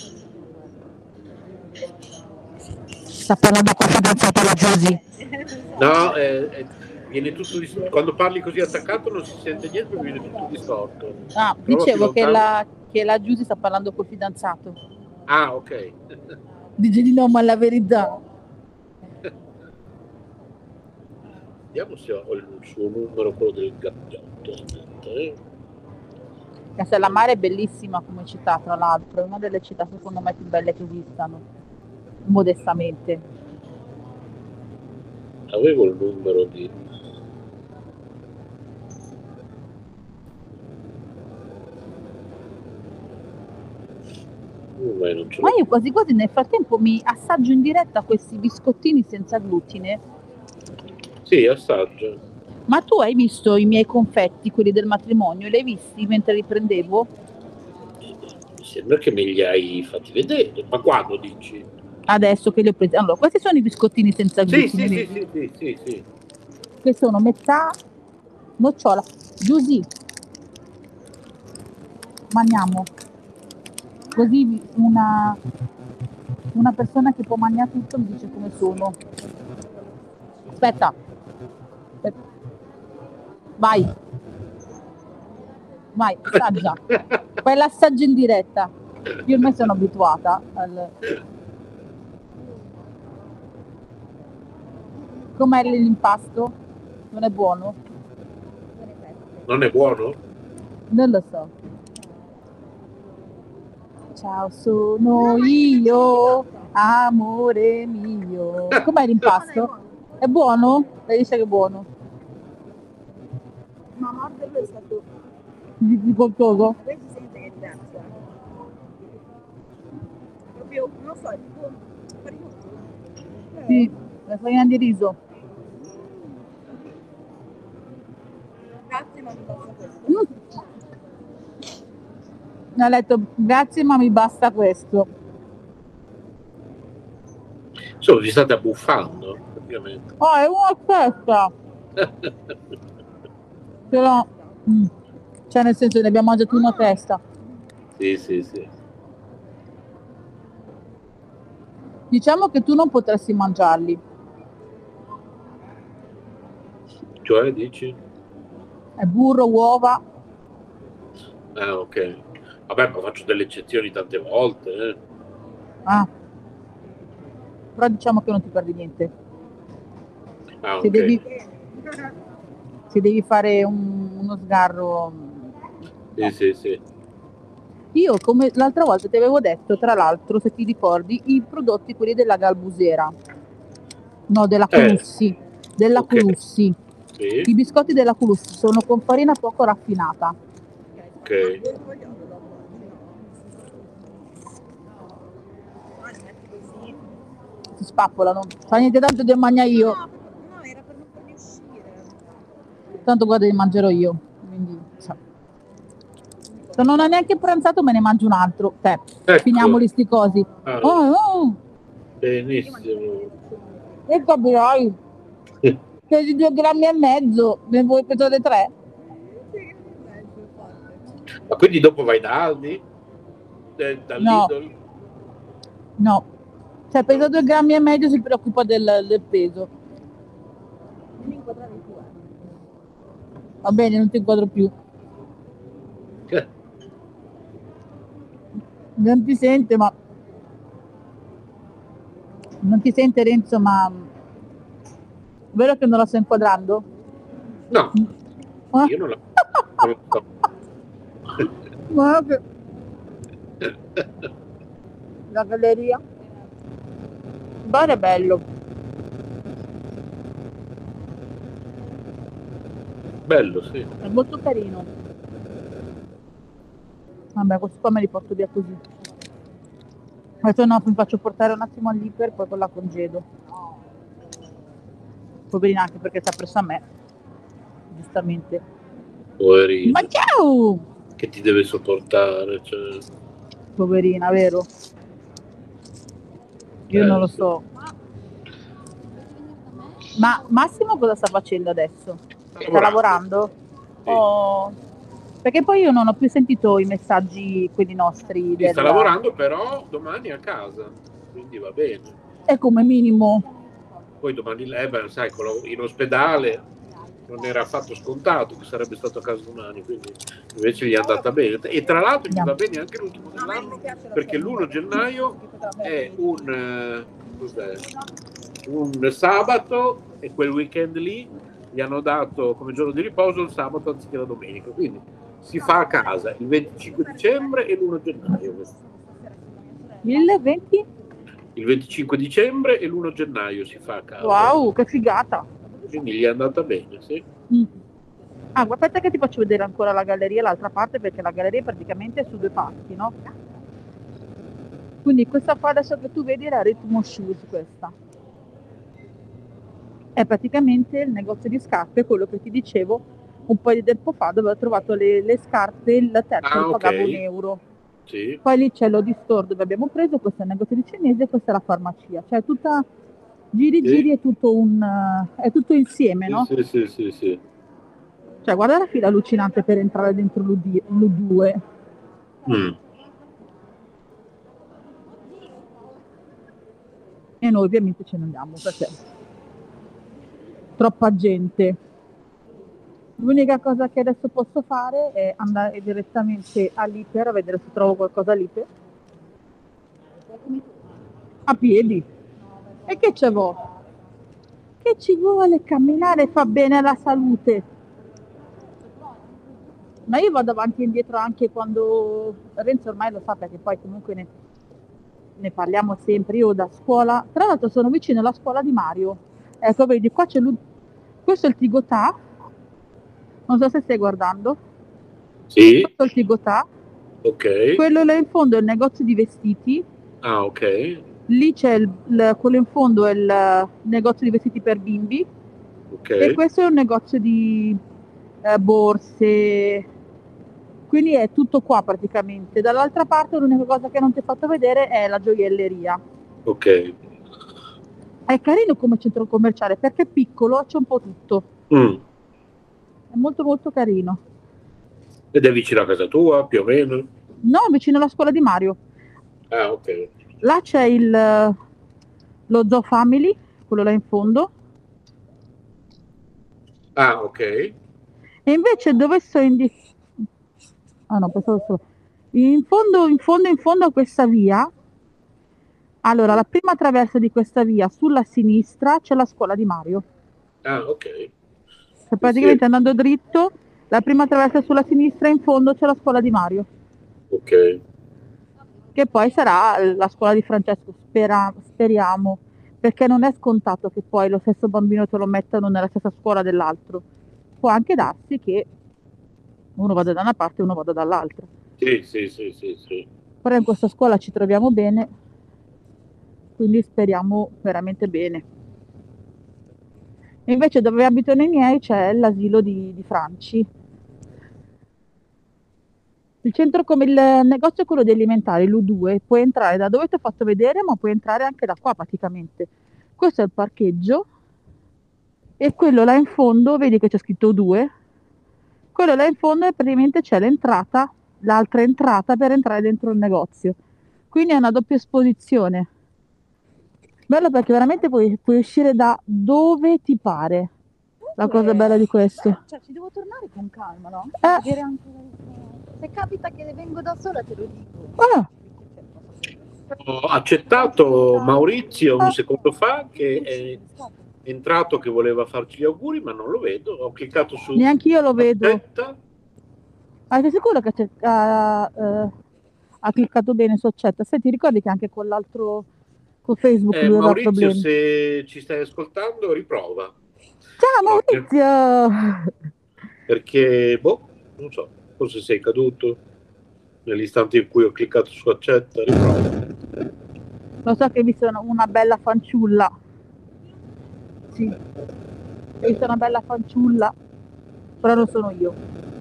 Sta parlando con la fidanzata la Giusy. No, eh, eh, viene tutto dis- quando parli così attaccato non si sente niente perché viene tutto distorto. Ah, Prova dicevo più che lontano. la, che la Giusy sta parlando col fidanzato. Ah, ok. Dice di no, ma la verità. Vediamo se ho il suo numero, quello del gattiotto. Aspetta, eh. Castellammare è bellissima come città, tra l'altro, è una delle città secondo me più belle che esistano, modestamente. Avevo il numero di... Uh, ma non ce l'ho. Ma io quasi quasi nel frattempo mi assaggio in diretta questi biscottini senza glutine. Sì, assaggio. Ma tu hai visto i miei confetti, quelli del matrimonio? Li hai visti mentre li prendevo? Mi sembra che me li hai fatti vedere. Ma quando dici? Adesso che li ho presi. Allora, questi sono i biscottini senza Sì, glutine. sì, sì, vedi? sì, sì, sì, sì. Che sono metà nocciola. Giusy, mangiamo. Così una, una persona che può mangiare tutto mi dice come sono. Aspetta. Aspetta. Vai. Vai, assaggia. Fai l'assaggio in diretta. Io ormai sono abituata al... Com'è l'impasto? Non è buono? Non è buono? Non lo so. Ciao, sono io, amore mio. Com'è l'impasto? È buono? Lei dice che è buono. Ma morderlo è stato... Difficoltoso? Poi si sente che è diverso. eh. Proprio, non so, è tipo farinoso. Sì, la farina di riso. Grazie, ma mi basta questo. Mm. Mi ha detto grazie ma mi basta questo. Insomma, vi state abbuffando, praticamente. Oh, è una festa. Però, mm, cioè nel senso ne abbiamo mangiato una testa. Sì, sì, sì. Diciamo che tu non potresti mangiarli. Cioè, dici? È burro, uova. Ah, ok. Vabbè, ma faccio delle eccezioni tante volte, eh. Ah. Però diciamo che non ti perdi niente. Ah, Se ok. devi, se devi fare un- uno sgarro. Sì, sì, sì. Io come l'altra volta ti avevo detto, tra l'altro, se ti ricordi, i prodotti quelli della Galbusera. No, della Eh. Colussi. Della Ok. Colussi. Sì, I biscotti della Colussi sono con farina poco raffinata. ok. Si spappolano. Fa niente tanto di mangia io. No, era per non farli uscire. Tanto guarda li mangerò io. Quindi, cioè. Se non ho neanche pranzato me ne mangio un altro. Cioè, Ecco. finiamoli sti cosi. Ah. Oh, oh. Benissimo. E capirai. Pesi due grammi e mezzo. Ne vuoi pesare tre? Ma quindi dopo vai da Aldi? Eh, dal No. Lidl? No. Cioè pesa due grammi e mezzo si preoccupa del, del peso. Non inquadrare il tuo. Va bene, non ti inquadro più. Eh, Non ti sente, ma... Non ti sente Renzo, ma... Vero che non la sto inquadrando? No. Io non la, non la so. Ma che... La galleria. Bar è bello. Bello, sì. È molto carino. Vabbè, questi qua me li porto via così. Adesso no, mi faccio portare un attimo all'iper, poi con la congedo. Poverina, anche perché sta presso a me. Giustamente. Poverino. Ma ciao! Che ti deve sopportare, cioè. Poverina, vero? Io Eh, non lo sì. so. Ma Massimo cosa sta facendo adesso? Sta lavorando? Sì. Oh, perché poi io non ho più sentito i messaggi, quelli nostri. Sì, Del... sta lavorando, però domani a casa, quindi va bene. È come minimo. Poi domani lei, beh, sai, con la- in ospedale non era affatto scontato che sarebbe stato a casa domani, quindi invece gli è andata bene. E tra l'altro gli va bene anche l'ultimo dell'anno, perché l'primo gennaio è un, eh, cos'è? un sabato e quel weekend lì gli hanno dato come giorno di riposo il sabato anziché la domenica, quindi si fa a casa il venticinque dicembre e l'primo gennaio. Il venti? Il venticinque dicembre e l'primo gennaio si fa a casa. Wow, che figata! Quindi gli è andata bene, sì. Mm. Ah, guarda, aspetta che ti faccio vedere ancora la galleria, l'altra parte, perché la galleria praticamente è su due parti, no? Quindi questa qua adesso che tu vedi è la Rhythm Shoes, questa. È praticamente il negozio di scarpe, quello che ti dicevo un po' di tempo fa, dove ho trovato le, le scarpe, il terzo Ah, lo pagavo ok. un euro. Sì. Poi lì c'è l'Odi Store dove abbiamo preso, questo è il negozio di cinese e questa è la farmacia. Cioè tutta, giri Sì. giri è tutto un, eh, è tutto insieme, no? Sì, sì, sì, sì. Cioè guarda la fila allucinante per entrare dentro l'U due. Mm. E noi ovviamente ce ne andiamo perché troppa gente. L'unica cosa che adesso posso fare è andare direttamente all'Iper a vedere se trovo qualcosa all'Iper. A piedi. E che ce vuole? Che ci vuole? Camminare fa bene alla salute. Ma io vado avanti e indietro anche quando Renzo ormai lo sa, perché poi comunque ne, ne parliamo sempre. Io da scuola, tra l'altro sono vicino alla scuola di Mario. Ecco, vedi, qua c'è lui. Questo è il Tigotà. Non so se stai guardando. Sì. Questo è il Tigotà. Ok. Quello là in fondo è il negozio di vestiti. Ah, ok. Lì c'è il, il- quello in fondo è il negozio di vestiti per bimbi. Ok. E questo è un negozio di eh, borse. Quindi è tutto qua praticamente. Dall'altra parte l'unica cosa che non ti ho fatto vedere è la gioielleria. Ok. È carino come centro commerciale perché è piccolo, c'è un po' tutto. Mm. È molto molto carino. Ed è vicino a casa tua, più o meno? No, vicino alla scuola di Mario. Ah, ok. Là c'è il lo Zoo Family, quello là in fondo. Ah, ok. E invece dove sto in di... Ah no, pensavo solo. In fondo, in fondo, in fondo a questa via. Allora, la prima traversa di questa via, sulla sinistra, c'è la scuola di Mario. Ah, ok. Cioè, praticamente andando dritto, la prima traversa sulla sinistra, in fondo c'è la scuola di Mario. Ok. Che poi sarà la scuola di Francesco, spera- speriamo, perché non è scontato che poi lo stesso bambino te lo mettano nella stessa scuola dell'altro. Può anche darsi che uno vada da una parte e uno vada dall'altra. Sì, sì, sì, sì, sì. Però in questa scuola ci troviamo bene, quindi speriamo veramente bene. E invece dove abitano i miei c'è l'asilo di, di Franci. Il centro come il negozio è quello di alimentari, l'U due, puoi entrare da dove ti ho fatto vedere, ma puoi entrare anche da qua praticamente. Questo è il parcheggio e quello là in fondo, vedi che c'è scritto U due? Quello là in fondo è praticamente c'è l'entrata, l'altra entrata per entrare dentro il negozio. Quindi è una doppia esposizione. Bello perché veramente puoi, puoi uscire da dove ti pare. La cosa bella di questo. Cioè, ci devo tornare con calma, no? Eh. Vedere ancora. Se capita che vengo da sola, te lo dico. Ah, Ho accettato Maurizio un secondo fa che è, entrato che voleva farci gli auguri, ma non lo vedo. Ho cliccato su Neanche io lo vedo. accetta. Ma sei sicuro che c'è, ha, eh, ha cliccato bene su accetta? Se ti ricordi che anche con l'altro, con Facebook Eh, lui aveva Maurizio, problemi. se ci stai ascoltando, riprova. Ciao Proprio. Maurizio! Perché, boh, non so, forse sei caduto nell'istante in cui ho cliccato su accetta, riprova. Lo so che hai visto una, una bella fanciulla. Sì, hai visto una bella fanciulla, però non sono io.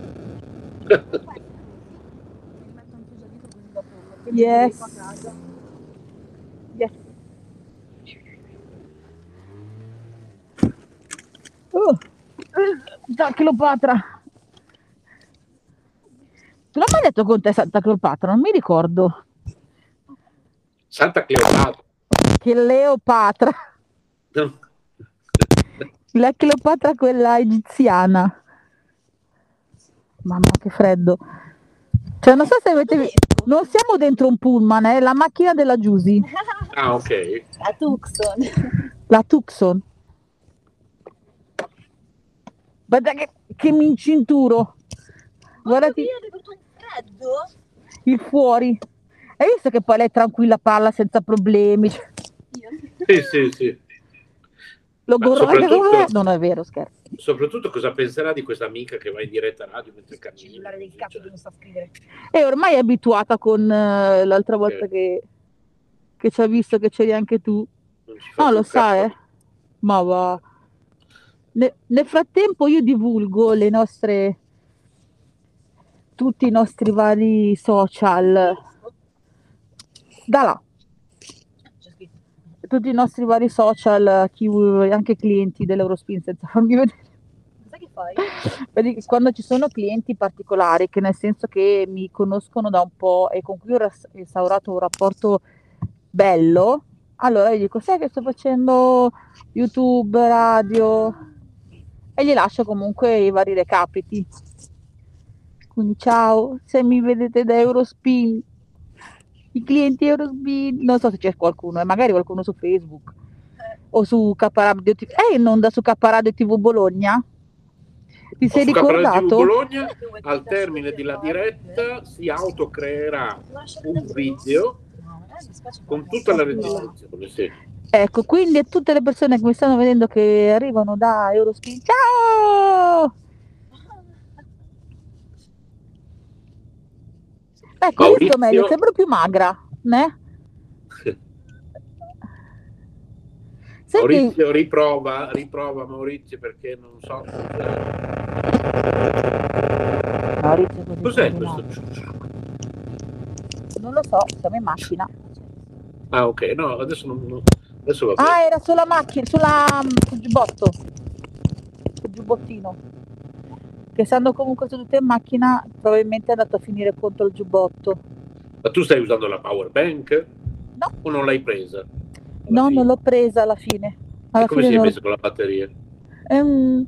Yes. Yes. Uh, Santa Cleopatra. Tu l'hai mai detto con te Santa Cleopatra? Non mi ricordo. Santa Cleopatra. Che Leopatra. No. La Cleopatra quella egiziana. Mamma che freddo. Cioè non so se avete visto. Non siamo dentro un pullman, è la macchina della Giusy. Ah, ok. La Tucson. La Tucson. Guarda che, che mi incinturo. Guardati Freddo? il fuori. Hai visto che poi lei tranquilla parla senza problemi? Sì, sì, sì. Lo Ma gorro anche soprattutto- come- Non è vero, scherzo. Soprattutto cosa penserà di questa amica che va in diretta radio mentre cammina? del cazzo che mi sta a scrivere. E ormai è abituata con eh, l'altra volta che, che ci ha visto che c'eri anche tu. Non ci fa No, più lo sa, caso. eh. Ma va. Ne- nel frattempo io divulgo le nostre, tutti i nostri vari social. Da là. Tutti i nostri vari social, chi, anche clienti dell'Eurospin senza farmi vedere. Sai che fai? Vedi che quando ci sono clienti particolari, che nel senso che mi conoscono da un po' e con cui ho ras- instaurato un rapporto bello, allora io dico, sai che sto facendo YouTube, radio, e gli lascio comunque i vari recapiti. Quindi ciao, se mi vedete da Eurospin, i clienti Eurospin, non so se c'è qualcuno, e magari qualcuno su Facebook o su K Radio T V. È in onda su K Radio T V Bologna? Ti sei Su K Radio T V ricordato? Bologna, al termine della diretta, si autocreerà un video con tutta la registrazione. Sì. Ecco, quindi a tutte le persone che mi stanno vedendo che arrivano da Eurospin, ciao! Ecco, hai visto Maurizio- meglio, sembro più magra, né? Sai che Maurizio, riprova, riprova Maurizio, perché non so. Maurizio, così Cos'è combinato. questo ciuccio? Non lo so, siamo in macchina. Ah, ok, no, adesso non. non- Adesso va bene. Ah, era sulla macchina, sulla, sul giubbotto, sul giubbottino. Che essendo comunque seduta in macchina, probabilmente è andato a finire contro il giubbotto. Ma tu stai usando la power bank? No. O non l'hai presa? No, non l'ho presa alla fine. Alla E come fine sei non- messo con la batteria? Ehm,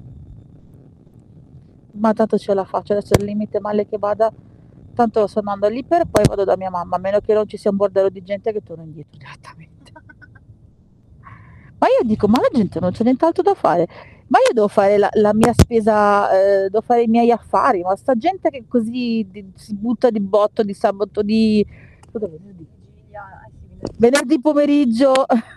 Ma tanto ce la faccio, adesso al limite male che vada, tanto sto andando all'Iper e poi vado da mia mamma, a meno che non ci sia un bordello di gente che torno indietro direttamente. Ma io dico, ma la gente non c'è nient'altro da fare, ma io devo fare la, la mia spesa, eh, devo fare i miei affari, ma sta gente che così di- si butta di botto di sabato, di cosa, venerdì? Venerdì pomeriggio,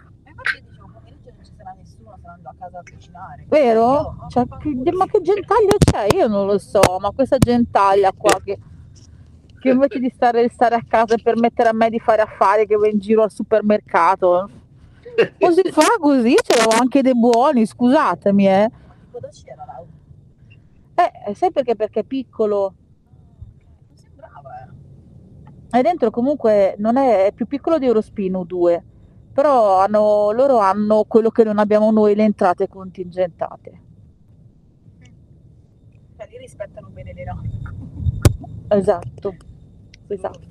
A casa a cucinare. vero? Cioè, che- ma che gentaglia c'è? Io non lo so, ma questa gentaglia qua che, che invece di stare, stare a casa e permettere a me di fare affari che va in giro al supermercato, o si fa così, ce l'avevo anche dei buoni, scusatemi, eh. Cosa c'era là? Eh, sai perché? Perché è piccolo. Non sembrava, eh. E dentro comunque non è, è più piccolo di Eurospin U due, però hanno, loro hanno quello che non abbiamo noi, le entrate contingentate. Cioè, lì rispettano bene le norme. Esatto, esatto.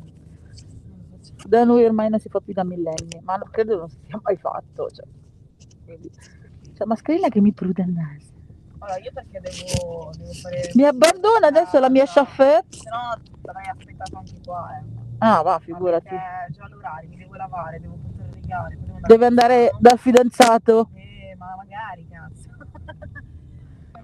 Da noi ormai non si fa più da millenni, ma non credo non si sia mai fatto. Cioè. Quindi, cioè, mascherina che mi prude il naso. Allora, io perché devo, devo fare... Mi abbandona adesso la mia chauffeur? Se no, sarei aspettato anche qua, eh. Ah, va, figurati. Perché è già l'orario, mi devo lavare, devo poter rigare. Deve andare dal fidanzato? Eh, ma magari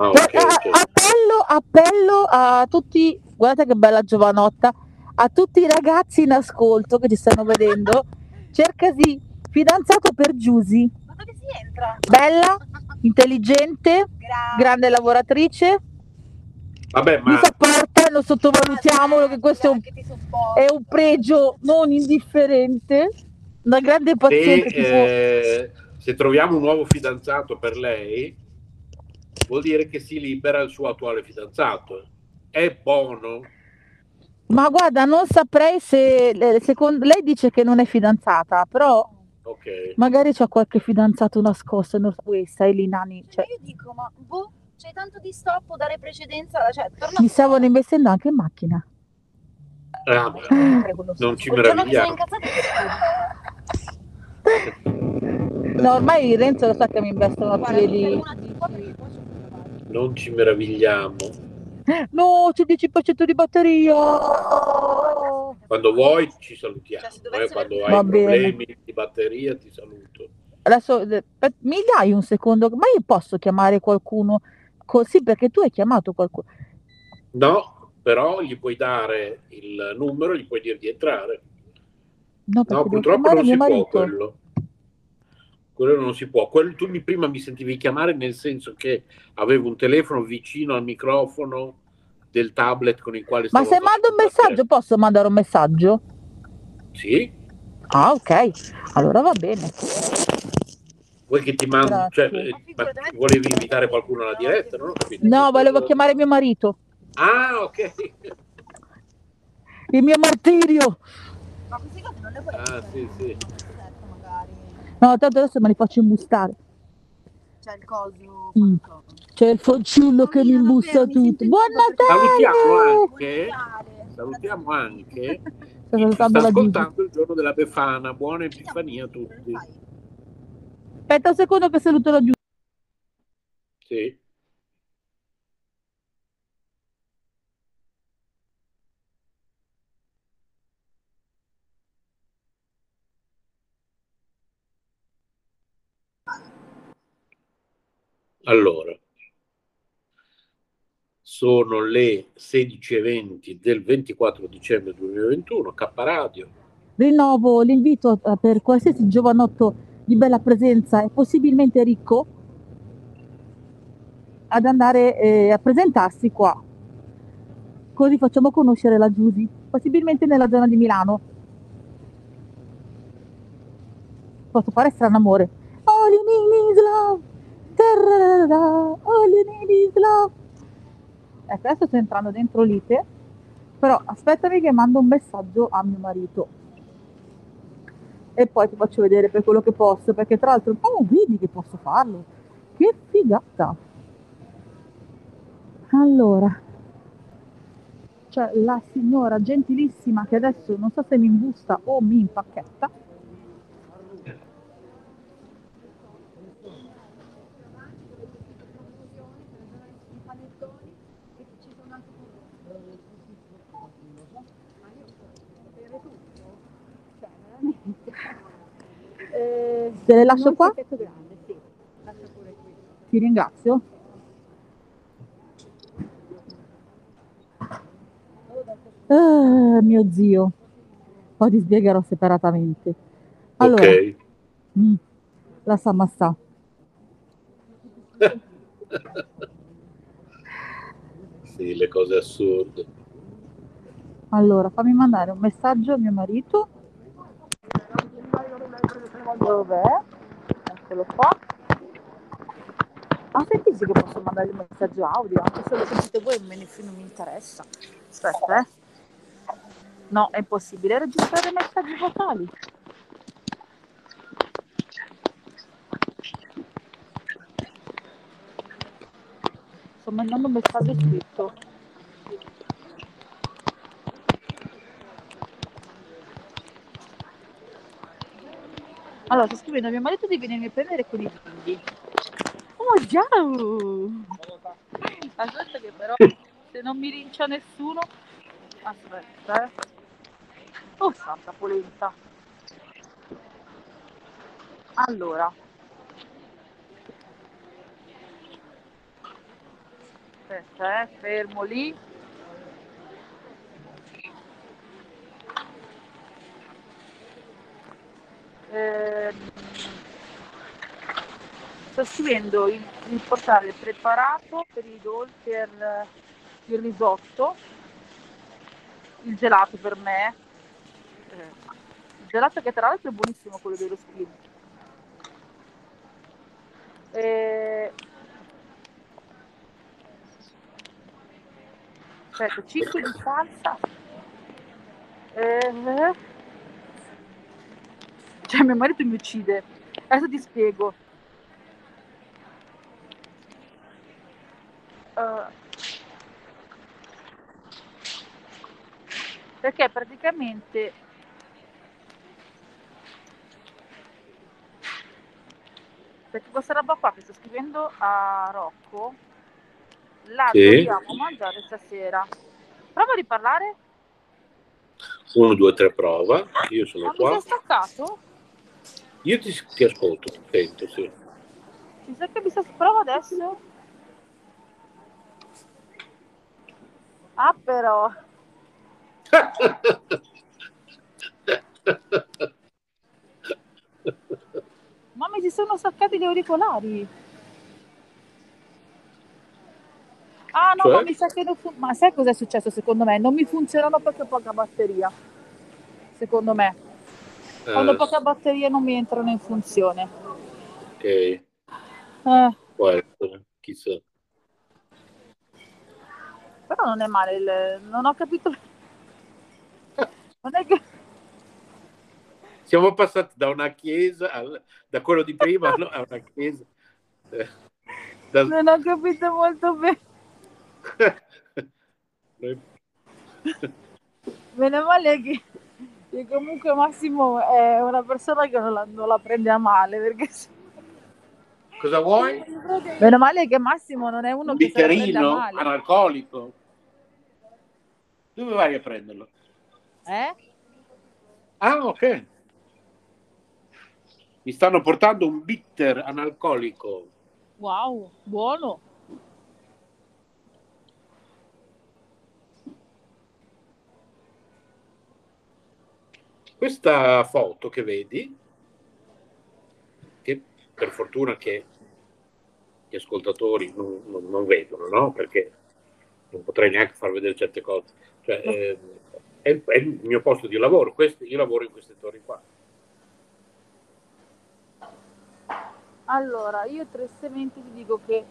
Ah, Per- ok, a- ok. appello, appello a tutti, guardate che bella giovanotta, a tutti i ragazzi in ascolto che ci stanno vedendo, cercasi fidanzato per Giusy. Ma dove si entra? Bella, intelligente, grande lavoratrice, Vabbè, mi ma sopporta, non sottovalutiamolo che questo è un, è un pregio non indifferente, una grande se, pazienza tipo... eh, se troviamo un nuovo fidanzato per lei, vuol dire che si libera il suo attuale fidanzato. È buono? Ma guarda, non saprei se, le- secondo lei dice che non è fidanzata, però Ok. magari c'ha qualche fidanzato nascosto, non so, questa è lì, Nani, cioè, Io dico, ma boh, c'hai tanto di stop, dare precedenza, cioè, torna mi a stavano investendo anche in macchina. Ah, ma non ci Il giorno che sono meravigliamo. incazzata No, ormai Renzo lo sa che mi investono a piedi. Non ci meravigliamo. No, c'è il dieci per cento di batteria. Quando vuoi ci salutiamo. eh, Quando Va hai bene. problemi di batteria ti saluto. Adesso eh, pe- mi dai un secondo, ma io posso chiamare qualcuno così perché tu hai chiamato qualcuno. No, però gli puoi dare il numero, gli puoi dire di entrare. No, perché No, devo purtroppo chiamare non mio si può marito. quello. Quello non si può. Quello, tu mi, prima mi sentivi chiamare nel senso che avevo un telefono vicino al microfono del tablet con il quale Ma stavo se mando un messaggio, posso mandare un messaggio? Sì? Ah, ok. Allora va bene. Vuoi che ti mando? Cioè, Grazie. eh, ma volevi invitare qualcuno alla diretta? Non ho capito. No, volevo chiamare mio marito, Ah, ok. il mio martirio. Ma queste cose non le vuoi Ah, sì, sì. magari? No, tanto adesso me li faccio imbustare. C'è il coso. Mm. C'è il fanciullo che mi imbusta tutto. Buon Salutiamo Natale! anche, salutiamo anche Sto chi ci sta salutando la Gigi. ascoltando il giorno della Befana. Buona Epifania a tutti. Aspetta un secondo che saluto la giù. Sì. Allora, sono le sedici e venti del ventiquattro dicembre duemilaventuno, K Radio. Rinnovo l'invito eh, per qualsiasi giovanotto di bella presenza e possibilmente ricco ad andare eh, a presentarsi qua. Così facciamo conoscere la Giusy, possibilmente nella zona di Milano. Posso fare strano amore. All you need is love. Tararara, all you need is love. Ecco, adesso sto entrando dentro l'ite, però aspettami che mando un messaggio a mio marito. E poi ti faccio vedere per quello che posso, perché tra l'altro, oh, vedi che posso farlo. Che figata. Allora, c'è la signora gentilissima che adesso non so se mi imbusta o mi impacchetta. Te le lascio qua? Ti ringrazio. Ah, mio zio. Poi ti spiegherò separatamente. Allora, Ok. mm, la Samassà. Sì, le cose assurde. Allora, fammi mandare un messaggio a mio marito. Dov'è? Eccolo qua. Ah, sentite che posso mandare il messaggio audio, anche se lo sentite voi non me- non mi interessa. Aspetta, eh. No, è impossibile registrare messaggi vocali. Sto mandando un messaggio scritto. Allora, sto scrivendo a mio marito di venirmi a prendere con i figli. Oh, ciao! Aspetta che però, se non mi rincia nessuno... Aspetta, eh. Oh, santa polenta. Allora. Aspetta, eh, fermo lì. Eh, sto scrivendo il, il portale preparato per i dolci, per il risotto, il gelato per me, il gelato che tra l'altro è buonissimo, quello dello Spin. Eh, aspetta, cinque di salsa. Eh, cioè mio marito mi uccide. Adesso ti spiego. Uh, perché praticamente perché questa roba qua che sto scrivendo a Rocco la Sì. dobbiamo mangiare stasera. Prova a riparlare. Uno, due, tre, prova. Io sono Ma qua. mi sei staccato? Io ti, ti ascolto, ti sento, sì. Mi sa che mi sta... Prova adesso. Ah, però. Ma mi si sono staccati gli auricolari. Ah no, Cioè? ma mi sa che non fun- ma sai cos'è successo secondo me? Non mi funzionano perché ho poca batteria. Secondo me. Quando ho Eh, poca batteria non mi entrano in funzione. ok. Eh. Può essere, chissà. Però non è male, il... non ho capito. Non è che Siamo passati da una chiesa, al, da quello di prima no, a una chiesa. Eh, da... non ho capito molto bene. Meno male che, che comunque Massimo è una persona che non la, non la prende a male, perché Cosa vuoi? meno male che Massimo non è uno Un che se la prende a bicchierino male. analcolico. Dove vai a prenderlo? Eh? Ah, ok. Mi stanno portando un bitter analcolico. Wow, buono. Questa foto che vedi, che per fortuna che gli ascoltatori non, non, non vedono, no? Perché non potrei neanche far vedere certe cose. Cioè, eh, è, è il mio posto di lavoro. Questo, io lavoro in queste torri qua. Allora, io tristemente ti dico che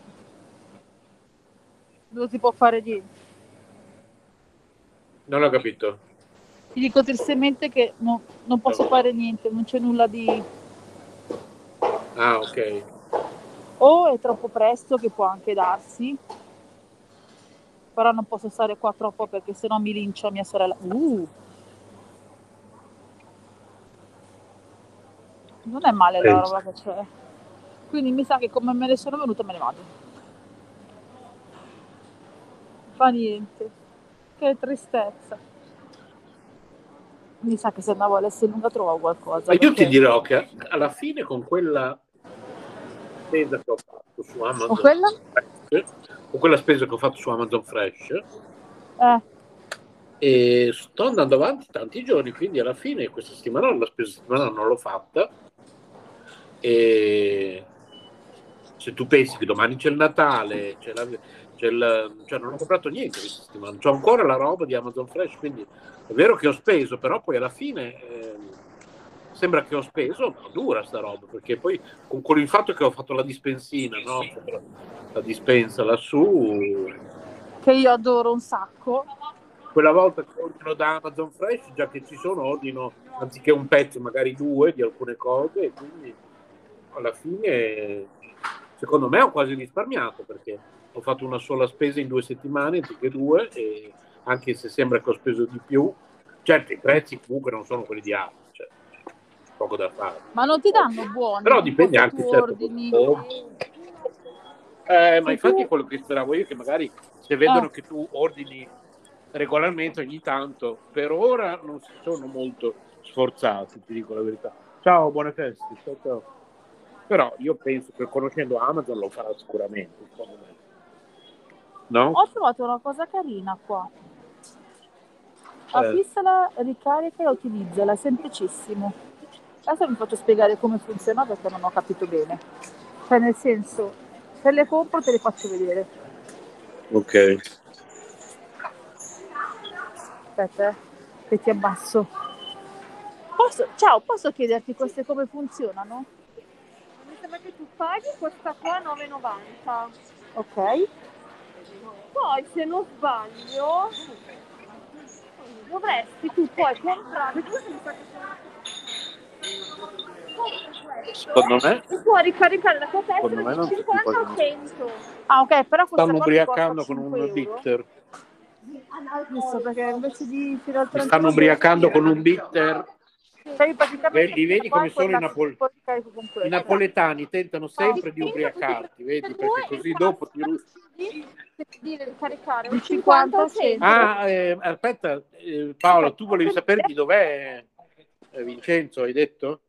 non si può fare niente. Non ho capito. Ti dico tristemente che no, non posso fare niente, non c'è nulla di... Ah, ok. O è troppo presto, che può anche darsi, però non posso stare qua troppo perché sennò mi lincia mia sorella. Uh. Non è male la roba che c'è. Quindi mi sa che come me ne sono venuta me ne vado. Fa niente. Che tristezza. Mi sa che se andavo all'Esselunga trovavo qualcosa. Ma io perché... ti dirò che alla fine con quella spesa che ho fatto su Amazon o quella? Fresh, con quella spesa che ho fatto su Amazon Fresh, eh. e sto andando avanti tanti giorni, quindi alla fine questa settimana la spesa settimanale non l'ho fatta. E se tu pensi che domani c'è il Natale, c'è la, c'è il, cioè non ho comprato niente questa settimana, c'ho ancora la roba di Amazon Fresh, quindi è vero che ho speso, però poi alla fine eh, sembra che ho speso, ma dura sta roba, perché poi con, con il fatto che ho fatto la dispensina, no? La dispensa lassù, che io adoro un sacco. Quella volta che ordino da Amazon Fresh, già che ci sono, ordino anziché un pezzo magari due di alcune cose, e quindi alla fine secondo me ho quasi risparmiato, perché ho fatto una sola spesa in due settimane anziché due, e anche se sembra che ho speso di più, certo i prezzi comunque non sono quelli di Amazon, cioè poco da fare. Ma non ti danno buoni? Però dipende anche certo ordini. Eh, ma infatti è quello che speravo io, che magari se vedono eh. che tu ordini regolarmente ogni tanto, per ora non si sono molto sforzati, ti dico la verità. Ciao, buone feste. Ciao, ciao. Però io penso che conoscendo Amazon lo farà sicuramente, secondo me. No? Ho trovato una cosa carina qua. Eh. Affissala, ricarica e utilizzala, è semplicissimo. Adesso vi faccio spiegare come funziona perché non ho capito bene. Cioè nel senso, se le compro te le faccio vedere. Ok. Aspetta, eh, che ti abbasso. Posso, ciao, posso chiederti queste come funzionano? Mi sembra che tu paghi questa qua nove e novanta. Ok. Poi se non sbaglio dovresti tu poi comprare due mi sa che Secondo me, e puoi ricaricare la tua secondo tessera me non di c'è più cinquanta a pagamento. cento. Ah ok, però questa Stanno qua mi costa ubriacando con cinque un euro. bitter. Visto perché invece di fino al Mi trentuno stanno ubriacando con un bitter. Cioè, praticamente Li vedi come sono i, napol- poi ricarico con i questo. napoletani? Tentano sempre di ubriacarti, vedi? Perché così dopo ti ru- Di, di ricaricare Di un cinquanta a cento. Ah, eh, aspetta, eh, Paolo, tu volevi sapere di dov'è eh, Vincenzo, hai detto?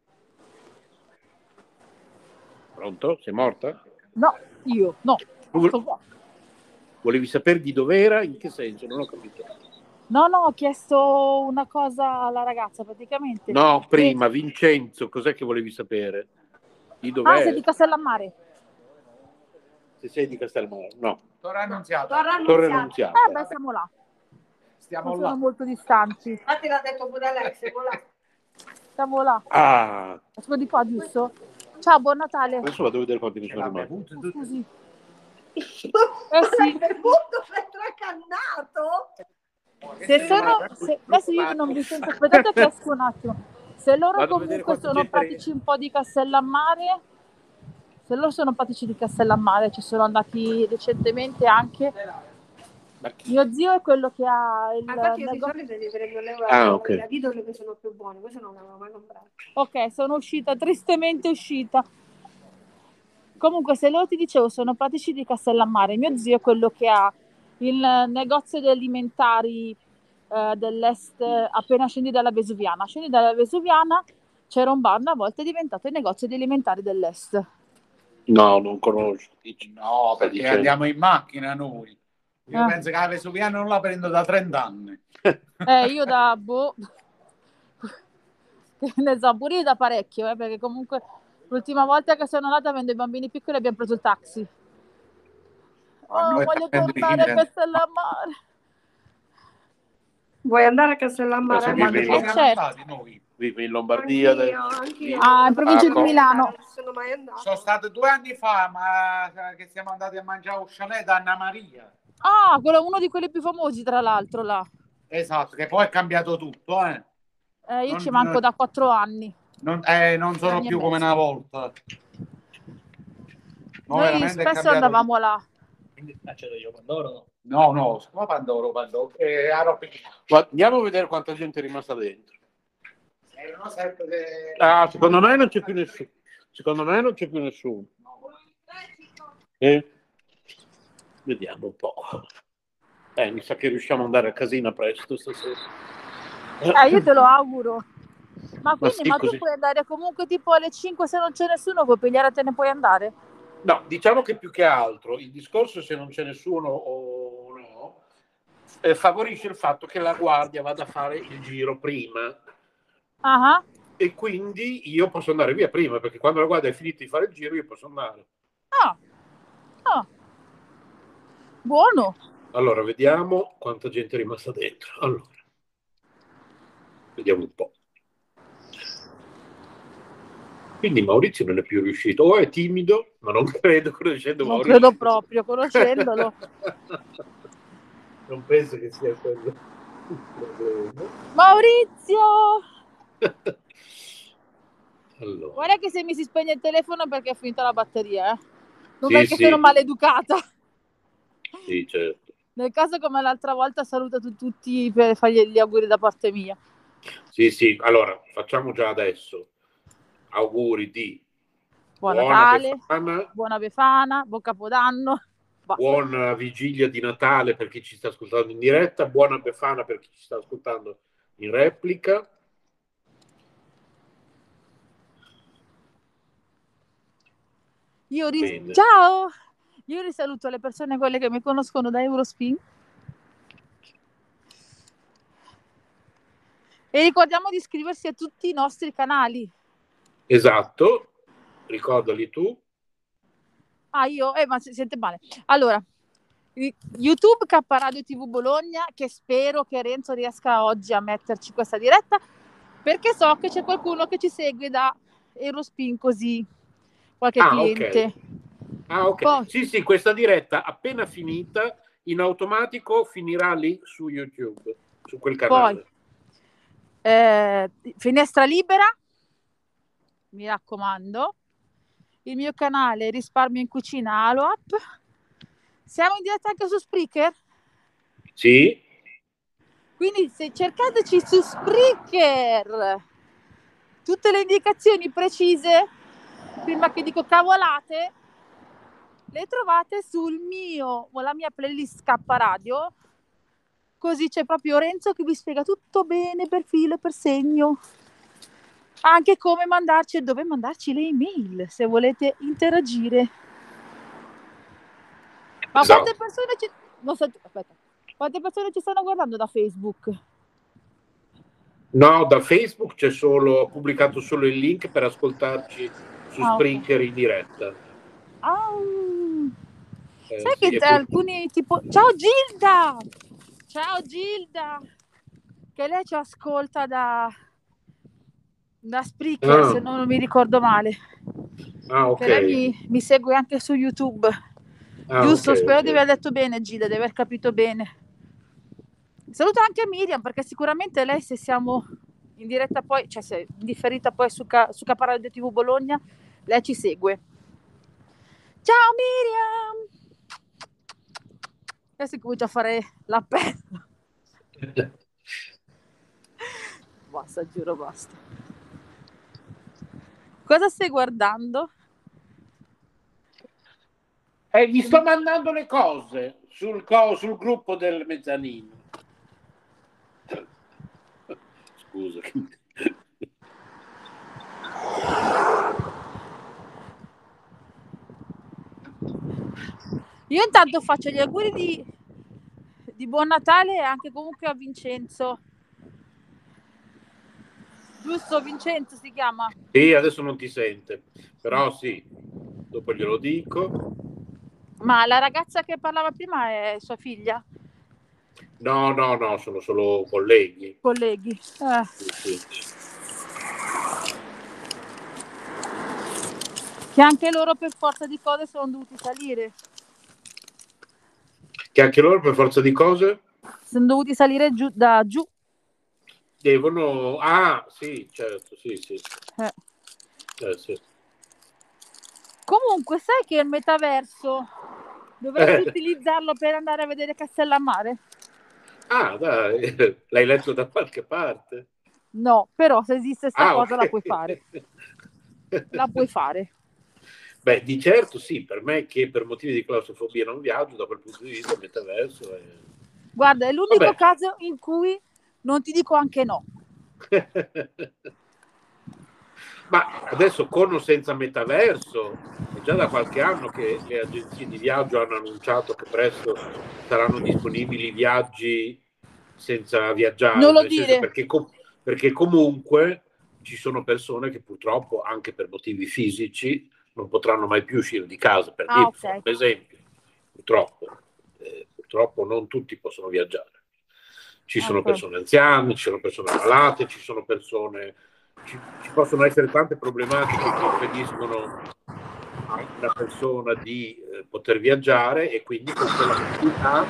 Pronto? Sei morta? No, io, no. Tu Sto qua. volevi sapere di dov'era? In che senso? Non ho capito. No, no, ho chiesto una cosa alla ragazza praticamente. No, E- prima, Vincenzo, cos'è che volevi sapere? Di Ah, dov'è? sei di Castellammare. Se sei di Castelmano, no. Torre Annunziata. Torre Torre Annunziata. Eh Annunziata. beh, siamo là. Stiamo Non là. sono molto distanti. Infatti l'ha detto pure Alex, siamo là. Siamo là. Ah, Sono di qua, giusto? Ciao, buon Natale. adesso vado a vedere quanti ne sono rimasti. Oh, scusi. Eh sì. Il punto retrocannato. Se sono, se, adesso io non vi sento, aspettate che esco un attimo. Se loro Vado a vedere comunque quanta sono gente- pratici un po' di Castellammare, se loro sono pratici di Castellammare, ci sono andati recentemente anche. Ma chi- Mio zio è quello che ha il Ah, infatti io di negozio. solito li prendo l'euro Ah, a ok. da Lidl che sono più buoni, questo non l'avevo mai comprato. Ok, sono uscita, tristemente uscita. Comunque, se loro ti dicevo sono pratici di Castellammare, mio zio è quello che ha il negozio di alimentari eh, dell'est eh, appena scendi dalla Vesuviana. Scendi dalla Vesuviana, c'era un bar, una volta è diventato il negozio di alimentari dell'est. No, non conosco. Dici. No, perché Dicendo. andiamo in macchina noi. Io Ah. penso che la Vesuviana non la prendo da trenta anni. Eh, io da boh, che ne so, pure io da parecchio, eh, perché comunque l'ultima volta che sono andata avendo i bambini piccoli abbiamo preso il taxi. Ma Oh, noi voglio prendo tornare a in- Castellammare. Vuoi andare a Castellammare? Cosa Quando vivi ci in siamo certo. andati noi? Vivi in Lombardia? Anch'io, adesso? anch'io. Ah, in provincia Ah, di co- Milano. Non sono mai andato. Sono stato due anni fa, ma che siamo andati a mangiare un chalet da Anna Maria. Ah, quello è uno di quelli più famosi, tra l'altro, là. Esatto, che poi è cambiato tutto, eh. Eh, io Non- ci manco da quattro anni. Non, eh, non sono Anni e più come mezzo. una volta. No, Noi veramente è spesso cambiato andavamo là. Quindi accedo io Pandoro? No, no, come Pandoro, Pandoro, eh, a roba che- Ma andiamo a vedere quanta gente è rimasta dentro. erano sempre- Ah, secondo me non c'è più nessuno. Secondo me non c'è più nessuno. Eh? Vediamo un po'. Eh, mi sa che riusciamo ad andare a casina presto stasera. Eh, io te lo auguro. Ma quindi, sì, ma, tu così. puoi andare comunque tipo alle cinque se non c'è nessuno, puoi pigliare e te ne puoi andare? No, diciamo che più che altro il discorso, se non c'è nessuno o no, eh, favorisce il fatto che la guardia vada a fare il giro prima. Ah, E quindi io posso andare via prima, perché quando la guardia è finita di fare il giro io posso andare. ah. Ah. Buono. Allora, vediamo quanta gente è rimasta dentro. Allora, vediamo un po'. Quindi Maurizio non è più riuscito, o è timido, ma non credo, conoscendo Non Maurizio. credo proprio, conoscendolo. Non penso che sia quello il problema. Maurizio! Allora, Guarda che se mi si spegne il telefono perché è finita la batteria, eh. Non Sì, è che sì. sono maleducata. sì, certo. Nel caso come l'altra volta saluto tu- tutti per fargli gli auguri da parte mia. Sì, sì, allora facciamo già adesso auguri di Buon buona Natale, Befana, buona Befana, buon Capodanno. Basta. buona vigilia di Natale per chi ci sta ascoltando in diretta, buona Befana per chi ci sta ascoltando in replica. Io ris- Bene. Ciao! Io risaluto le persone, quelle che mi conoscono da Eurospin. E ricordiamo di iscriversi a tutti i nostri canali. Esatto, ricordali tu. Ah, io? Eh, ma si sente male. Allora, YouTube K Radio T V Bologna, che spero che Renzo riesca oggi a metterci questa diretta, perché so che c'è qualcuno che ci segue da Eurospin, così, qualche Ah, cliente. ok. Ah, ok. Poi, Sì, sì, questa diretta appena finita, in automatico finirà lì su YouTube, su quel canale. poi eh, Finestra Libera, mi raccomando, il mio canale Risparmio in Cucina Aloap. Siamo in diretta anche su Spreaker? Sì. Quindi se cercateci su Spreaker, tutte le indicazioni precise, prima che dico cavolate, le trovate sul mio o la mia playlist K Radio, così c'è proprio Renzo che vi spiega tutto bene per filo e per segno, anche come mandarci e dove mandarci le email se volete interagire. Ma Esatto. quante persone ci... non so... Aspetta. Quante persone ci stanno guardando da Facebook? No, da Facebook c'è solo, ho pubblicato solo il link per ascoltarci su Ah, Spreaker okay. in diretta. Ah, Eh, sai sì, che e c'è poi- alcuni tipo... Ciao Gilda! Ciao Gilda! Che lei ci ascolta da, da Spreaker, Ah. se non mi ricordo male. Ah, Che lei ok. mi, mi segue anche su YouTube. Ah, Giusto? ok, Spero ok. di aver detto bene, Gilda, di aver capito bene. Saluto anche Miriam, perché sicuramente lei, se siamo in diretta poi, cioè se in differita poi su, Ca- su K Radio T V Bologna, lei ci segue. Ciao Miriam! Adesso comincio a fare l'appello. Basta, giuro, basta. Cosa stai guardando? Eh, gli sto mandando le cose sul, co- sul gruppo del mezzanino. Scusa. Io intanto faccio gli auguri di, di buon Natale anche comunque a Vincenzo. Giusto, Vincenzo si chiama? Sì, adesso non ti sente, però sì, dopo glielo dico. Ma la ragazza che parlava prima è sua figlia? No, no, no, sono solo colleghi. Colleghi. Eh. Sì, sì. Che anche loro per forza di cose sono dovuti salire. Che anche loro per forza di cose Sono dovuti salire giù, da giù. devono... Ah, sì, certo, sì, sì. Eh. Eh, sì. Comunque, sai che il metaverso dovresti Eh. utilizzarlo per andare a vedere Castellammare? Ah, dai, l'hai letto da qualche parte? No, però se esiste sta Ah, cosa ok. la puoi fare. La puoi fare. Beh, di certo sì, per me che per motivi di claustrofobia non viaggio, da quel punto di vista il metaverso è... Guarda, è l'unico Vabbè. caso in cui non ti dico anche no. Ma adesso con o senza metaverso è già da qualche anno che le agenzie di viaggio hanno annunciato che presto saranno disponibili viaggi senza viaggiare, Non lo nel senso dire. perché, com- perché comunque ci sono persone che purtroppo anche per motivi fisici non potranno mai più uscire di casa, per Ah, dire, ok. per esempio, purtroppo, eh, purtroppo non tutti possono viaggiare. Ci sono Ecco. persone anziane, ci sono persone malate, ci sono persone... Ci, ci possono essere tante problematiche che impediscono a una persona di eh, poter viaggiare e quindi con quella possibilità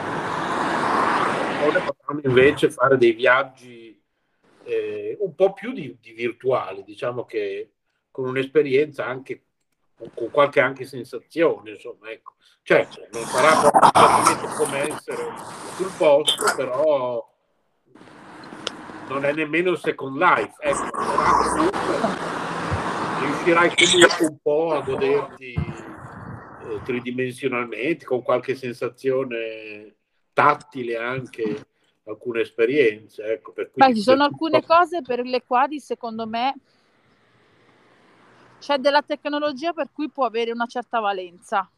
potranno invece fare dei viaggi eh, un po' più di, di virtuali, diciamo che con un'esperienza anche con, con qualche anche sensazione, insomma, ecco. Certo, non sarà proprio esattamente come essere sul posto, però non è nemmeno il Second Life, ecco, però comunque riuscirai comunque un po' a goderti eh, tridimensionalmente, con qualche sensazione tattile anche, alcune esperienze, ecco, per cui Beh, ci sono alcune po- cose per le quali secondo me c'è della tecnologia per cui può avere una certa valenza.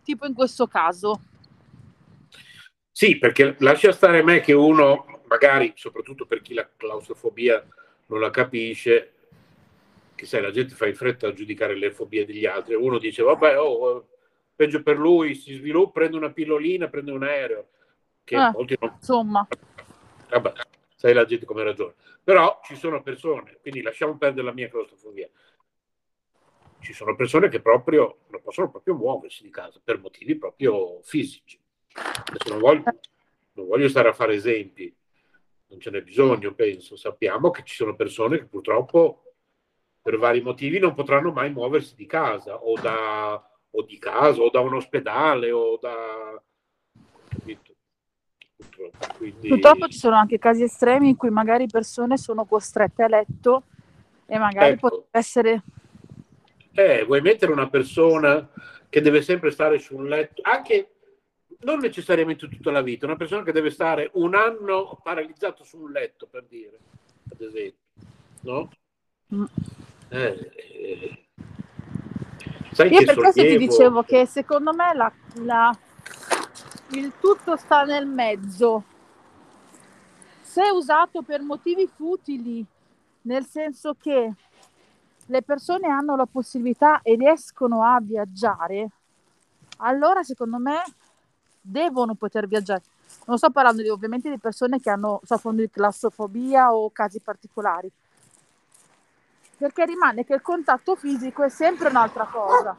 tipo in questo caso. Sì, perché lascia stare me che uno, magari, soprattutto per chi la claustrofobia non la capisce, che sai, la gente fa in fretta a giudicare le fobie degli altri. Uno dice, vabbè, oh, peggio per lui, si sviluppa, prende una pillolina, prende un aereo. Che Eh, molti non... Insomma. Vabbè, sai la gente come ragiona. Però ci sono persone, quindi lasciamo perdere la mia claustrofobia. Ci sono persone che proprio non possono proprio muoversi di casa per motivi proprio fisici. Adesso non voglio, non voglio stare a fare esempi, non ce n'è bisogno, penso. Sappiamo che ci sono persone che purtroppo per vari motivi non potranno mai muoversi di casa o da o di casa o da un ospedale o da capito? Purtroppo. Quindi... Purtroppo ci sono anche casi estremi in cui magari persone sono costrette a letto e magari ecco. potrebbe essere eh, vuoi mettere una persona che deve sempre stare su un letto, anche non necessariamente tutta la vita, una persona che deve stare un anno paralizzato su un letto, per dire, ad esempio, no? Mm. Eh, eh. Sai Io che per sollievo... questo ti dicevo che secondo me la, la, il tutto sta nel mezzo. Se usato per motivi futili, nel senso che le persone hanno la possibilità e riescono a viaggiare, allora secondo me devono poter viaggiare. Non sto parlando di, ovviamente di persone che hanno, soffrono di claustrofobia o casi particolari, perché rimane che il contatto fisico è sempre un'altra cosa.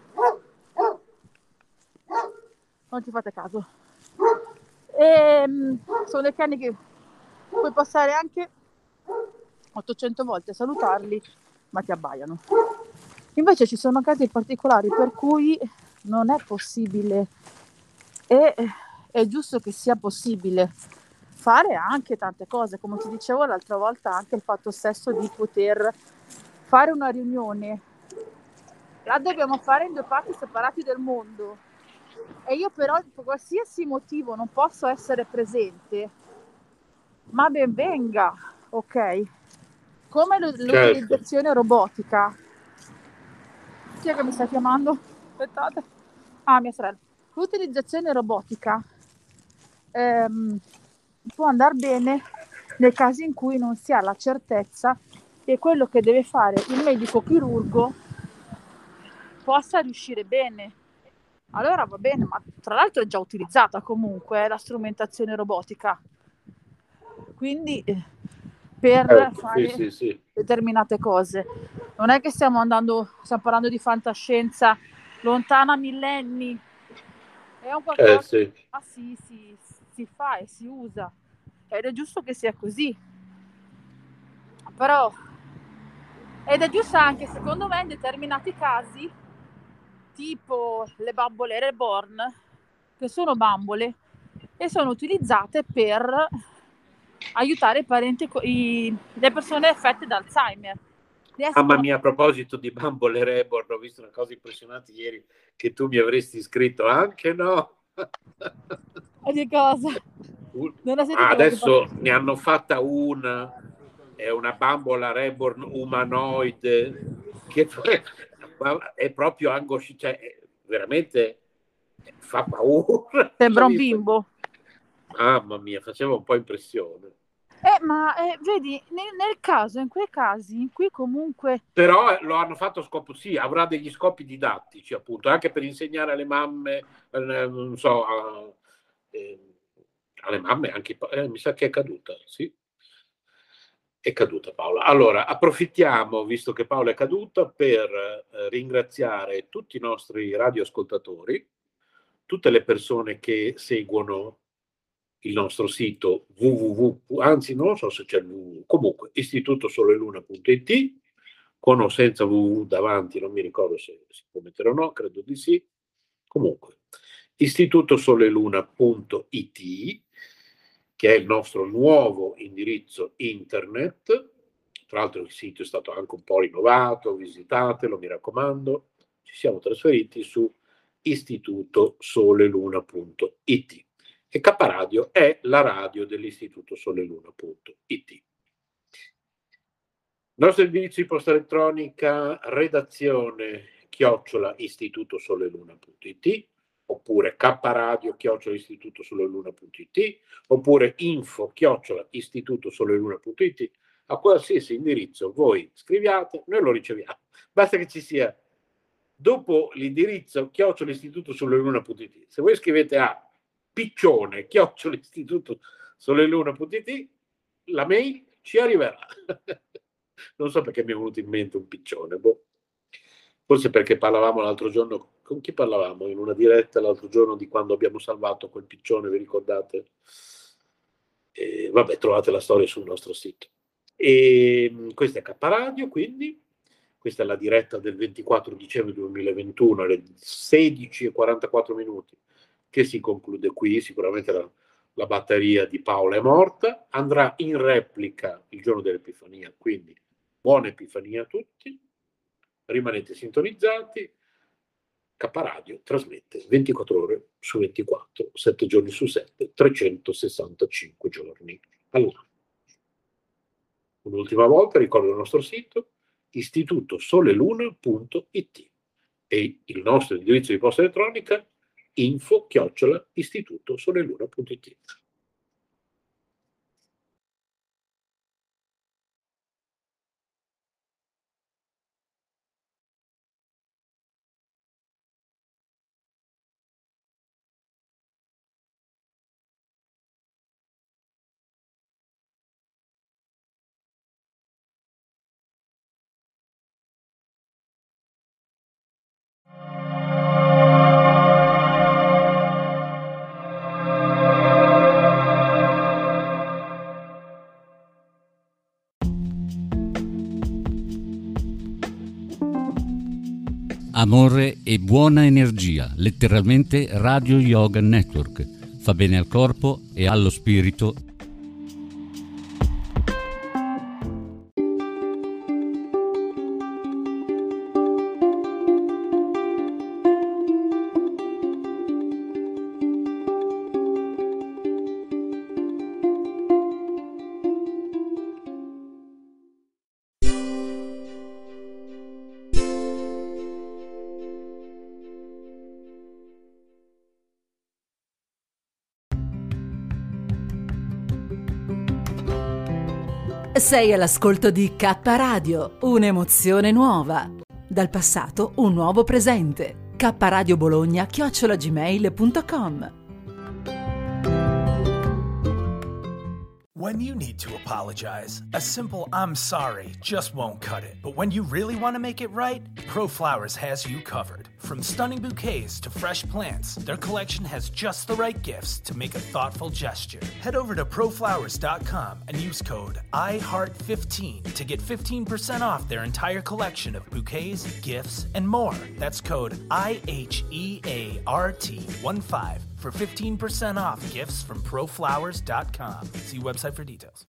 Non ci fate caso. E, sono dei cani che puoi passare anche ottocento volte a salutarli, ma ti abbaiano. Invece ci sono casi particolari per cui non è possibile, e è giusto che sia possibile fare anche tante cose, come ti dicevo l'altra volta, anche il fatto stesso di poter fare una riunione, la dobbiamo fare in due parti separati del mondo, e io però per qualsiasi motivo non posso essere presente, ma ben venga, ok? Come l- l'utilizzazione certo. robotica. Chi è che mi sta chiamando? Aspettate. Ah, mia sorella. L'utilizzazione robotica ehm, può andare bene nei casi in cui non si ha la certezza che quello che deve fare il medico chirurgo possa riuscire bene. Allora va bene, ma tra l'altro è già utilizzata comunque eh, la strumentazione robotica. Quindi eh, per Eh, fare sì, sì, sì. determinate cose. Non è che stiamo andando, stiamo parlando di fantascienza lontana millenni. È un qualcosa Eh, sì. che ah, si, si, si fa e si usa. Ed è giusto che sia così. Però ed è giusto anche, secondo me, in determinati casi, tipo le bambole reborn, che sono bambole e sono utilizzate per aiutare i parenti, i, le persone affette da Alzheimer. Riescono... Mamma mia, a proposito di bambole reborn, ho visto una cosa impressionante ieri che tu mi avresti scritto, anche no? Di cosa? Non ho Ah, adesso ne hanno fatta una, è una bambola reborn umanoide che è proprio angosci, cioè veramente fa paura. Sembra un bimbo. Mamma mia, faceva un po' impressione. Eh, ma eh, vedi, nel, nel caso, in quei casi in cui comunque... Però eh, lo hanno fatto a scopo, sì, avrà degli scopi didattici, appunto, anche per insegnare alle mamme, eh, non so, a, eh, alle mamme anche, eh, mi sa che è caduta, sì. È caduta Paola. Allora, approfittiamo, visto che Paola è caduta, per eh, ringraziare tutti i nostri radioascoltatori, tutte le persone che seguono il nostro sito www, anzi non so se c'è il www, comunque istitutosoleluna punto it, con o senza www davanti, non mi ricordo se si può mettere o no, credo di sì. Comunque, istitutosoleluna punto it, che è il nostro nuovo indirizzo internet. Tra l'altro il sito è stato anche un po' rinnovato, visitatelo, mi raccomando. Ci siamo trasferiti su istitutosoleluna punto it. E K Radio è la radio dell'Istituto Soleluna punto it. Il nostro indirizzo di posta elettronica redazione chiocciola istitutosoleluna punto it. oppure kradio chiocciola istituto soleluna punto it, oppure info chiocciola istituto soleluna punto it. A qualsiasi indirizzo voi scriviate, noi lo riceviamo. Basta che ci sia dopo l'indirizzo chiocciola istituto soleluna punto it. Se voi scrivete a piccione chiocciola istituto soleluna punto it, la mail ci arriverà. Non so perché mi è venuto in mente un piccione, boh. Forse perché parlavamo l'altro giorno, con chi parlavamo? In una diretta l'altro giorno di quando abbiamo salvato quel piccione, vi ricordate? E, vabbè, trovate la storia sul nostro sito. E questa è K Radio, quindi questa è la diretta del ventiquattro dicembre duemilaventuno alle sedici e quarantaquattro minuti, che si conclude qui. Sicuramente la, la batteria di Paola è morta, andrà in replica il giorno dell'Epifania, quindi buona Epifania a tutti, rimanete sintonizzati. K Radio trasmette ventiquattro ore su ventiquattro, sette giorni su sette, trecentosessantacinque giorni all'anno. Un'ultima volta ricordo il nostro sito istituto soleluna punto it e il nostro indirizzo di posta elettronica info chiocciola istituto soleluna punto it. Amore e buona energia, letteralmente Radio Yoga Network. Fa bene al corpo e allo spirito. Sei all'ascolto di K Radio, un'emozione nuova. Dal passato un nuovo presente. K Radio Bologna chiocciola gmail punto com. When you need to apologize, a simple I'm sorry just won't cut it. But when you really want to make it right, ProFlowers has you covered. From stunning bouquets to fresh plants, their collection has just the right gifts to make a thoughtful gesture. Head over to pro flowers dot com and use code I heart fifteen to get fifteen percent off their entire collection of bouquets, gifts, and more. That's code I H E A R T one five for fifteen percent off gifts from pro flowers dot com. See website for details.